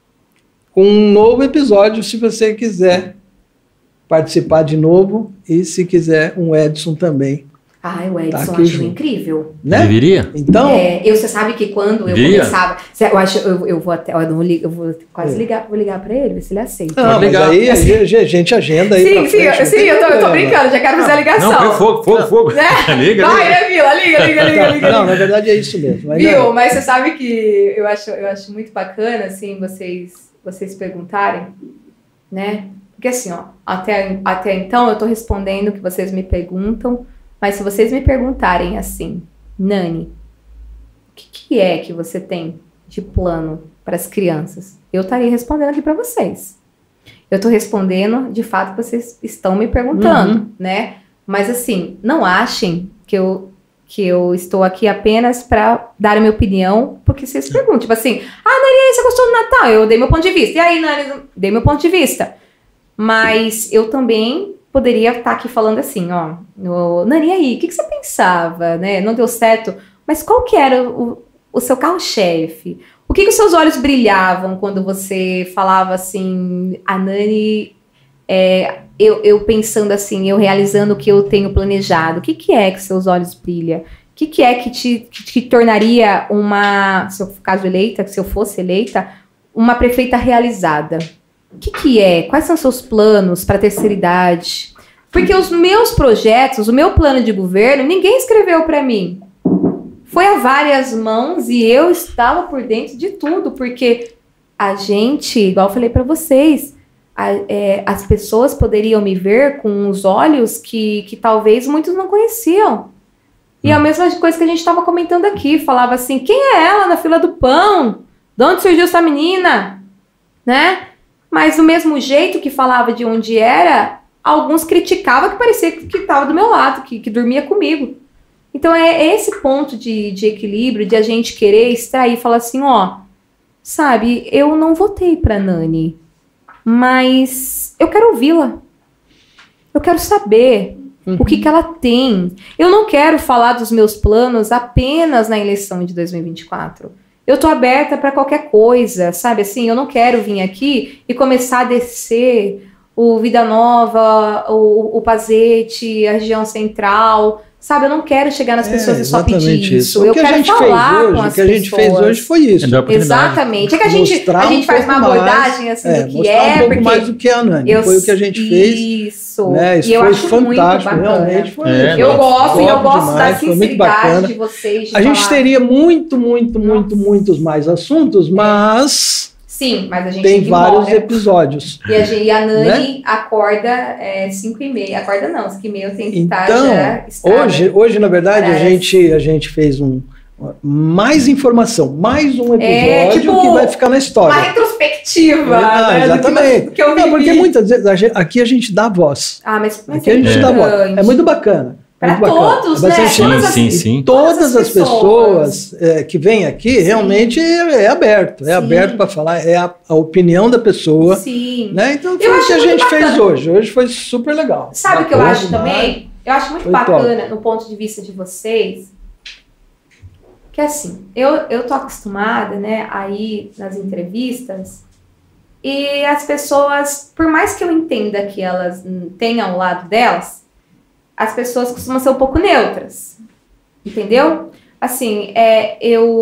um novo episódio, se você quiser participar de novo e se quiser um Edson também. O Edson acho incrível. Né? Deveria? Então, você sabe que quando eu começava, eu vou até, eu vou quase ligar para ele, ver se ele aceita. Não, mas aí a gente agenda aí. Sim, eu tô brincando, já quero fazer a ligação. Não, fogo. Né? Liga. Vai, né, Vila? Liga. Não, na verdade é isso mesmo. Mas você sabe que eu acho muito bacana, assim, vocês perguntarem, né? Porque assim, ó, até então eu tô respondendo o que vocês me perguntam. Mas se vocês me perguntarem assim, Nani, o que é que você tem de plano para as crianças? Eu estaria respondendo aqui para vocês. Eu estou respondendo de fato que vocês estão me perguntando, né? Mas assim, não achem que eu estou aqui apenas para dar a minha opinião, porque vocês perguntam, tipo assim, Nani, você gostou do Natal? Eu dei meu ponto de vista. E aí, Nani, dei meu ponto de vista. Mas eu também poderia estar aqui falando assim, ó, Nani, e aí, o que você pensava, né? Não deu certo, mas qual que era o seu carro-chefe? O que os seus olhos brilhavam quando você falava assim, a Nani, eu pensando assim, eu realizando o que eu tenho planejado, o que é que seus olhos brilham? O que é que te tornaria se eu fosse eleita, uma prefeita realizada? O que é? Quais são seus planos para a terceira idade? Porque os meus projetos, o meu plano de governo, ninguém escreveu para mim. Foi a várias mãos e eu estava por dentro de tudo, porque a gente, igual eu falei para vocês, as pessoas poderiam me ver com os olhos que talvez muitos não conheciam. E a mesma coisa que a gente estava comentando aqui, falava assim, quem é ela na fila do pão? De onde surgiu essa menina? Né? Mas do mesmo jeito que falava de onde era, alguns criticavam que parecia que estava do meu lado, que dormia comigo. Então é esse ponto de equilíbrio, de a gente querer extrair, falar assim, ó, sabe, eu não votei pra Nani, mas eu quero ouvi-la. Eu quero saber o que ela tem. Eu não quero falar dos meus planos apenas na eleição de 2024. Eu tô aberta para qualquer coisa, sabe? Assim, eu não quero vir aqui e começar a descer o Vida Nova, o Pazete, a região central, sabe? Eu não quero chegar nas pessoas e só pedir isso. Eu quero falar com as pessoas. O que a gente fez hoje foi isso. Exatamente. É que a gente faz uma abordagem assim do que é. Um pouco mais do que a Nani. Foi o que a gente fez. Isso. Né? Isso foi fantástico. Realmente foi. Eu gosto da sinceridade de vocês. A gente teria muitos mais assuntos, mas... Sim, mas a gente tem vários episódios. E a Nani acorda 5h30. Acorda não, 5h30 eu tenho que estar já estada. Hoje, na verdade, a gente fez mais informação, mais um episódio que vai ficar na história. Uma retrospectiva. Exatamente. Porque muitas vezes aqui a gente dá voz. Mas aqui a gente dá voz. É muito bacana. Para todos, né? Sim. Todas as pessoas que vêm aqui, realmente é aberto. É aberto para falar, é a opinião da pessoa. Sim. Né? Então foi o que a gente fez hoje. Hoje foi super legal. Sabe o que eu acho também? Eu acho muito bacana, no ponto de vista de vocês, que assim, eu tô acostumada, né, a ir nas entrevistas e as pessoas, por mais que eu entenda que elas tenham o lado delas, as pessoas costumam ser um pouco neutras, entendeu? Assim, é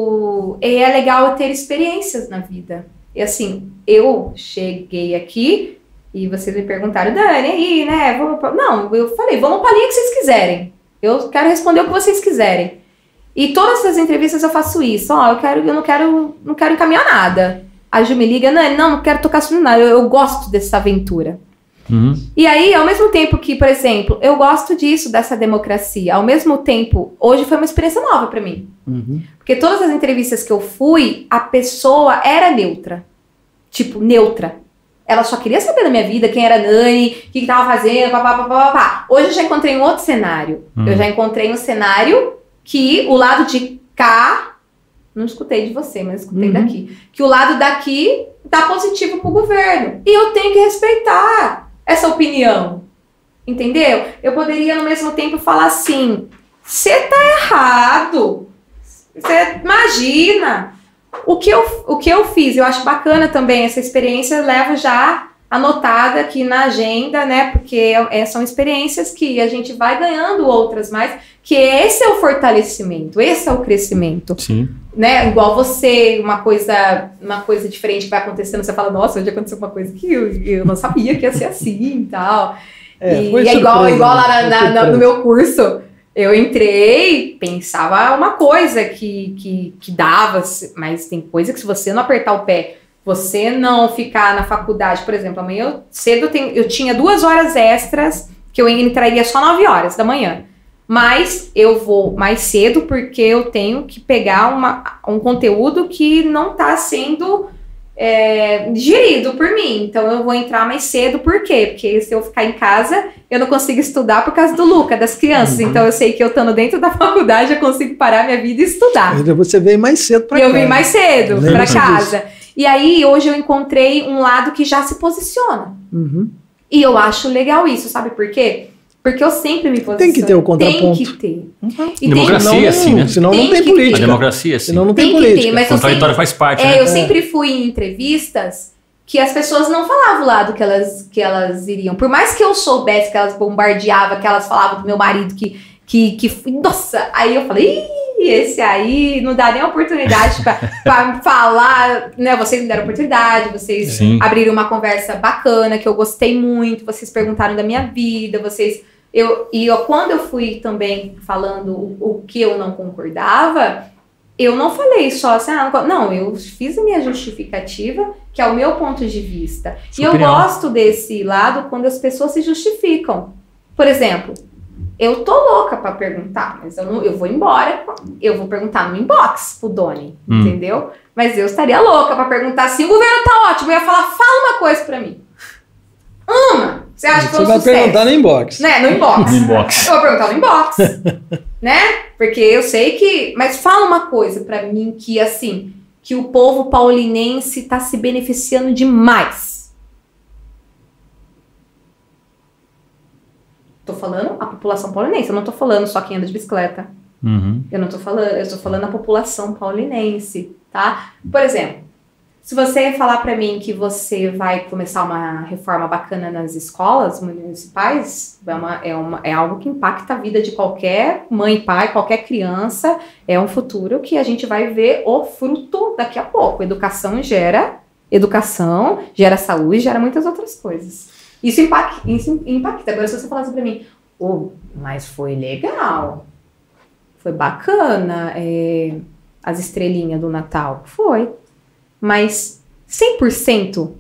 legal ter experiências na vida. E assim, eu cheguei aqui e vocês me perguntaram, Dani, aí, né? Não, eu falei, vamos pra linha que vocês quiserem. Eu quero responder o que vocês quiserem. E todas as entrevistas eu faço isso. Eu não quero encaminhar nada. A Ju me liga, não quero tocar assunto nada. Eu gosto dessa aventura. Uhum. E aí, ao mesmo tempo que, por exemplo, eu gosto disso, dessa democracia, ao mesmo tempo, hoje foi uma experiência nova pra mim. Uhum. Porque todas as entrevistas que eu fui, a pessoa era neutra. Tipo, neutra. Ela só queria saber da minha vida, quem era a Nani, o que tava fazendo, papapá. Hoje eu já encontrei um outro cenário. Eu já encontrei um cenário que o lado de cá, não escutei de você, mas escutei daqui, que o lado daqui tá positivo pro governo. E eu tenho que respeitar essa opinião, entendeu? Eu poderia, no mesmo tempo, falar assim, você tá errado, você imagina. O que eu fiz, eu acho bacana também, essa experiência levo já anotada aqui na agenda, né, porque são experiências que a gente vai ganhando outras mais, que esse é o fortalecimento, esse é o crescimento. Sim. Né, igual você, uma coisa diferente que vai acontecendo, você fala, nossa, hoje aconteceu uma coisa que eu não sabia que ia ser assim e tal. E é igual lá no meu curso, eu entrei, pensava uma coisa que dava, mas tem coisa que se você não apertar o pé, você não ficar na faculdade, por exemplo, amanhã cedo eu tinha 2 horas extras, que eu entraria só 9 horas da manhã. Mas eu vou mais cedo porque eu tenho que pegar um conteúdo que não está sendo digerido por mim. Então eu vou entrar mais cedo, por quê? Porque se eu ficar em casa, eu não consigo estudar por causa do Luca, das crianças. Então eu sei que eu estando dentro da faculdade, eu consigo parar minha vida e estudar. Então você veio mais cedo para casa. Eu vim mais cedo para casa. E aí hoje eu encontrei um lado que já se posiciona. E eu acho legal isso, sabe por quê? Porque eu sempre me posiciono. Tem que ter o contraponto. Tem que ter. E democracia, assim, né? Senão não tem política. A democracia, sim. Senão não tem política. Mas contraditório faz parte, né? Eu sempre fui em entrevistas que as pessoas não falavam o lado que elas iriam. Por mais que eu soubesse que elas bombardeavam, que elas falavam do meu marido que nossa, aí eu falei, esse aí não dá nem oportunidade pra falar, né? Vocês me deram oportunidade, vocês abriram uma conversa bacana, que eu gostei muito, vocês perguntaram da minha vida, quando eu fui também falando o que eu não concordava, eu não falei só assim, não, eu fiz a minha justificativa, que é o meu ponto de vista. E eu gosto desse lado quando as pessoas se justificam. Por exemplo, eu tô louca pra perguntar, mas eu vou embora, eu vou perguntar no inbox pro Doni, entendeu? Mas eu estaria louca pra perguntar assim, o governo tá ótimo, eu ia falar, fala uma coisa pra mim. Você acha que foi um sucesso? Você vai perguntar no inbox. Né, no inbox. No inbox. Eu vou perguntar no inbox, né? Porque eu sei que... Mas fala uma coisa pra mim que, assim, que o povo paulinense está se beneficiando demais? Tô falando a população paulinense, eu não tô falando só quem anda de bicicleta. Eu não tô falando, eu tô falando a população paulinense, tá? Por exemplo, se você falar para mim que você vai começar uma reforma bacana nas escolas municipais, é algo que impacta a vida de qualquer mãe, pai, qualquer criança. É um futuro que a gente vai ver o fruto daqui a pouco. Educação, gera saúde, gera muitas outras coisas. Isso impacta. Agora, se você falasse para mim, mas foi legal, foi bacana, as estrelinhas do Natal, foi. Mas 100%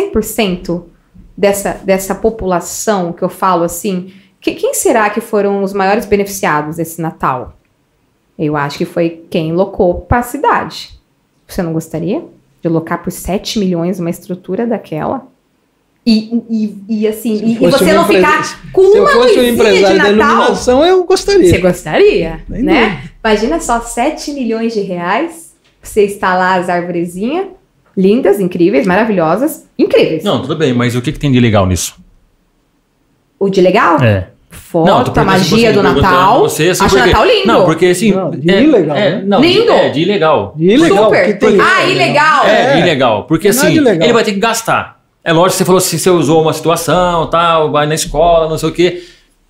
dessa população que eu falo assim, quem será que foram os maiores beneficiados desse Natal? Eu acho que foi quem locou para a cidade. Você não gostaria de locar por 7 milhões uma estrutura daquela? E você não ficar com uma luzinha de Natal? Se eu fosse um empresário da iluminação, eu gostaria. Você gostaria, né? Imagina só 7 milhões de reais... Você instalar as arvorezinhas, lindas, incríveis, maravilhosas, incríveis. Não, tudo bem, mas o que tem de legal nisso? O de legal? Foto, a magia do Natal. Você, assim, acho o Natal lindo. Não, porque assim... de ilegal, né? Não, lindo. De ilegal. De ilegal. Super. Ilegal. Ilegal. Porque assim, ele vai ter que gastar. É lógico que você falou assim, você usou uma situação, tal, vai na escola, não sei o quê.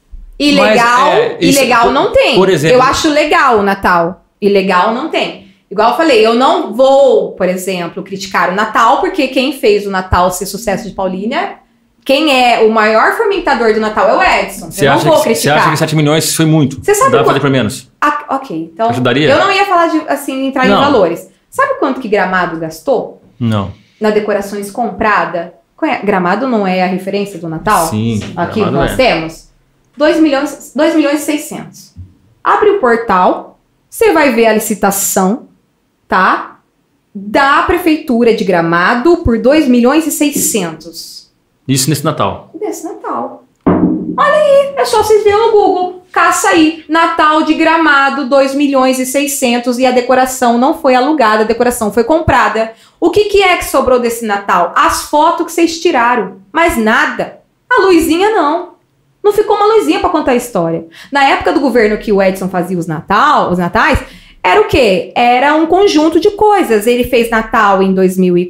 Ilegal não tem. Por exemplo... Eu acho legal o Natal. Ilegal não tem. Igual eu falei, eu não vou, por exemplo, criticar o Natal, porque quem fez o Natal ser sucesso de Paulínia, quem é o maior fomentador do Natal é o Edson. Eu não vou criticar. Você acha que 7 milhões foi muito? Você sabe dá pra fazer por menos? Ok, então... Ajudaria? Eu não ia falar de, assim, entrar em valores. Sabe quanto que Gramado gastou? Não. Na decorações comprada? Gramado não é a referência do Natal? Sim. Aqui nós temos 2 milhões e 600. Abre o portal, você vai ver a licitação, tá? Da Prefeitura de Gramado por 2 milhões e 600. Isso nesse Natal? Nesse Natal. Olha aí, é só vocês verem no Google. Caça aí, Natal de Gramado, 2 milhões e 600 e a decoração não foi alugada, a decoração foi comprada. O que é que sobrou desse Natal? As fotos que vocês tiraram, mas nada. A luzinha não. Não ficou uma luzinha pra contar a história. Na época do governo que o Edson fazia os natais, era o quê? Era um conjunto de coisas. Ele fez Natal em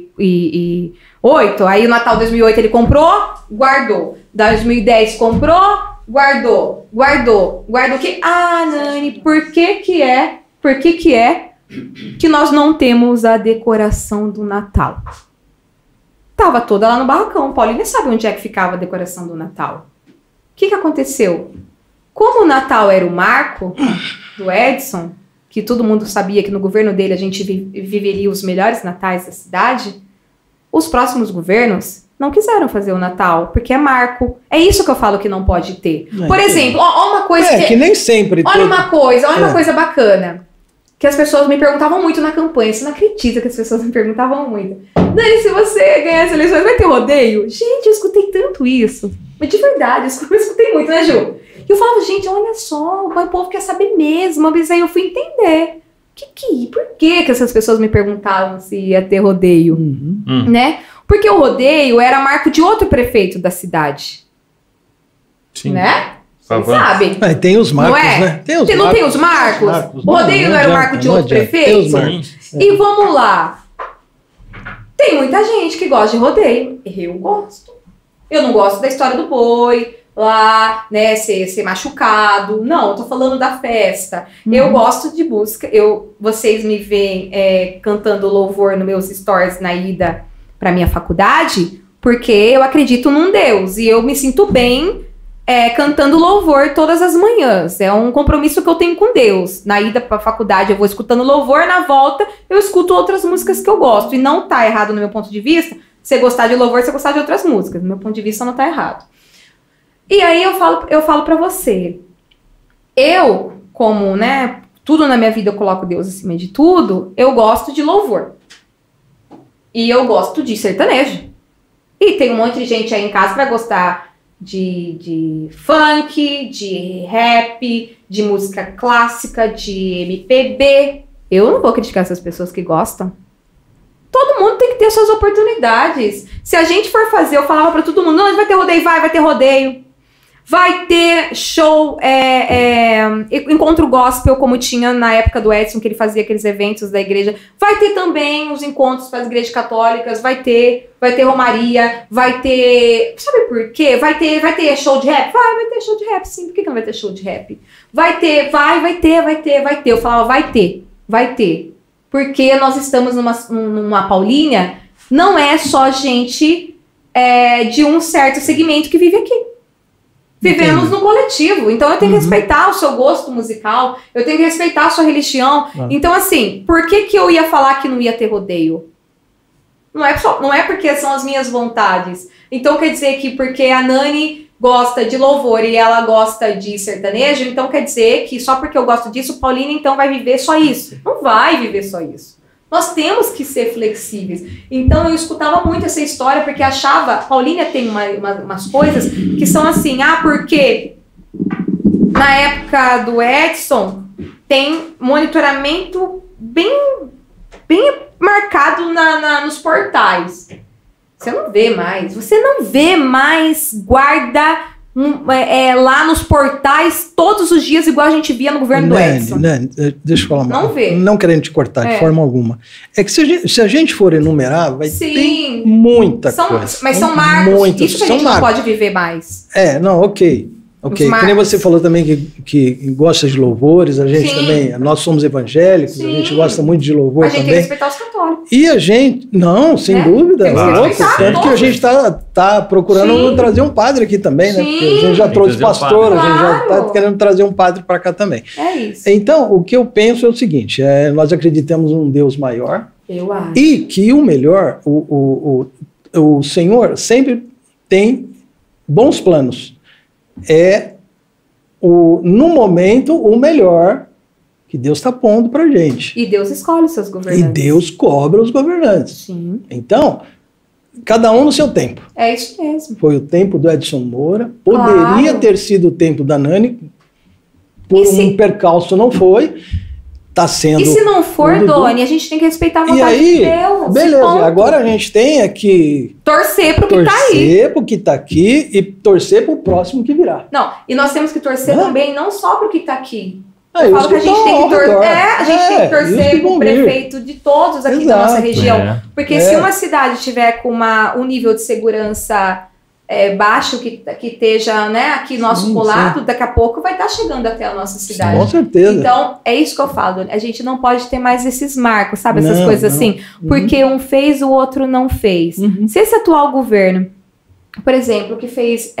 2008, aí o Natal 2008 ele comprou, guardou. 2010 comprou, guardou o quê? Nani, por que é que nós não temos a decoração do Natal? Tava toda lá no barracão. Paulinha sabe onde é que ficava a decoração do Natal. O que aconteceu? Como o Natal era o marco do Edson, que todo mundo sabia que no governo dele a gente viveria os melhores natais da cidade, os próximos governos não quiseram fazer o Natal, porque é marco. É isso que eu falo que não pode ter. Por exemplo, ó, uma coisa que nem sempre. Olha uma coisa bacana, que as pessoas me perguntavam muito na campanha. Você não acredita que as pessoas me perguntavam muito. Dani, se você ganhar as eleições, vai ter rodeio? Gente, eu escutei tanto isso. Mas de verdade, eu escutei muito, né, Ju? E eu falava, gente, olha só, o povo quer saber mesmo. Mas aí eu fui entender. Por que essas pessoas me perguntavam se ia ter rodeio? Né? Porque o rodeio era marco de outro prefeito da cidade. Sim. Né? Vocês sabem. Tem os marcos, não é? né? Não tem os marcos? O rodeio não era o marco de outro prefeito? E vamos lá. Tem muita gente que gosta de rodeio. Eu gosto. Eu não gosto da história do boi, lá, né, ser machucado. Não, eu tô falando da festa. Eu gosto de música. Vocês me veem cantando louvor nos meus stories na ida pra minha faculdade, porque eu acredito num Deus. E eu me sinto bem cantando louvor todas as manhãs. É um compromisso que eu tenho com Deus. Na ida pra faculdade eu vou escutando louvor, na volta eu escuto outras músicas que eu gosto. E não tá errado no meu ponto de vista. Você gostar de louvor, você gostar de outras músicas. Do meu ponto de vista, não tá errado. E aí eu falo pra você. Eu, como, né, tudo na minha vida eu coloco Deus acima de tudo, eu gosto de louvor. E eu gosto de sertanejo. E tem um monte de gente aí em casa que vai gostar de funk, de rap, de música clássica, de MPB. Eu não vou criticar essas pessoas que gostam. Todo mundo tem que ter suas oportunidades. Se a gente for fazer, eu falava pra todo mundo, não, vai ter rodeio, vai ter rodeio. Vai ter show, encontro gospel, como tinha na época do Edson, que ele fazia aqueles eventos da igreja. Vai ter também os encontros para as igrejas católicas, vai ter romaria, vai ter... Sabe por quê? Vai ter show de rap? Vai ter show de rap, sim. Por que não vai ter show de rap? Vai ter. Eu falava, vai ter. Porque nós estamos numa Paulínia, não é só gente de um certo segmento que vive aqui. Vivemos no coletivo, então eu tenho que respeitar o seu gosto musical, eu tenho que respeitar a sua religião. Então, assim, por que eu ia falar que não ia ter rodeio? Não é porque são as minhas vontades. Então, quer dizer que porque a Nani gosta de louvor e ela gosta de sertanejo, então quer dizer que só porque eu gosto disso, Paulina, então, vai viver só isso. Não vai viver só isso. Nós temos que ser flexíveis. Então, eu escutava muito essa história, porque achava... Paulínia tem umas coisas que são assim, porque na época do Edson, tem monitoramento bem marcado nos portais. Você não vê mais guarda lá nos portais todos os dias, igual a gente via no governo do Edson. Deixa eu falar não mal. Vê. Não querendo te cortar de forma alguma. É que se a gente for enumerar, vai ter muita coisa. Mas são marcos. Isso que a gente não pode viver mais. Ok. Que nem você falou também que gosta de louvores, a gente também, nós somos evangélicos, a gente gosta muito de louvor também. A gente tem que respeitar os católicos. E a gente, sem dúvida, tanto que a gente tá procurando trazer um padre aqui também, né? Porque a gente já trouxe pastor, a gente já tá querendo trazer um padre para cá também. É isso. Então, o que eu penso é o seguinte, nós acreditamos num Deus maior. Eu acho. E que o melhor, o Senhor sempre tem bons planos. No momento, o melhor que Deus está pondo para a gente. E Deus escolhe os seus governantes. E Deus cobra os governantes. Sim. Então, cada um no seu tempo. É isso mesmo. Foi o tempo do Edson Moura, poderia ter sido o tempo da Nani, por um percalço não foi. Tá sendo. E se não for, Doni, a gente tem que respeitar a vontade de Deus. Beleza, agora a gente tem que torcer pro que tá aí. Torcer pro que tá aqui e torcer pro próximo que virá. Não, e nós temos que torcer também, não só pro que tá aqui. Eu falo que a gente tem que torcer. A gente tem que torcer pro prefeito de todos aqui da nossa região. Porque se uma cidade tiver com um nível de segurança baixo, que esteja aqui nosso colado, daqui a pouco vai estar chegando até a nossa cidade. Com certeza. Então, é isso que eu falo. A gente não pode ter mais esses marcos, sabe? Essas coisas assim. Porque um fez, o outro não fez. Se esse atual governo, por exemplo, que fez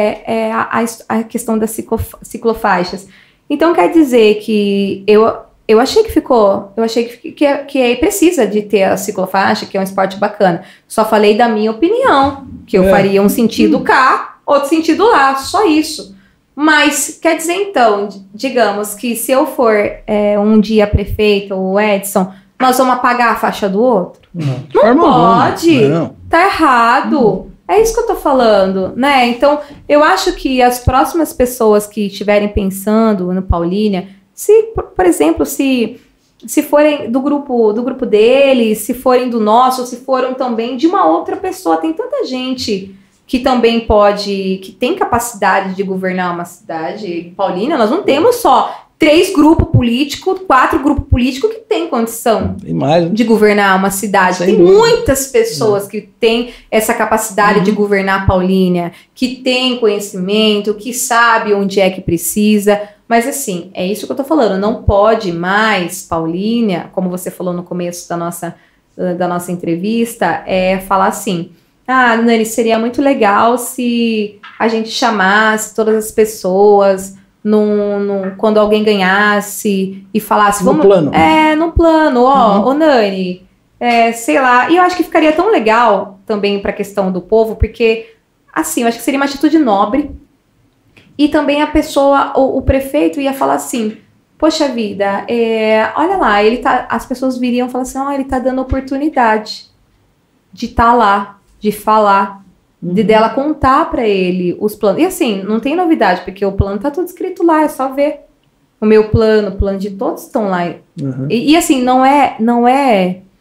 a questão das ciclofaixas, então quer dizer que eu achei que ficou, que precisa de ter a ciclofaixa, que é um esporte bacana. Só falei da minha opinião, que eu faria um sentido cá, outro sentido lá, só isso. Mas quer dizer então, digamos que se eu for um dia prefeito ou Edson, nós vamos apagar a faixa do outro? Não pode, tá errado. É isso que eu tô falando, né? Então, eu acho que as próximas pessoas que estiverem pensando no Paulínia, se, por exemplo, se forem do grupo deles, se forem do nosso, ou se foram também de uma outra pessoa, tem tanta gente que também que tem capacidade de governar uma cidade. Paulínia, nós não temos só 3 grupos políticos, 4 grupos políticos que têm condição de governar uma cidade. Tem muitas pessoas que têm essa capacidade de governar Paulínia, que têm conhecimento, que sabem onde é que precisa. Mas assim, é isso que eu tô falando. Não pode mais Paulínia, como você falou no começo da nossa entrevista, falar assim: Nani, seria muito legal se a gente chamasse todas as pessoas quando alguém ganhasse e falasse... No plano. Num plano. Ô Nani, sei lá. E eu acho que ficaria tão legal também para a questão do povo, porque, assim, eu acho que seria uma atitude nobre. E também a pessoa, o prefeito ia falar assim: poxa vida, olha lá, as pessoas viriam e falar assim: ele tá dando oportunidade de estar lá, de falar, de dela contar para ele os planos. E assim, não tem novidade, porque o plano tá tudo escrito lá, é só ver. O meu plano, o plano de todos estão lá. E assim, não é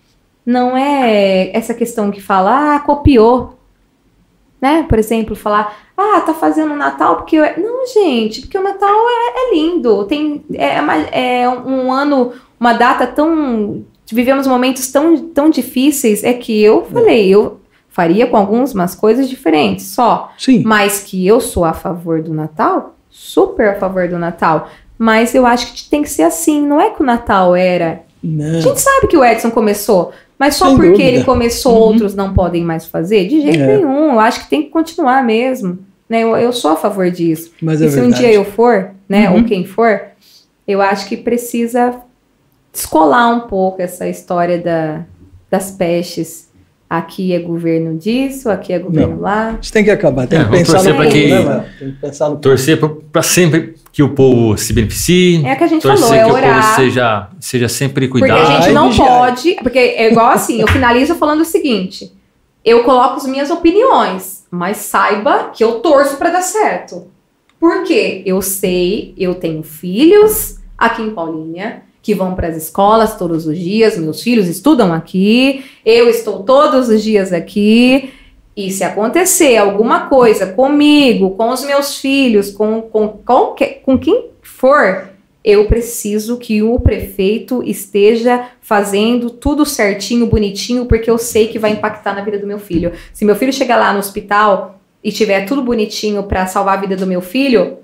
não é essa questão que fala, copiou. Né? Por exemplo, falar, tá fazendo o Natal porque... Não, gente, porque o Natal é lindo. É um ano, uma data tão... Vivemos momentos tão difíceis. É que eu falei, eu faria com algumas coisas diferentes só. Sim. Mas que eu sou a favor do Natal, super a favor do Natal. Mas eu acho que tem que ser assim. Não é que o Natal era... Não. A gente sabe que o Edson começou... Mas só Sem porque dúvida. ele começou, outros não podem mais fazer? De jeito nenhum. Eu acho que tem que continuar mesmo. Né? Eu sou a favor disso. Mas e se um dia eu for, né, ou quem for, eu acho que precisa descolar um pouco essa história das pestes. Aqui é governo disso, aqui é governo lá. Isso tem que acabar. Tem que pensar no povo, né? Tem que pensar no torcer para sempre que o povo se beneficie. É o que a gente torcer falou, é que orar. o povo seja sempre cuidado. Porque a gente não vigiar. pode... Porque é igual assim, eu finalizo falando o seguinte. Eu coloco as minhas opiniões, mas saiba que eu torço para dar certo. Por quê? Eu sei, eu tenho filhos aqui em Paulínia, que vão para as escolas todos os dias, meus filhos estudam aqui, eu estou todos os dias aqui, e se acontecer alguma coisa comigo, com os meus filhos, com quem for, eu preciso que o prefeito esteja fazendo tudo certinho, bonitinho, porque eu sei que vai impactar na vida do meu filho. Se meu filho chegar lá no hospital e tiver tudo bonitinho para salvar a vida do meu filho,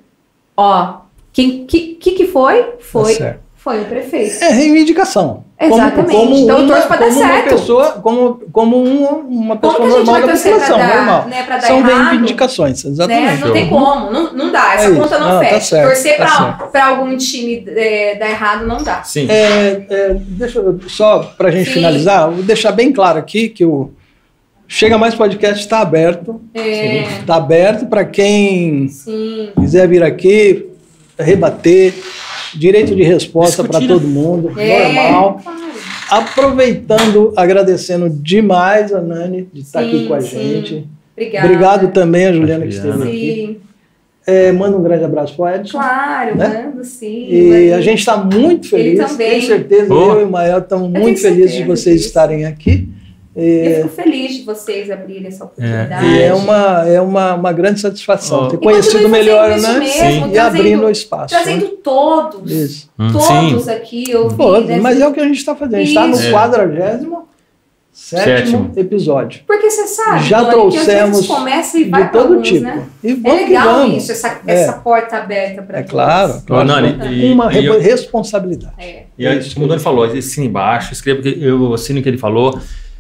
que foi? Foi o prefeito. É reivindicação. Exatamente. Então eu torço para dar certo. Uma pessoa que a gente normal vai da torcer população, pra dar, normal. né, pra dar São errado, reivindicações, exatamente. Né? Não tem como, não dá. Essa conta não fecha. Tá certo, Torcer tá para algum time dar errado não dá. Sim. Deixa eu, só para a gente finalizar, vou deixar bem claro aqui que o Chega Mais Podcast está aberto. Está aberto para quem quiser vir aqui, rebater, direito de resposta para todo mundo, normal. Claro. Aproveitando, agradecendo demais a Nani de estar aqui com a gente. Obrigada. Obrigado também a Juliana que esteve aqui. Manda um grande abraço para o Edson. Claro, né? mando sim. E a gente está muito feliz. Ele também. Tenho certeza, eu e o Mael estamos muito felizes de vocês estarem aqui. Eu fico feliz de vocês abrirem essa oportunidade. E é uma grande satisfação ter conhecido melhor, né? Mesmo, e abrindo o espaço. Trazendo todos. Isso. Todos aqui. Mas é o que a gente está fazendo. A gente está no 47º episódio. Porque você sabe, já trouxemos que começa e vai de todo alguns, tipo. Né? E vamos legal isso, essa porta aberta para todos. Claro. Nani, responsabilidade. E antes, como o Dani falou, assina embaixo, escreva que eu assino o que ele falou.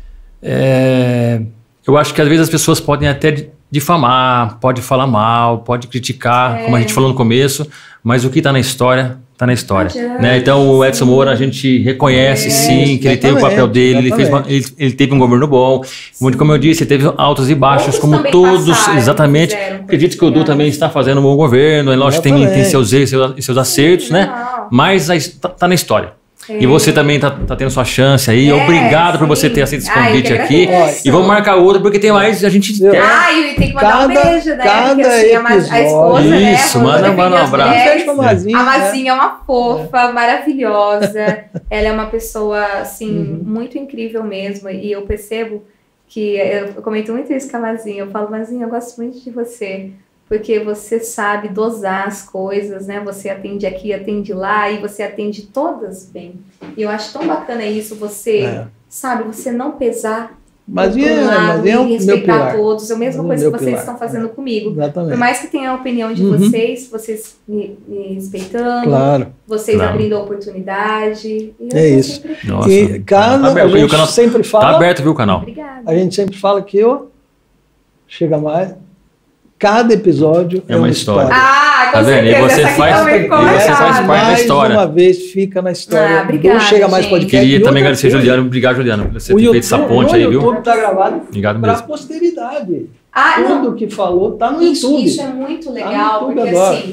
Eu acho que às vezes as pessoas podem até difamar, pode falar mal, pode criticar, como a gente falou no começo, mas o que está na história, está na história. Né? Então o Edson Moura, a gente reconhece sim que ele teve o papel dele, ele teve um governo bom, como eu disse, ele teve altos e baixos, como todos, exatamente. Acredito que o Du também está fazendo um bom governo, é lógico que tem seus erros e seus acertos, né? Mas está na história. E você também está tendo sua chance aí. Obrigado por você ter aceito esse convite aqui. E vamos marcar outro, porque tem mais. A gente quer. E tem que mandar um beijo, né? Porque assim, a esposa, isso, né? Manda um abraço. A Mazinha é uma fofa, maravilhosa. Ela é uma pessoa, assim, muito incrível mesmo. E eu percebo que. Eu comento muito isso com a Mazinha. Eu falo, Mazinha, eu gosto muito de você. Porque você sabe dosar as coisas, né? Você atende aqui, atende lá, e você atende todas bem. E eu acho tão bacana isso, você, sabe, você não pesar mas e respeitar todos. É a mesma coisa que vocês estão fazendo comigo. Exatamente. Por mais que tenha a opinião de vocês me respeitando, vocês abrindo a oportunidade. Isso. Nossa. E a gente sempre fala... Tá aberto, viu, o canal? Obrigada. A gente sempre fala que Chega Mais... Cada episódio é uma história. Com certeza. E você faz parte da história. Mais uma vez fica na história. Obrigada, Chega Mais Podcast. Queria também agradecer, Juliano. Obrigado, Juliano, por você ter feito essa ponte aí, viu? O YouTube está gravado para a posteridade. Tudo que falou está no YouTube. Isso é muito legal, porque assim,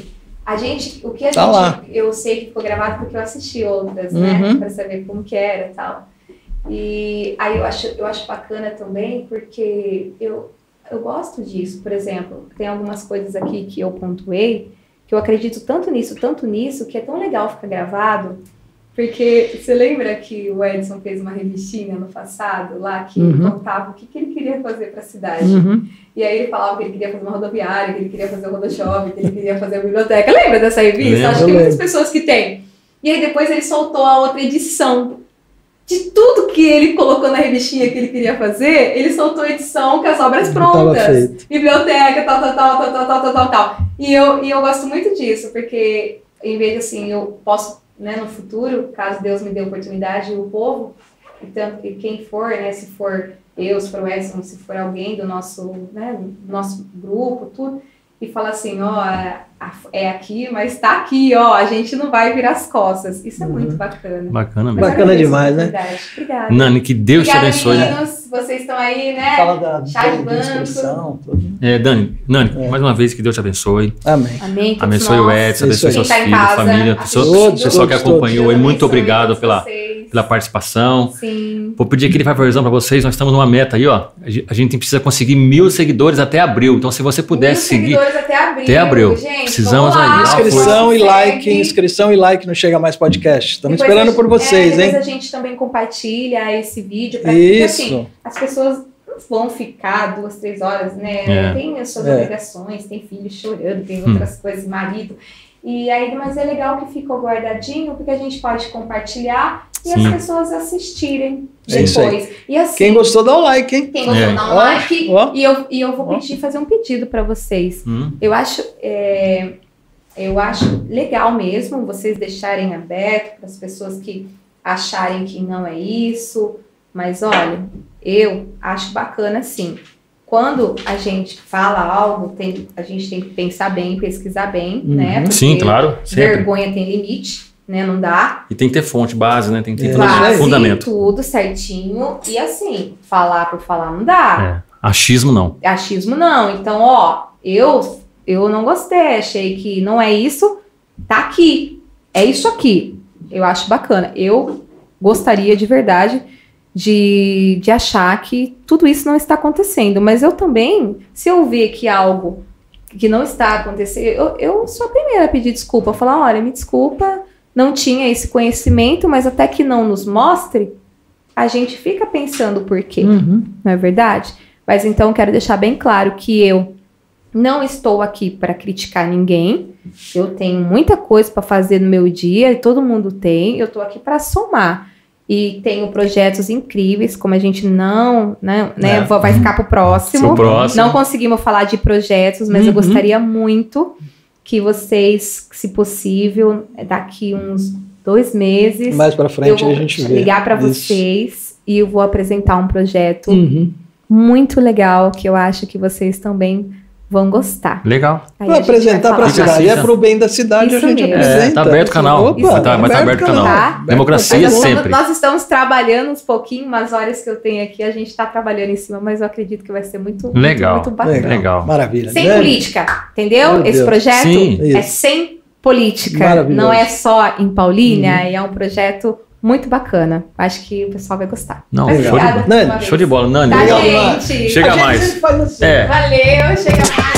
eu sei que ficou gravado porque eu assisti outras, né? Para saber como que era e tal. E aí eu acho bacana também, porque eu gosto disso. Por exemplo, tem algumas coisas aqui que eu pontuei, que eu acredito tanto nisso, que é tão legal ficar gravado, Porque você lembra que o Edson fez uma revistinha no passado, lá, que contava o que ele queria fazer para a cidade. E aí ele falava que ele queria fazer uma rodoviária, que ele queria fazer um rodoshop, que ele queria fazer uma biblioteca. Lembra dessa revista? Acho que tem muitas pessoas que têm. E aí depois ele soltou a outra edição. De tudo que ele colocou na revistinha que ele queria fazer, ele soltou a edição com as obras prontas. Biblioteca, tal. E eu gosto muito disso, porque em vez de assim, eu posso, né, no futuro, caso Deus me dê a oportunidade, o povo, e tanto que quem for, né, se for eu, se for o Edson, se for alguém do nosso, né, do nosso grupo, tudo, e falar assim, ó, é aqui, mas tá aqui, ó, a gente não vai virar as costas. Isso é muito bacana. Bacana mesmo. Bacana demais, né? Obrigada. Nani, que Deus te abençoe. Meninos, vocês estão aí, né? Fala chá de inscrição, tudo. Nani, mais uma vez que Deus te abençoe. Amém. Abençoe o Edson, abençoe seus filhos, família, pessoal que acompanhou. E muito obrigado pela participação. Sim. Vou pedir aquele favorzão para vocês. Nós estamos numa meta aí, ó. A gente precisa conseguir 1.000 seguidores até abril. Então, se você puder seguir. 1.000 seguidores até abril. Gente, precisamos aí. Inscrição e like no Chega Mais Podcast. Estamos esperando por vocês, hein? Depois a gente também compartilha esse vídeo. Isso. Assim, as pessoas não vão ficar 2, 3 horas, né? Tem as suas obrigações, tem filho chorando, tem outras coisas, marido. E aí, mas é legal que ficou guardadinho, porque a gente pode compartilhar e as pessoas assistirem depois. E assim, quem gostou, dá o like, hein? Quem gostou, dá um like. E eu vou fazer um pedido para vocês. Eu acho legal mesmo vocês deixarem aberto para as pessoas que acharem que não é isso. Mas olha, eu acho bacana sim. Quando a gente fala algo, a gente tem que pensar bem, pesquisar bem, né? Porque sim, claro. Sempre. Vergonha tem limite, né? Não dá. E tem que ter fonte, base, né? Tem que ter fundamento. Tudo certinho. E assim, falar por falar não dá. Achismo não. Achismo não. Então, ó, eu não gostei, achei que não é isso, tá aqui. É isso aqui. Eu acho bacana. Eu gostaria de verdade de achar que tudo isso não está acontecendo. Mas eu também, se eu ver que algo que não está acontecendo, eu sou a primeira a pedir desculpa. Falar, olha, me desculpa, não tinha esse conhecimento, mas até que não nos mostre, a gente fica pensando por quê. Não é verdade? Mas então, quero deixar bem claro que eu não estou aqui para criticar ninguém. Eu tenho muita coisa para fazer no meu dia, e todo mundo tem. Eu estou aqui para somar. E tenho projetos incríveis, como a gente vai ficar para o próximo. Não conseguimos falar de projetos, mas eu gostaria muito que vocês, se possível, daqui uns 2 meses... Mais para frente a gente vê. Ligar para vocês e eu vou apresentar um projeto muito legal, que eu acho que vocês também vão gostar. Legal. Para apresentar para a cidade. É para o bem da cidade, isso a gente mesmo. apresenta. Está aberto o canal. Mas tá aberto o canal. Tá? Democracia sempre. Nós estamos trabalhando uns pouquinho, umas horas que eu tenho aqui, a gente está trabalhando em cima, mas eu acredito que vai ser muito legal. Muito bacana. Legal. Maravilha. Sem política, entendeu? Esse projeto é sem política. Não é só em Paulínia, é um projeto muito bacana. Acho que o pessoal vai gostar. Não, show de bola. Nani, tá, legal. gente? Chega mais. Valeu, chega mais.